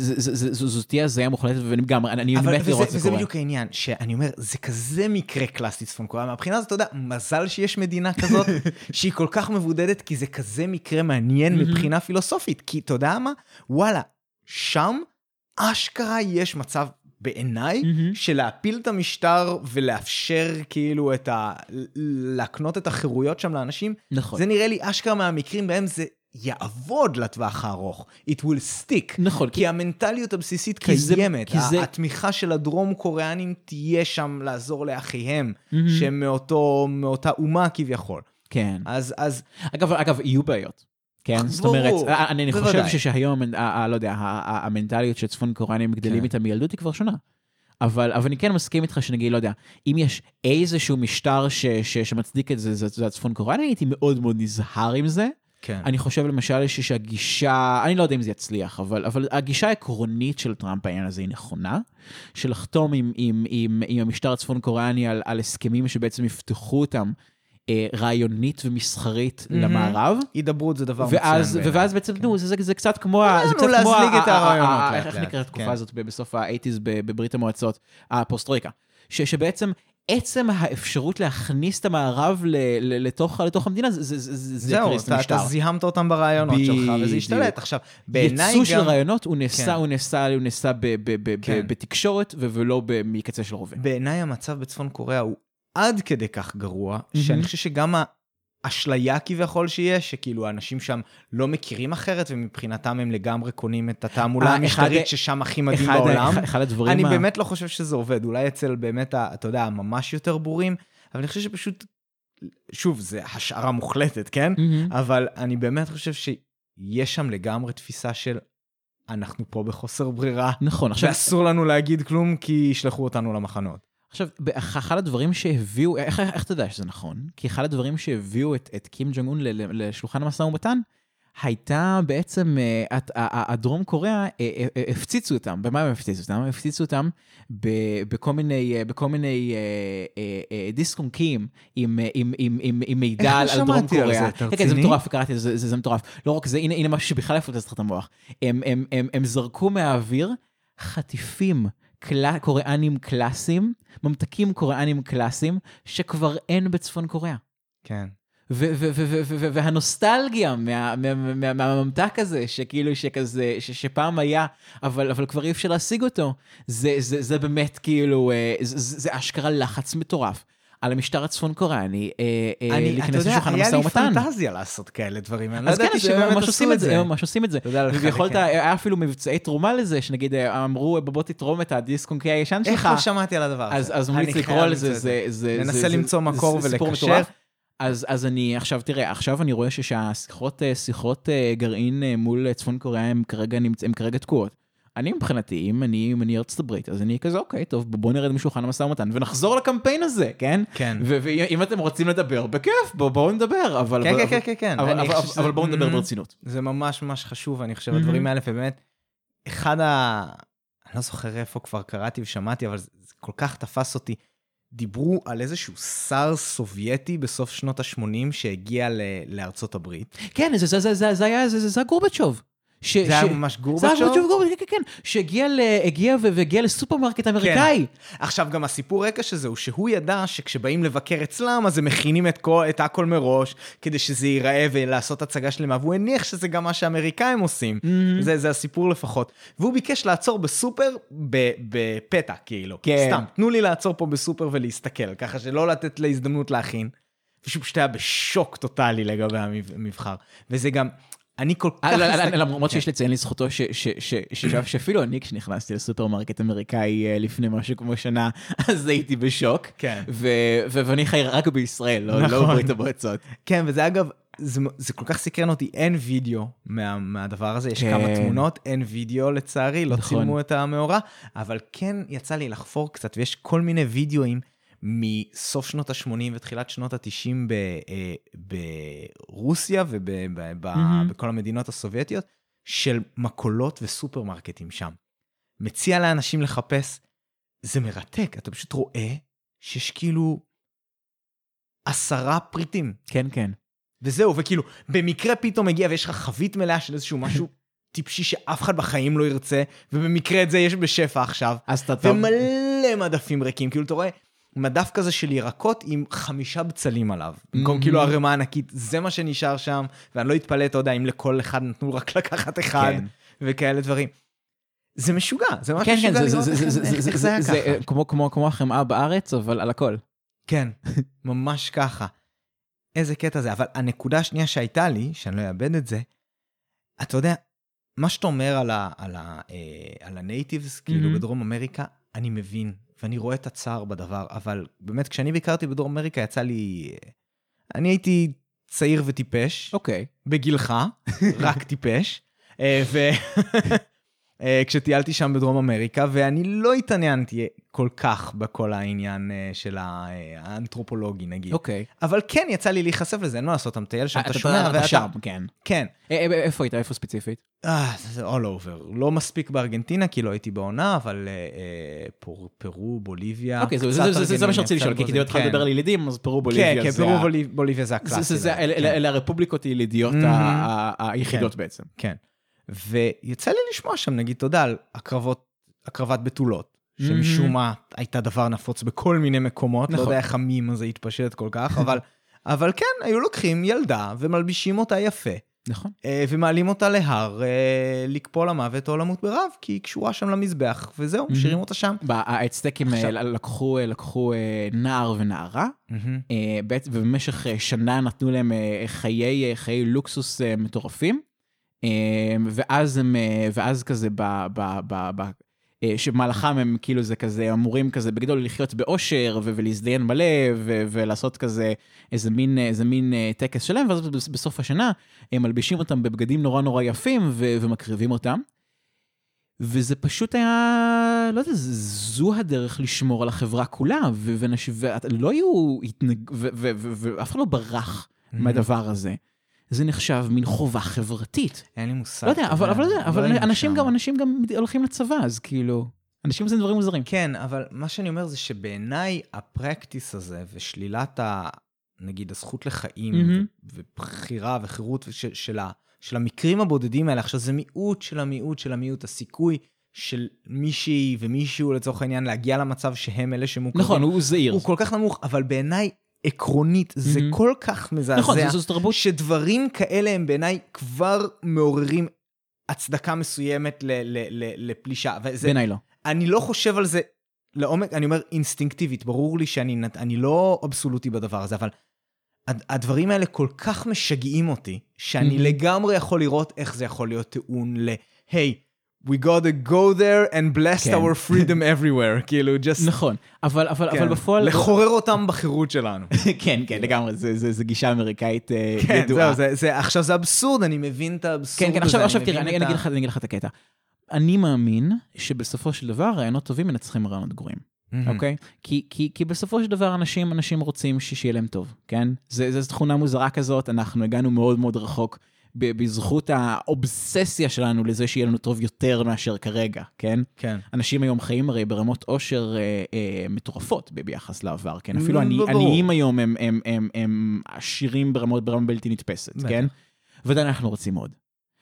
זאת תהיה הזיה מוחלטת, וגם, אני באמת לראות זה וזה קורה. בדיוק העניין, שאני אומר, זה כזה מקרה קלאסי צפון קוריאה, מהבחינה הזאת, אתה יודע, מזל שיש מדינה כזאת, שהיא כל כך מבודדת, כי זה כזה מקרה מעניין מבחינה פילוסופית, כי אתה יודע מה? וואלה, שם אשכרה יש מצב בעיניי, של להפיל את המשטר ולאפשר כאילו להקנות את החירויות שם לאנשים, נכון. זה נראה לי אשכרה מהמקרים בהם זה יעבוד לטווח הארוך. It will stick. נכון. כי המנטליות הבסיסית קיימת. התמיכה של הדרום קוריאנים תהיה שם לעזור לאחיהם, שהם מאותה אומה כביכול. כן. אז... אגב, יהיו בעיות. כן, זאת אומרת, אני חושב שהיום, לא יודע, המנטליות שצפון קוריאנים גדלים איתה מילדות היא כבר שונה. אבל אני כן מסכים איתך שנגיד, לא יודע, אם יש איזשהו משטר שמצדיק את זה, זה הצפון קוריאני, הייתי מאוד מאוד נזהר עם זה. אני חושב למשל שהגישה, אני לא יודע אם זה יצליח, אבל הגישה העקרונית של טראמפ העניין הזה היא נכונה, שלחתום עם המשטר הצפון קוריאני על הסכמים שבעצם יפתחו אותם, רעיונית ומסחרית למערב. הידברות זה דבר מצוין. ואז בעצם, זה קצת כמו... להזליג את הרעיונות. איך נקראת התקופה הזאת בסוף ה-80s בברית המועצות, הפוסט-טרויקה, שבעצם עצם האפשרות להכניס את המערב לתוך המדינה, זה קריס למשטר. אתה זיהמת אותם ברעיונות שלך, וזה ישתלט. עכשיו, בעיניי גם... ייצוא של רעיונות, הוא נעשה בתקשורת, ולא מקצה של רובה. בעיניי המצב בצפון קוריאה הוא עד כדי כך גרוע, שאני חושב שגם האשליה כביכול שיש, שכאילו האנשים שם לא מכירים אחרת, ומבחינתם הם לגמרי קונים את התעמולה המשטרית ששם הכי מדהים בעולם. אני באמת לא חושב שזה עובד, אולי אצל באמת, אתה יודע, ממש יותר בורים, אבל אני חושב שפשוט, שוב, זה השערה מוחלטת, כן? אבל אני באמת חושב שיש שם לגמרי תפיסה של, אנחנו פה בחוסר ברירה, נכון, ואסור לנו להגיד כלום, כי ישלחו אותנו למחנות. עכשיו, אחד הדברים שהביאו, איך אתה יודע שזה נכון? כי אחד הדברים שהביאו את קים ג'ונג און לשולחן המשא ומתן, הייתה בעצם, הדרום קוריאה הפציצו אותם. במה הם הפציצו אותם? הם הפציצו אותם בכל מיני דיסק-און-קיים עם מידע על דרום קוריאה. כן, זה מטורף, קראתי, זה מטורף. לא רק זה, הנה משהו שבכלל יפוצץ לך את המוח. הם זרקו מהאוויר חטיפים קוריאנים קלאסיים, ממתקים קוריאנים קלאסיים, שכבר אין בצפון קוריאה. כן. והנוסטלגיה מהממתק הזה, שכאילו שכזה, שפעם היה, אבל כבר אי אפשר להשיג אותו, זה באמת כאילו, זה אשכרה לחץ מטורף. על המשטר הצפון קוריאני, להיכנס לשולחן המשא ומתן. היה לי פנטזיה לעשות כאלה דברים. אז כן, הם ממש עושים את זה. ויכולת, היה אפילו מבצעי תרומה לזה, שנגיד, אמרו, בוא תתרום את הדיסק-און-קי הישן שלך. איך לא שמעתי על הדבר הזה? אז ממליץ לקרוא לזה. ננסה למצוא מקור ולקשר. אז אני, עכשיו אני רואה שיחות גרעין מול צפון קוריאה, הם כרגע תקועות. אני מבחינתי, אם אני ארצות הברית, אז אני כזה, אוקיי, טוב, בואו נרד משולחן המשא ומתן, ונחזור לקמפיין הזה, כן? כן. ואם אתם רוצים לדבר, בכיף, בואו נדבר, כן. אבל בואו נדבר ברצינות. זה ממש ממש חשוב, אני חושב, הדברים האלה, ובאמת, אני לא זוכר איפה כבר קראתי ושמעתי, אבל זה כל כך תפס אותי, דיברו על איזשהו שר סובייטי בסוף שנות ה-80, שהגיע לארצות הברית. כן, זה הגורבצ'וב. זה היה ממש גורבצ'וב? כן, שהגיע לסופרמרקט אמריקאי. עכשיו, גם הסיפור רקע שזה הוא שהוא ידע שכשבאים לבקר אצלם, אז הם מכינים את הכל מראש, כדי שזה ייראה ולעשות הצגה שלמה, והוא הניח שזה גם מה שהאמריקאים עושים. זה הסיפור לפחות. והוא ביקש לעצור בסופר בפתע, כאילו. סתם, תנו לי לעצור פה בסופר ולהסתכל, ככה שלא לתת להזדמנות להכין. ושהוא פשוט היה בשוק טוטלי לגבי המבחר. וזה גם... אני כל כך... למרות שיש לציין לזכותו שאפילו אני כשנכנסתי לסופרמרקט אמריקאי לפני משהו כמו שנה, אז הייתי בשוק. כן. ואני חי רק בישראל, לא ברית המועצות. כן, וזה אגב, זה כל כך סקרן אותי, אין וידאו מהדבר הזה, יש כמה תמונות, אין וידאו לצערי, לא צילמו את המאורע, אבל כן יצא לי לחפור קצת, ויש כל מיני וידאוים, מסוף שנות ה-80 ותחילת שנות ה-90 ברוסיה ובכל המדינות הסובייטיות, של מקולות וסופרמרקטים שם. מציע לאנשים לחפש, זה מרתק, אתה פשוט רואה שיש כאילו 10 פריטים. כן, כן. וזהו, וכאילו, במקרה פתאום מגיע ויש לך חבית מלאה של איזשהו משהו טיפשי שאף אחד בחיים לא ירצה, ובמקרה את זה יש בשפע עכשיו, ומלא מדפים ריקים, כאילו אתה רואה, מדף כזה של ירקות עם 5 בצלים עליו, במקום כאילו הרמה ענקית, זה מה שנשאר שם, ואני לא אתפלא, אתה יודע, אם לכל אחד נתנו רק לקחת אחד, וכאלה דברים. זה משוגע, זה ממש משוגע לראות איך זה היה ככה. כמו החמאה בארץ, אבל על הכל. כן, ממש ככה. איזה קטע זה, אבל הנקודה השנייה שהייתה לי, שאני לא אאבד את זה, אתה יודע, מה שאתה אומר על הנייטיבס, כאילו בדרום אמריקה, אני מבין, ואני רואה את הצער בדבר, אבל באמת כשאני ביקרתי בדרום אמריקה, יצא לי, אני הייתי צעיר וטיפש, בגילך, רק טיפש, כשטיילתי שם בדרום אמריקה, ואני לא התעניינתי כל כך בכל העניין של האנתרופולוגי, נגיד. אבל כן, יצא לי להיחשף לזה, אין מה לעשות, אתה מטייל שם, אתה שומע, אתה שם, כן. כן. איפה היית? איפה ספציפית? זה all over. לא מספיק בארגנטינה, כי לא הייתי בעונה, אבל פרו, בוליביה. אוקיי, זה מה שרציתי לשאול, כי כדי אותך לדבר על ילידים, אז פרו, בוליביה. כן, פרו, בוליביה זה הקלאסי. אלה הרפובליקות הילידיות היחידות בעצם. כן. ויצא לי לשמוע שם, נגיד, תודה על הקרבת בתולות, שמשום מה הייתה דבר נפוץ בכל מיני מקומות, לא יודע איך המים הזה התפשט כל כך, אבל כן, היו לוקחים ילדה ומלבישים אותה יפה, נכון. ומעלים אותה להר, לקפוא למוות או למות ברב, כי היא קשורה שם למזבח, וזהו, משאירים אותה שם. האצטקים לקחו נער ונערה, ובמשך שנה נתנו להם חיי לוקסוס מטורפים, ואז כזה שבמהלכם הם כאילו זה כזה אמורים כזה בגדול לחיות באושר ולהזדיין מלא ולעשות כזה איזה מין טקס שלהם, ואז בסוף השנה הם מלבישים אותם בבגדים נורא נורא יפים ומקריבים אותם, וזה פשוט היה, לא יודע, זו הדרך לשמור על החברה כולה, ולא היו ואף אחד לא ברח מהדבר הזה. זה נחשב מין חובה חברתית. אין לי מושג. לא יודע, אבל אנשים גם הולכים לצבא, אז כאילו, אנשים עושים דברים מוזרים. כן, אבל מה שאני אומר זה שבעיניי הפרקטיס הזה, ושלילת נגיד, הזכות לחיים, ובחירה וחירות של המקרים הבודדים האלה, עכשיו זה מיעוט של המיעוט של המיעוט, הסיכוי של מישהי ומישהו לצורך העניין להגיע למצב שהם אלה שמוכרים. נכון, הוא זהיר. הוא כל כך נמוך, אבל בעיניי, עקרונית, זה כל כך מזעזע, שדברים כאלה הם בעיניי כבר מעוררים הצדקה מסוימת לפלישה. בעיניי לא. אני לא חושב על זה לעומק, אני אומר אינסטינקטיבית, ברור לי שאני לא אבסולוטי בדבר הזה, אבל הדברים האלה כל כך משגעים אותי, שאני לגמרי יכול לראות איך זה יכול להיות טעון היי, we gotta go there and bless our freedom everywhere, כאילו, just... נכון, אבל בפועל... לחורר אותם בחירות שלנו. כן, לגמרי, זה גישה אמריקאית ידועה. עכשיו זה אבסורד, אני מבין את האבסורד. כן, עכשיו תראה, אני אגיד לך את הקטע. אני מאמין שבסופו של דבר רעיונות טובים מנצחים רעיונות גרועים, אוקיי? כי בסופו של דבר אנשים רוצים שיהיה להם טוב, כן? זו תכונה מוזרה כזאת, אנחנו הגענו מאוד מאוד רחוק, בזכות האובססיה שלנו לזה שיהיה לנו טוב יותר מאשר כרגע, כן? כן. אנשים היום חיים הרי ברמות עושר מטורפות ביחס לעבר, כן? אפילו עניים היום הם עשירים ברמות בלתי נתפסת, כן? ועדיין אנחנו רוצים עוד.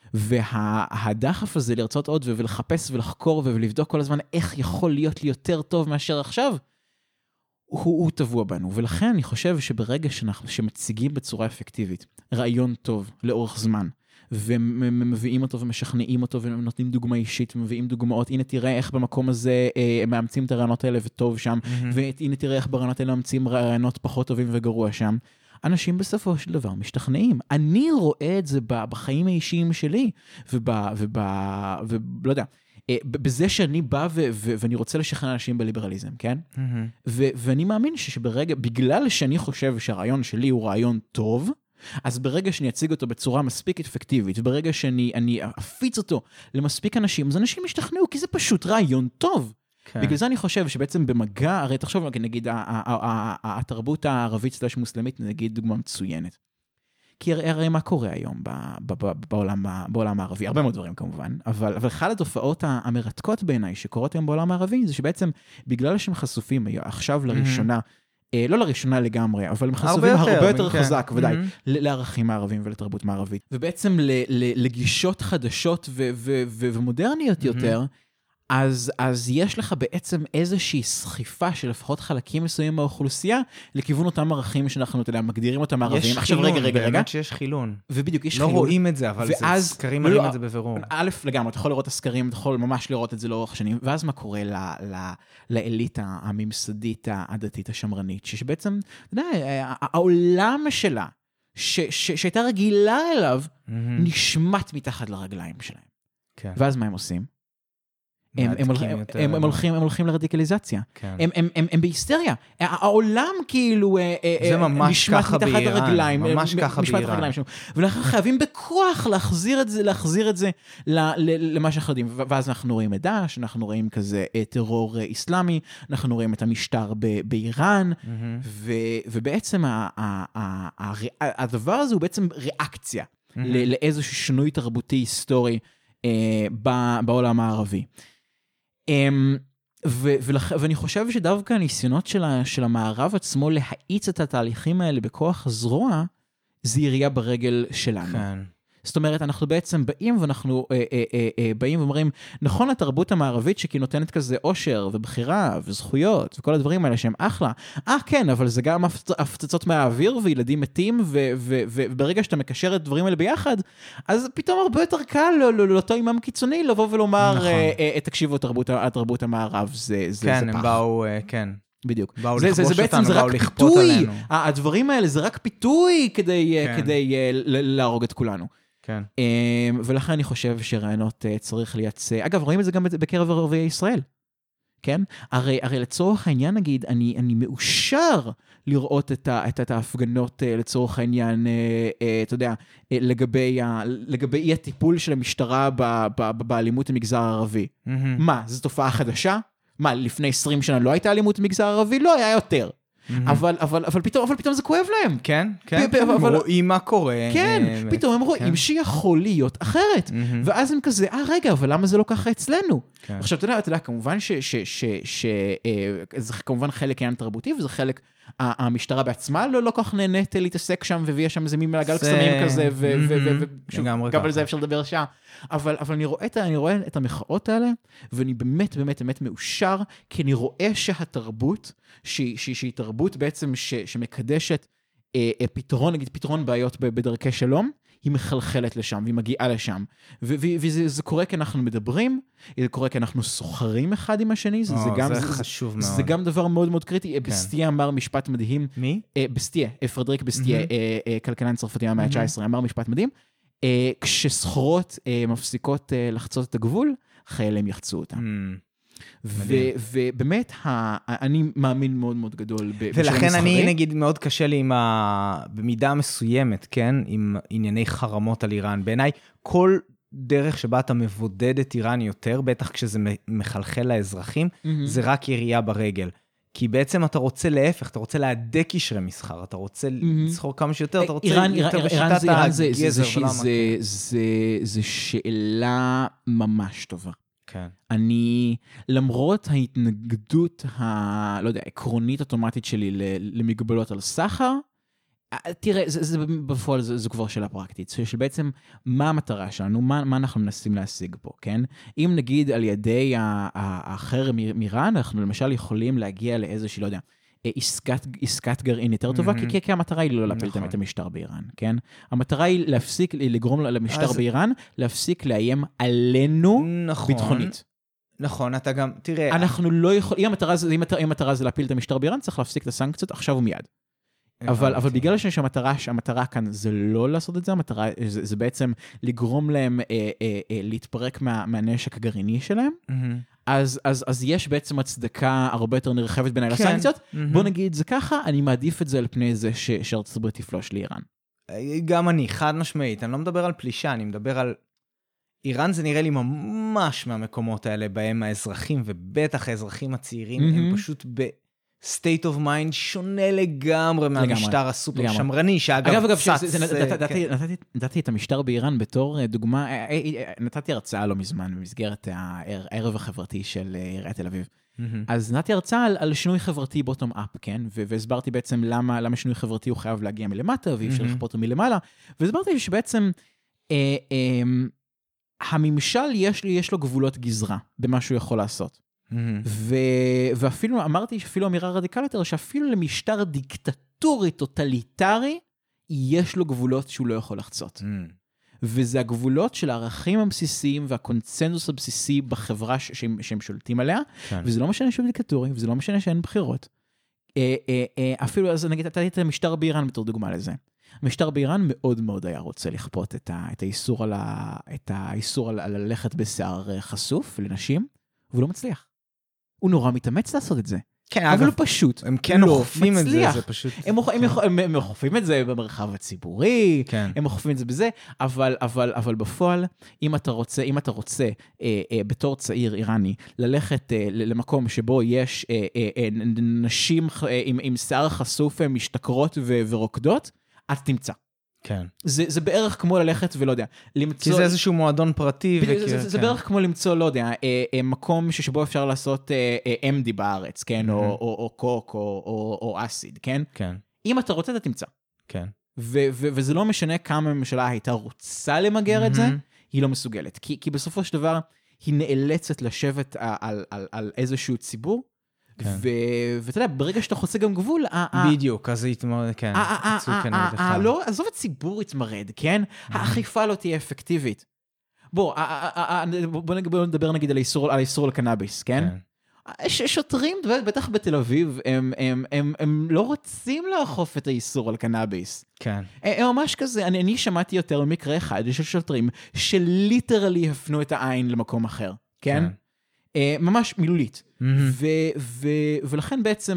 והדחף הזה לרצות עוד ולחפש ולחקור ולבדוק כל הזמן איך יכול להיות לי יותר טוב מאשר עכשיו, הוא טבוע בנו, ולכן אני חושב שברגע שמציגים בצורה אפקטיבית רעיון טוב לאורך זמן, ומביאים אותו ומשכנעים אותו ונותנים דוגמה אישית ומביאים דוגמאות, הנה תראה איך במקום הזה מאמצים את הרעיונות האלה וטוב שם, והנה תראה איך ברעיונות האלה מאמצים רעיונות פחות טובים וגרוע שם. אנשים בסופו של דבר משתכנעים. אני רואה את זה בחיים האישיים שלי, ולא יודע, בזה שאני בא ואני רוצה לשכנע אנשים בליברליזם, כן? ואני מאמין שברגע, בגלל שאני חושב שהרעיון שלי הוא רעיון טוב, אז ברגע שאני אציג אותו בצורה מספיק אפקטיבית, וברגע שאני אפיץ אותו למספיק אנשים, אז אנשים ישתכנעו, כי זה פשוט רעיון טוב. בגלל זה אני חושב שבעצם במגע, הרי תחשוב, נגיד, התרבות הערבית סלש מוסלמית, נגיד דוגמה מצוינת. כי הרי מה קורה היום בעולם הערבי? הרבה מאוד דברים כמובן, אבל אחד התופעות המרתקות בעיניי שקורות היום בעולם הערבי, זה שבעצם בגלל שהם חשופים עכשיו לראשונה לא לראשונה לגמרי, אבל הם חשופים הרבה יותר חזק, ודאי, לערכים מערבים ולתרבות מערבית. ובעצם לגישות חדשות ומודרניות יותר, אז יש לך בעצם איזושהי סחיפה של לפחות חלקים מסוימים מהאוכלוסייה, לכיוון אותם ערכים שאנחנו, מגדירים אותם מערבים. יש חילון, באמת שיש חילון. ובדיוק, יש לא חילון. לא רואים את זה, אבל סקרים מראים את זה בבירור. א', לגמרי, אתה יכול לראות את הסקרים, אתה יכול ממש לראות את זה לאורך השנים, ואז מה קורה לאליטה הממסדית, הדתית, השמרנית, שבעצם, אתה יודע, העולם שלה, שהייתה רגילה אליו, נשמט מתחת לרגליים שלהם. ואז מה הם עושים? הם הולכים לרדיקליזציה. הם בהיסטריה. העולם כאילו נשמט מתחת לרגליים. ממש ככה באיראן. ואנחנו חייבים בכוח להחזיר את זה למה שאנחנו יודעים. ואז אנחנו רואים את דאעש, אנחנו רואים כזה טרור איסלאמי, אנחנו רואים את המשטר באיראן, ובעצם הדבר הזה הוא בעצם ריאקציה לאיזשהו שינוי תרבותי היסטורי בעולם הערבי. ואני חושב שדווקא הניסיונות של המערב עצמו להאיץ את התהליכים האלה בכוח הזרוע, זה ירייה ברגל שלנו. כן. זאת אומרת, אנחנו בעצם באים ואומרים, נכון התרבות המערבית שכי נותנת כזה עושר ובחירה וזכויות וכל הדברים האלה שהם אחלה. כן, אבל זה גם הפצצות מהאוויר וילדים מתים, וברגע שאתה מקשר את הדברים האלה ביחד, אז פתאום הרבה יותר קל לאותו אימם קיצוני לבוא ולומר, תקשיבו, התרבות המערב זה פח. כן, הם באו, כן. בדיוק. באו לכבוש אותנו, באו לכפות עלינו. הדברים האלה זה רק פיתוי כדי להרוג את כולנו. כן. ולכן אני חושב שרעיונות צריך לייצא, אגב, רואים את זה גם בקרב ערביי ישראל, כן? הרי לצורך העניין, נגיד, אני מאושר לראות את ההפגנות לצורך העניין, אתה יודע, לגבי אי הטיפול של המשטרה באלימות המגזר הערבי. מה, זו תופעה חדשה? מה, לפני 20 שנה לא הייתה אלימות במגזר הערבי? לא, היה יותר. אבל פתאום זה כואב להם. כן, הם רואים מה קורה. כן, פתאום הם רואים שיכול להיות אחרת. ואז הם כזה, רגע, אבל למה זה לא ככה אצלנו? עכשיו, אתה יודע, כמובן שזה כמובן חלק עניין תרבותי, וזה חלק, המשטרה בעצמה לא כך נהנית להתעסק שם, והביאה שם איזה מין מעגל קסמים כזה, וגם על זה אפשר לדבר שעה. אבל אני רואה את המחאות האלה, ואני באמת מאושר, כי אני רואה שהתרבות, שהיא תרבות בעצם שמקדשת פתרון, נגיד פתרון בעיות בדרכי שלום, היא מחלחלת לשם, והיא מגיעה לשם. וזה קורה כי אנחנו מדברים, זה קורה כי אנחנו סוחרים אחד עם השני, זה חשוב מאוד. זה גם דבר מאוד מאוד קריטי. בסטיה אמר משפט מדהים. מי? בסטיה, פרדריק בסטיה, כלכלן צרפתי מהמאה ה-19, אמר משפט מדהים, כשסחורות מפסיקות לחצות את הגבול, חיילים יחצו אותם. ובאמת, אני מאמין מאוד מאוד גדול. ולכן אני נגיד מאוד קשה לי במידה מסוימת, כן, עם ענייני חרמות על איראן. בעיניי, כל דרך שבה אתה מבודד את איראן יותר, בטח כשזה מחלחל לאזרחים, זה רק ירייה ברגל. כי בעצם אתה רוצה להפך, אתה רוצה להדק קשרי מסחר, אתה רוצה לסחור כמה שיותר, אתה רוצה יותר בשיטת הגזר. זה שאלה ממש טובה. כן. אני, למרות ההתנגדות לא יודע, עקרונית אוטומטית שלי למגבלות על סחר, תראה, בפועל זו כבר שאלה פרקטית, של בעצם מה המטרה שלנו, מה אנחנו מנסים להשיג פה, כן? אם נגיד על ידי החרם מאיראן, אנחנו למשל יכולים להגיע לאיזושהי, לא יודע, עסקת גרעין יותר טובה, כי המטרה היא לא להפיל את המשטר באיראן, כן? המטרה היא להפסיק, לגרום למשטר באיראן, להפסיק לאיים עלינו ביטחונית. נכון, אתה גם, תראה... אנחנו לא יכולים, אם המטרה זה להפיל את המשטר באיראן, צריך להפסיק את הסנקציות עכשיו ומיד. אבל בגלל שהמטרה כאן זה לא לעשות את זה, המטרה זה בעצם לגרום להם להתפרק מהנשק הגרעיני שלהם, אז יש בעצם הצדקה הרבה יותר נרחבת בין הסנקציות. בוא נגיד זה ככה, אני מעדיף את זה על פני זה שארצות הברית תפלוש לאיראן. גם אני, חד משמעית, אני לא מדבר על פלישה, אני מדבר על... איראן זה נראה לי ממש מהמקומות האלה, בהם האזרחים, ובטח האזרחים הצעירים, הם פשוט state of mind שונה לגמרי מהמשטר הסופר שמרני, שאגב נתתי את המשטר באיראן בתור דוגמה, נתתי הרצאה לא מזמן במסגרת הערב החברתי של עיריית תל אביב. אז נתתי הרצאה על שינוי חברתי בוטום אפ, כן? והסברתי בעצם למה שינוי חברתי הוא חייב להגיע מלמטה, ואי אפשר לכפות אותו מלמעלה, והסברתי שבעצם הממשל יש לו גבולות גזרה במה שהוא יכול לעשות. ואפילו אמרתי שאפילו אמירה רדיקלית יותר, שאפילו למשטר דיקטטורי טוטליטרי, יש לו גבולות שהוא לא יכול לחצות. וזה הגבולות של הערכים הבסיסיים והקונצנזוס הבסיסי בחברה שהם שולטים עליה, וזה לא משנה שהוא דיקטטורי, וזה לא משנה שאין בחירות. אפילו, אז נגיד, אתה היית המשטר באיראן בתור דוגמה לזה. המשטר באיראן מאוד מאוד היה רוצה לכפות את האיסור על ללכת בשיער חשוף לנשים, והוא לא מצליח. הוא נורא מתאמץ לעשות את זה. כן, אבל הוא פשוט הם כן אוכפים את זה, זה פשוט... הם אוכפים את זה במרחב הציבורי, הם אוכפים את זה בזה, אבל בפועל, אם אתה רוצה בתור צעיר איראני, ללכת למקום שבו יש נשים עם שיער חשוף משתכרות ורוקדות, את תמצא. כן. זה בערך כמו ללכת ולא יודע, למצוא... כי זה איזשהו מועדון פרטי. זה בערך כמו למצוא, לא יודע, מקום שבו אפשר לעשות MD בארץ, כן? או קוק, או אסיד, כן? כן. אם אתה רוצה, אתה תמצא. כן. וזה לא משנה כמה הממשלה הייתה רוצה למגר את זה, היא לא מסוגלת. כי בסופו של דבר, היא נאלצת לשבת על איזשהו ציבור, ואתה יודע, ברגע שאתה חוצה גם גבול, בדיוק, אז היא יתמרד, כן. לא, עזוב הציבור יתמרד, כן? האכיפה לא תהיה אפקטיבית. בוא נדבר נגיד על האיסור על קנאביס, כן? שוטרים, בטח בתל אביב, הם לא רוצים לאכוף את האיסור על קנאביס. כן. הם ממש כזה, אני שמעתי יותר במקרה אחד של שוטרים, שליטרלי הפנו את העין למקום אחר, כן? ממש מילולית. ולכן בעצם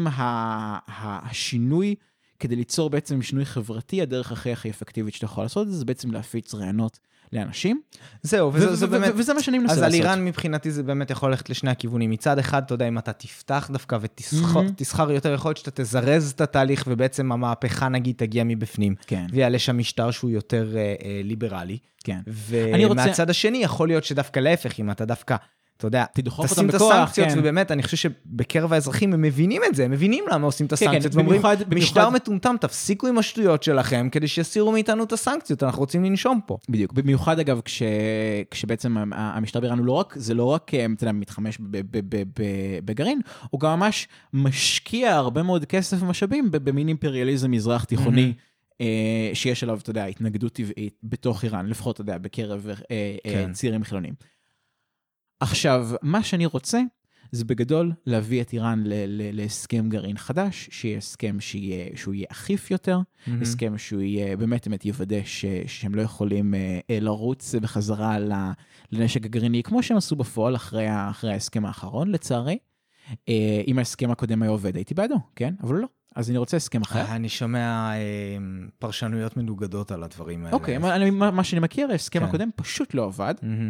השינוי, כדי ליצור בעצם שינוי חברתי, הדרך הכי אפקטיבית שאתה יכול לעשות, זה בעצם להפיץ רעיונות לאנשים. זהו, וזה מה שאני מנסה לעשות. אז על איראן מבחינתי זה באמת יכול ללכת לשני הכיוונים. מצד אחד, אתה יודע, אם אתה תפתח דווקא ותסחר יותר, יכול להיות שאתה תזרז את התהליך, ובעצם המהפכה נגיד תגיע מבפנים, ויעלה שם משטר שהוא יותר ליברלי. ומהצד השני יכול להיות שדווקא להפך, אם אתה דווקא אתה יודע, תשים את הסנקציות, ובאמת, אני חושב שבקרב האזרחים הם מבינים את זה, הם מבינים למה עושים את הסנקציות, ואומרים, משטר מטומטם, תפסיקו עם השטויות שלכם, כדי שיסירו מאיתנו את הסנקציות, אנחנו רוצים לנשום פה. בדיוק, במיוחד אגב, כשבעצם המשטר באיראן זה לא רק, אתה יודע, מתחמש בגרעין, הוא גם ממש משקיע הרבה מאוד כסף ומשאבים, במין אימפריאליזם מזרח תיכוני, שיש עליו, אתה יודע, התנגדות טבעית בתוך איראן, לפחות, אתה יודע, בקרב צעירים חילונים. עכשיו, מה שאני רוצה, זה בגדול להביא את איראן להסכם גרעין חדש, שיהיה הסכם שהוא יהיה אכיף יותר, הסכם שהוא יהיה, באמת יוודא שהם לא יכולים לרוץ בחזרה לנשק הגרעיני, כמו שהם עשו בפועל אחרי ההסכם האחרון, לצערי. אם ההסכם הקודם היה עובד, הייתי בעדו, כן? אבל לא. אז אני רוצה הסכם אחר. אני שומע פרשנויות מנוגדות על הדברים האלה. אוקיי, מה שאני מכיר, ההסכם הקודם פשוט לא עובד.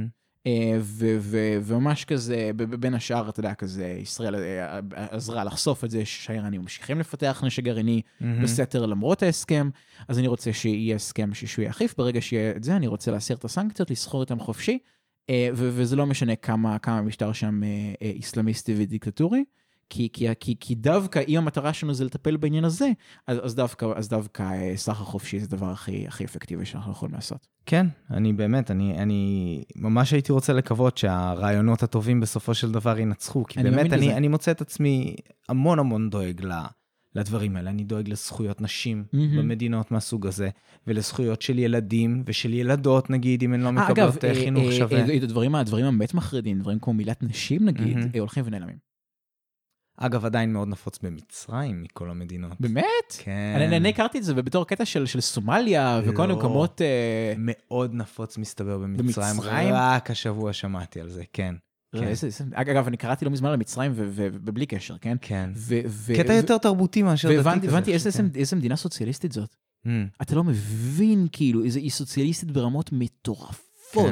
וממש כזה, בין השאר, אתה יודע, כזה, ישראל עזרה לחשוף את זה, שהאיראנים ממשיכים לפתח נשק גרעיני בסתר למרות ההסכם, אז אני רוצה שיהיה הסכם שהוא יאכיף, ברגע שיהיה את זה, אני רוצה להסיר את הסנקציות, לסחור איתם חופשי, וזה לא משנה כמה משטר שם איסלאמיסטי ודיקטטורי, כי דווקא, אם המטרה שלנו זה לטפל בעניין הזה, אז דווקא סחר חופשי זה הדבר הכי אפקטיבי שאנחנו יכולים לעשות. כן, אני באמת, אני ממש הייתי רוצה לקוות שהרעיונות הטובים בסופו של דבר ינצחו, כי באמת אני מוצא את עצמי המון דואג לדברים האלה, אני דואג לזכויות נשים במדינות מהסוג הזה, ולזכויות של ילדים ושל ילדות, נגיד, אם הן לא מקבלות חינוך שווה. הדברים באמת מחרידים, דברים כמו מילת נשים, נגיד, הולכים ונעלמים. אגב, עדיין מאוד נפוץ במצרים מכל המדינות. באמת? כן. אני הכרתי את זה בתור קטע של סומליה וכל מיני מקומות... מאוד נפוץ מסתבר במצרים. רק השבוע שמעתי על זה, כן. אגב, אני קראתי לא מזמן למצרים ובלי קשר, כן? כן. קטע יותר תרבותי מאשר דתי כזה. והבנתי איזה מדינה סוציאליסטית זאת. אתה לא מבין, כאילו, היא סוציאליסטית ברמות מטורפות.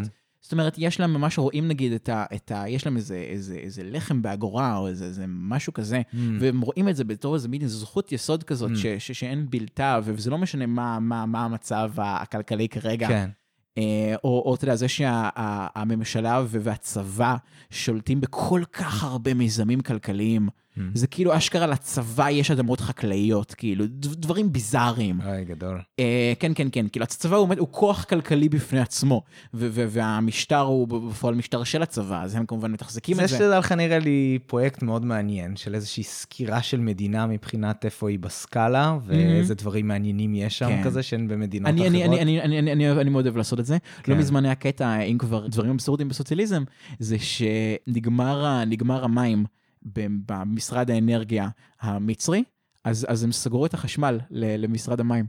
זאת אומרת, יש להם ממש רואים נגיד יש להם איזה לחם באגורה, או איזה משהו כזה, והם רואים את זה בתור איזה מין זכות יסוד כזאת, שאין בלתה, וזה לא משנה מה המצב הכלכלי כרגע. כן. או אתה יודע, זה שהממשלה והצבא שולטים בכל כך הרבה מיזמים כלכליים, זה כאילו אשכרה לצבא יש אדמות חקלאיות, כאילו דברים ביזאריים. גדול. כן, כן, כן, כאילו הצבא הוא כוח כלכלי בפני עצמו, והמשטר הוא בפועל משטר של הצבא, אז הם כמובן מתחזקים את זה. זה שזה לך נראה לי פרויקט מאוד מעניין, של איזושהי סקירה של מדינה מבחינת איפה היא בסקאלה, ואיזה דברים מעניינים יש שם כזה, שאין במדינות אחרות. אני מאוד אוהב לעשות את זה. לא מזמן היה קטע, אם כבר דברים אבסורדיים בסוציאליזם, זה שנגמר המים במשרד האנרגיה המצרי, אז הם סגרו את החשמל למשרד המים.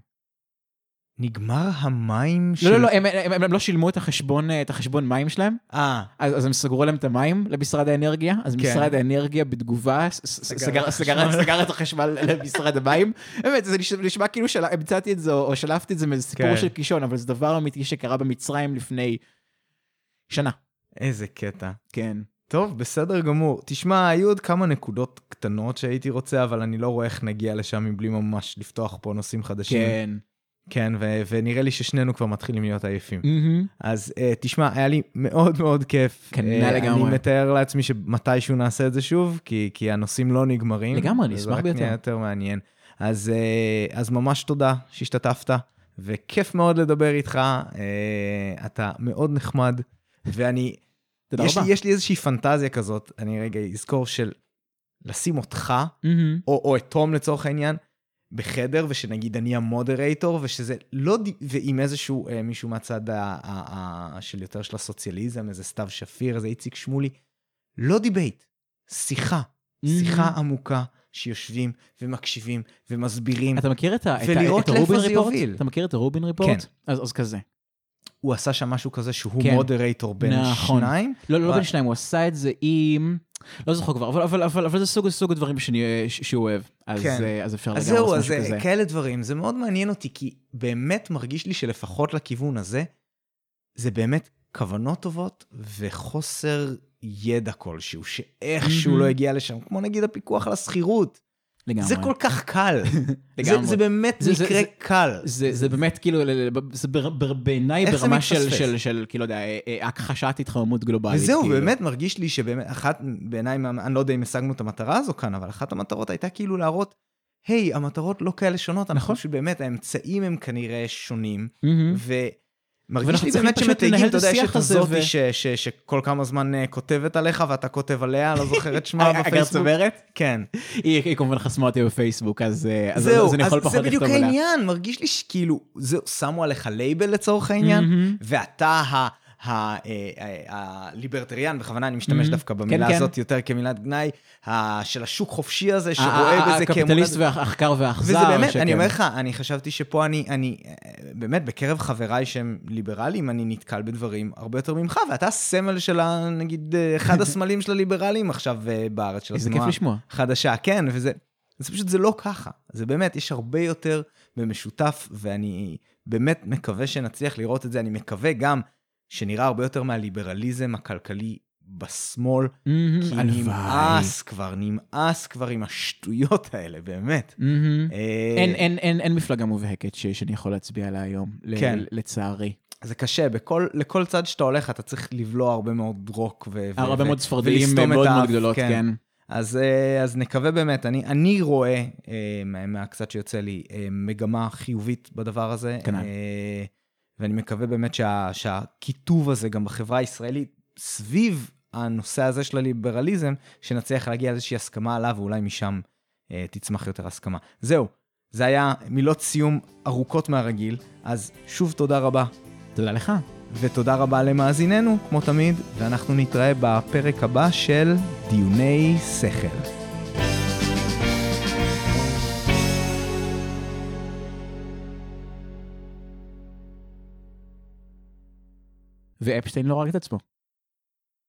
נגמר המים לא, הם לא שילמו את החשבון מים שלהם, אז הם סגרו להם את המים למשרד האנרגיה, אז משרד האנרגיה בתגובה סגר את החשמל למשרד המים. באמת, זה נשמע כאילו המצאתי את זה, או שלפתי את זה מאיזה סיפור של קישון, אבל זה דבר אמיתי שקרה במצרים לפני שנה. איזה קטע. כן. טוב, בסדר גמור. תשמע, היו עוד כמה נקודות קטנות שהייתי רוצה, אבל אני לא רואה איך נגיע לשם מבלי ממש לפתוח פה נושאים חדשים. כן. כן, ונראה לי ששנינו כבר מתחילים להיות עייפים. אז תשמע, היה לי מאוד מאוד כיף. כנראה לגמרי. אני מתאר לעצמי שמתישהו נעשה את זה שוב, כי הנושאים לא נגמרים. לגמרי, אני אשמח ביותר. זה רק נהיה יותר מעניין. אז ממש תודה שהשתתפת, וכיף מאוד לדבר איתך. אתה מאוד נחמד, ואני... יש לי איזושהי פנטזיה כזאת, אני רגע אזכור של לשים אותך, או את תום לצורך העניין, בחדר, ושנגיד אני המודרייטור, ושזה לא, ועם איזשהו מישהו מהצד של יותר של הסוציאליזם, איזה סתיו שפיר, איזה איציק שמולי, לא דיבייט, שיחה עמוקה, שיושבים ומקשיבים ומסבירים. אתה מכיר את הרובין ריפורט? אתה מכיר את הרובין ריפורט? כן. אז כזה. הוא עשה שם משהו כזה שהוא מודרייטור בין שניים. לא בין שניים, הוא עשה את זה עם... לא זוכר כבר, אבל זה סוג הדברים שהוא אוהב. אז אפשר לגמרי לעשות משהו כזה. אז כאלה דברים, זה מאוד מעניין אותי, כי באמת מרגיש לי שלפחות לכיוון הזה, זה באמת כוונות טובות וחוסר ידע כלשהו, שאיכשהו לא הגיע לשם, כמו נגיד הפיקוח על הסחירות. לגמרי. זה כל כך קל. זה באמת מקרה קל. זה באמת כאילו, זה בעיניי ברמה של, כאילו, הכחשת התחממות גלובלית. וזהו, באמת מרגיש לי שבאמת, אחת בעיניי, אני לא יודע אם השגנו את המטרה הזו כאן, אבל אחת המטרות הייתה כאילו להראות, היי, המטרות לא כאלה שונות, אנחנו שבאמת האמצעים הם כנראה שונים, מרגיש לי באמת שמתייגים, אתה יודע, יש את הזאתי שכל כמה זמן כותבת עליך, ואתה כותב עליה, לא זוכר את שמה בפייסבוק. אגר צוברת? כן. היא כמובן חסמה אותי בפייסבוק, אז זהו, אני יכול פחות לכתוב עליה. זה בדיוק עליה. העניין, מרגיש לי שכאילו, שמו עליך לייבל לצורך העניין, ואתה הליברטריאן, בכוונה אני משתמש דווקא במילה הזאת יותר כמילת גנאי, של השוק חופשי הזה, שרואה בזה הקפיטליסט והאחקר והאכזר. וזה באמת, אני אומר לך, אני חשבתי שפה אני, באמת, בקרב חבריי שהם ליברליים, אני נתקל בדברים הרבה יותר ממך, ואתה סמל של, נגיד, אחד הסמלים של הליברליים עכשיו בארץ של התנועה. איזה כיף לשמוע. חדשה, כן, וזה פשוט, זה לא ככה. זה באמת, יש הרבה יותר במשותף, ואני באמת מקווה שנצליח לראות את זה, אני מקווה גם שנראה הרבה יותר מהליברליזם הכלכלי בשמאל, כי נמאס כבר עם השטויות האלה, באמת. אין מפלגה מובהקת שאני יכול להצביע עליה היום, לצערי. זה קשה, לכל צד שאתה הולך, אתה צריך לבלוע הרבה מאוד רוק, הרבה מאוד ספרדיים מאוד מאוד גדולות, כן. אז נקווה באמת, אני רואה, מהקצת שיוצא לי, מגמה חיובית בדבר הזה, ואני מקווה באמת שהכיתוב הזה גם בחברה הישראלית, סביב הנושא הזה של הליברליזם, שנצליח להגיע לאיזושהי הסכמה עליו, ואולי משם תצמח יותר הסכמה. זהו, זה היה מילות סיום ארוכות מהרגיל, אז שוב תודה רבה. תודה לך. ותודה רבה למאזיננו, כמו תמיד, ואנחנו נתראה בפרק הבא של דיוני שכל. ואפשטיין לא הרג את עצמו.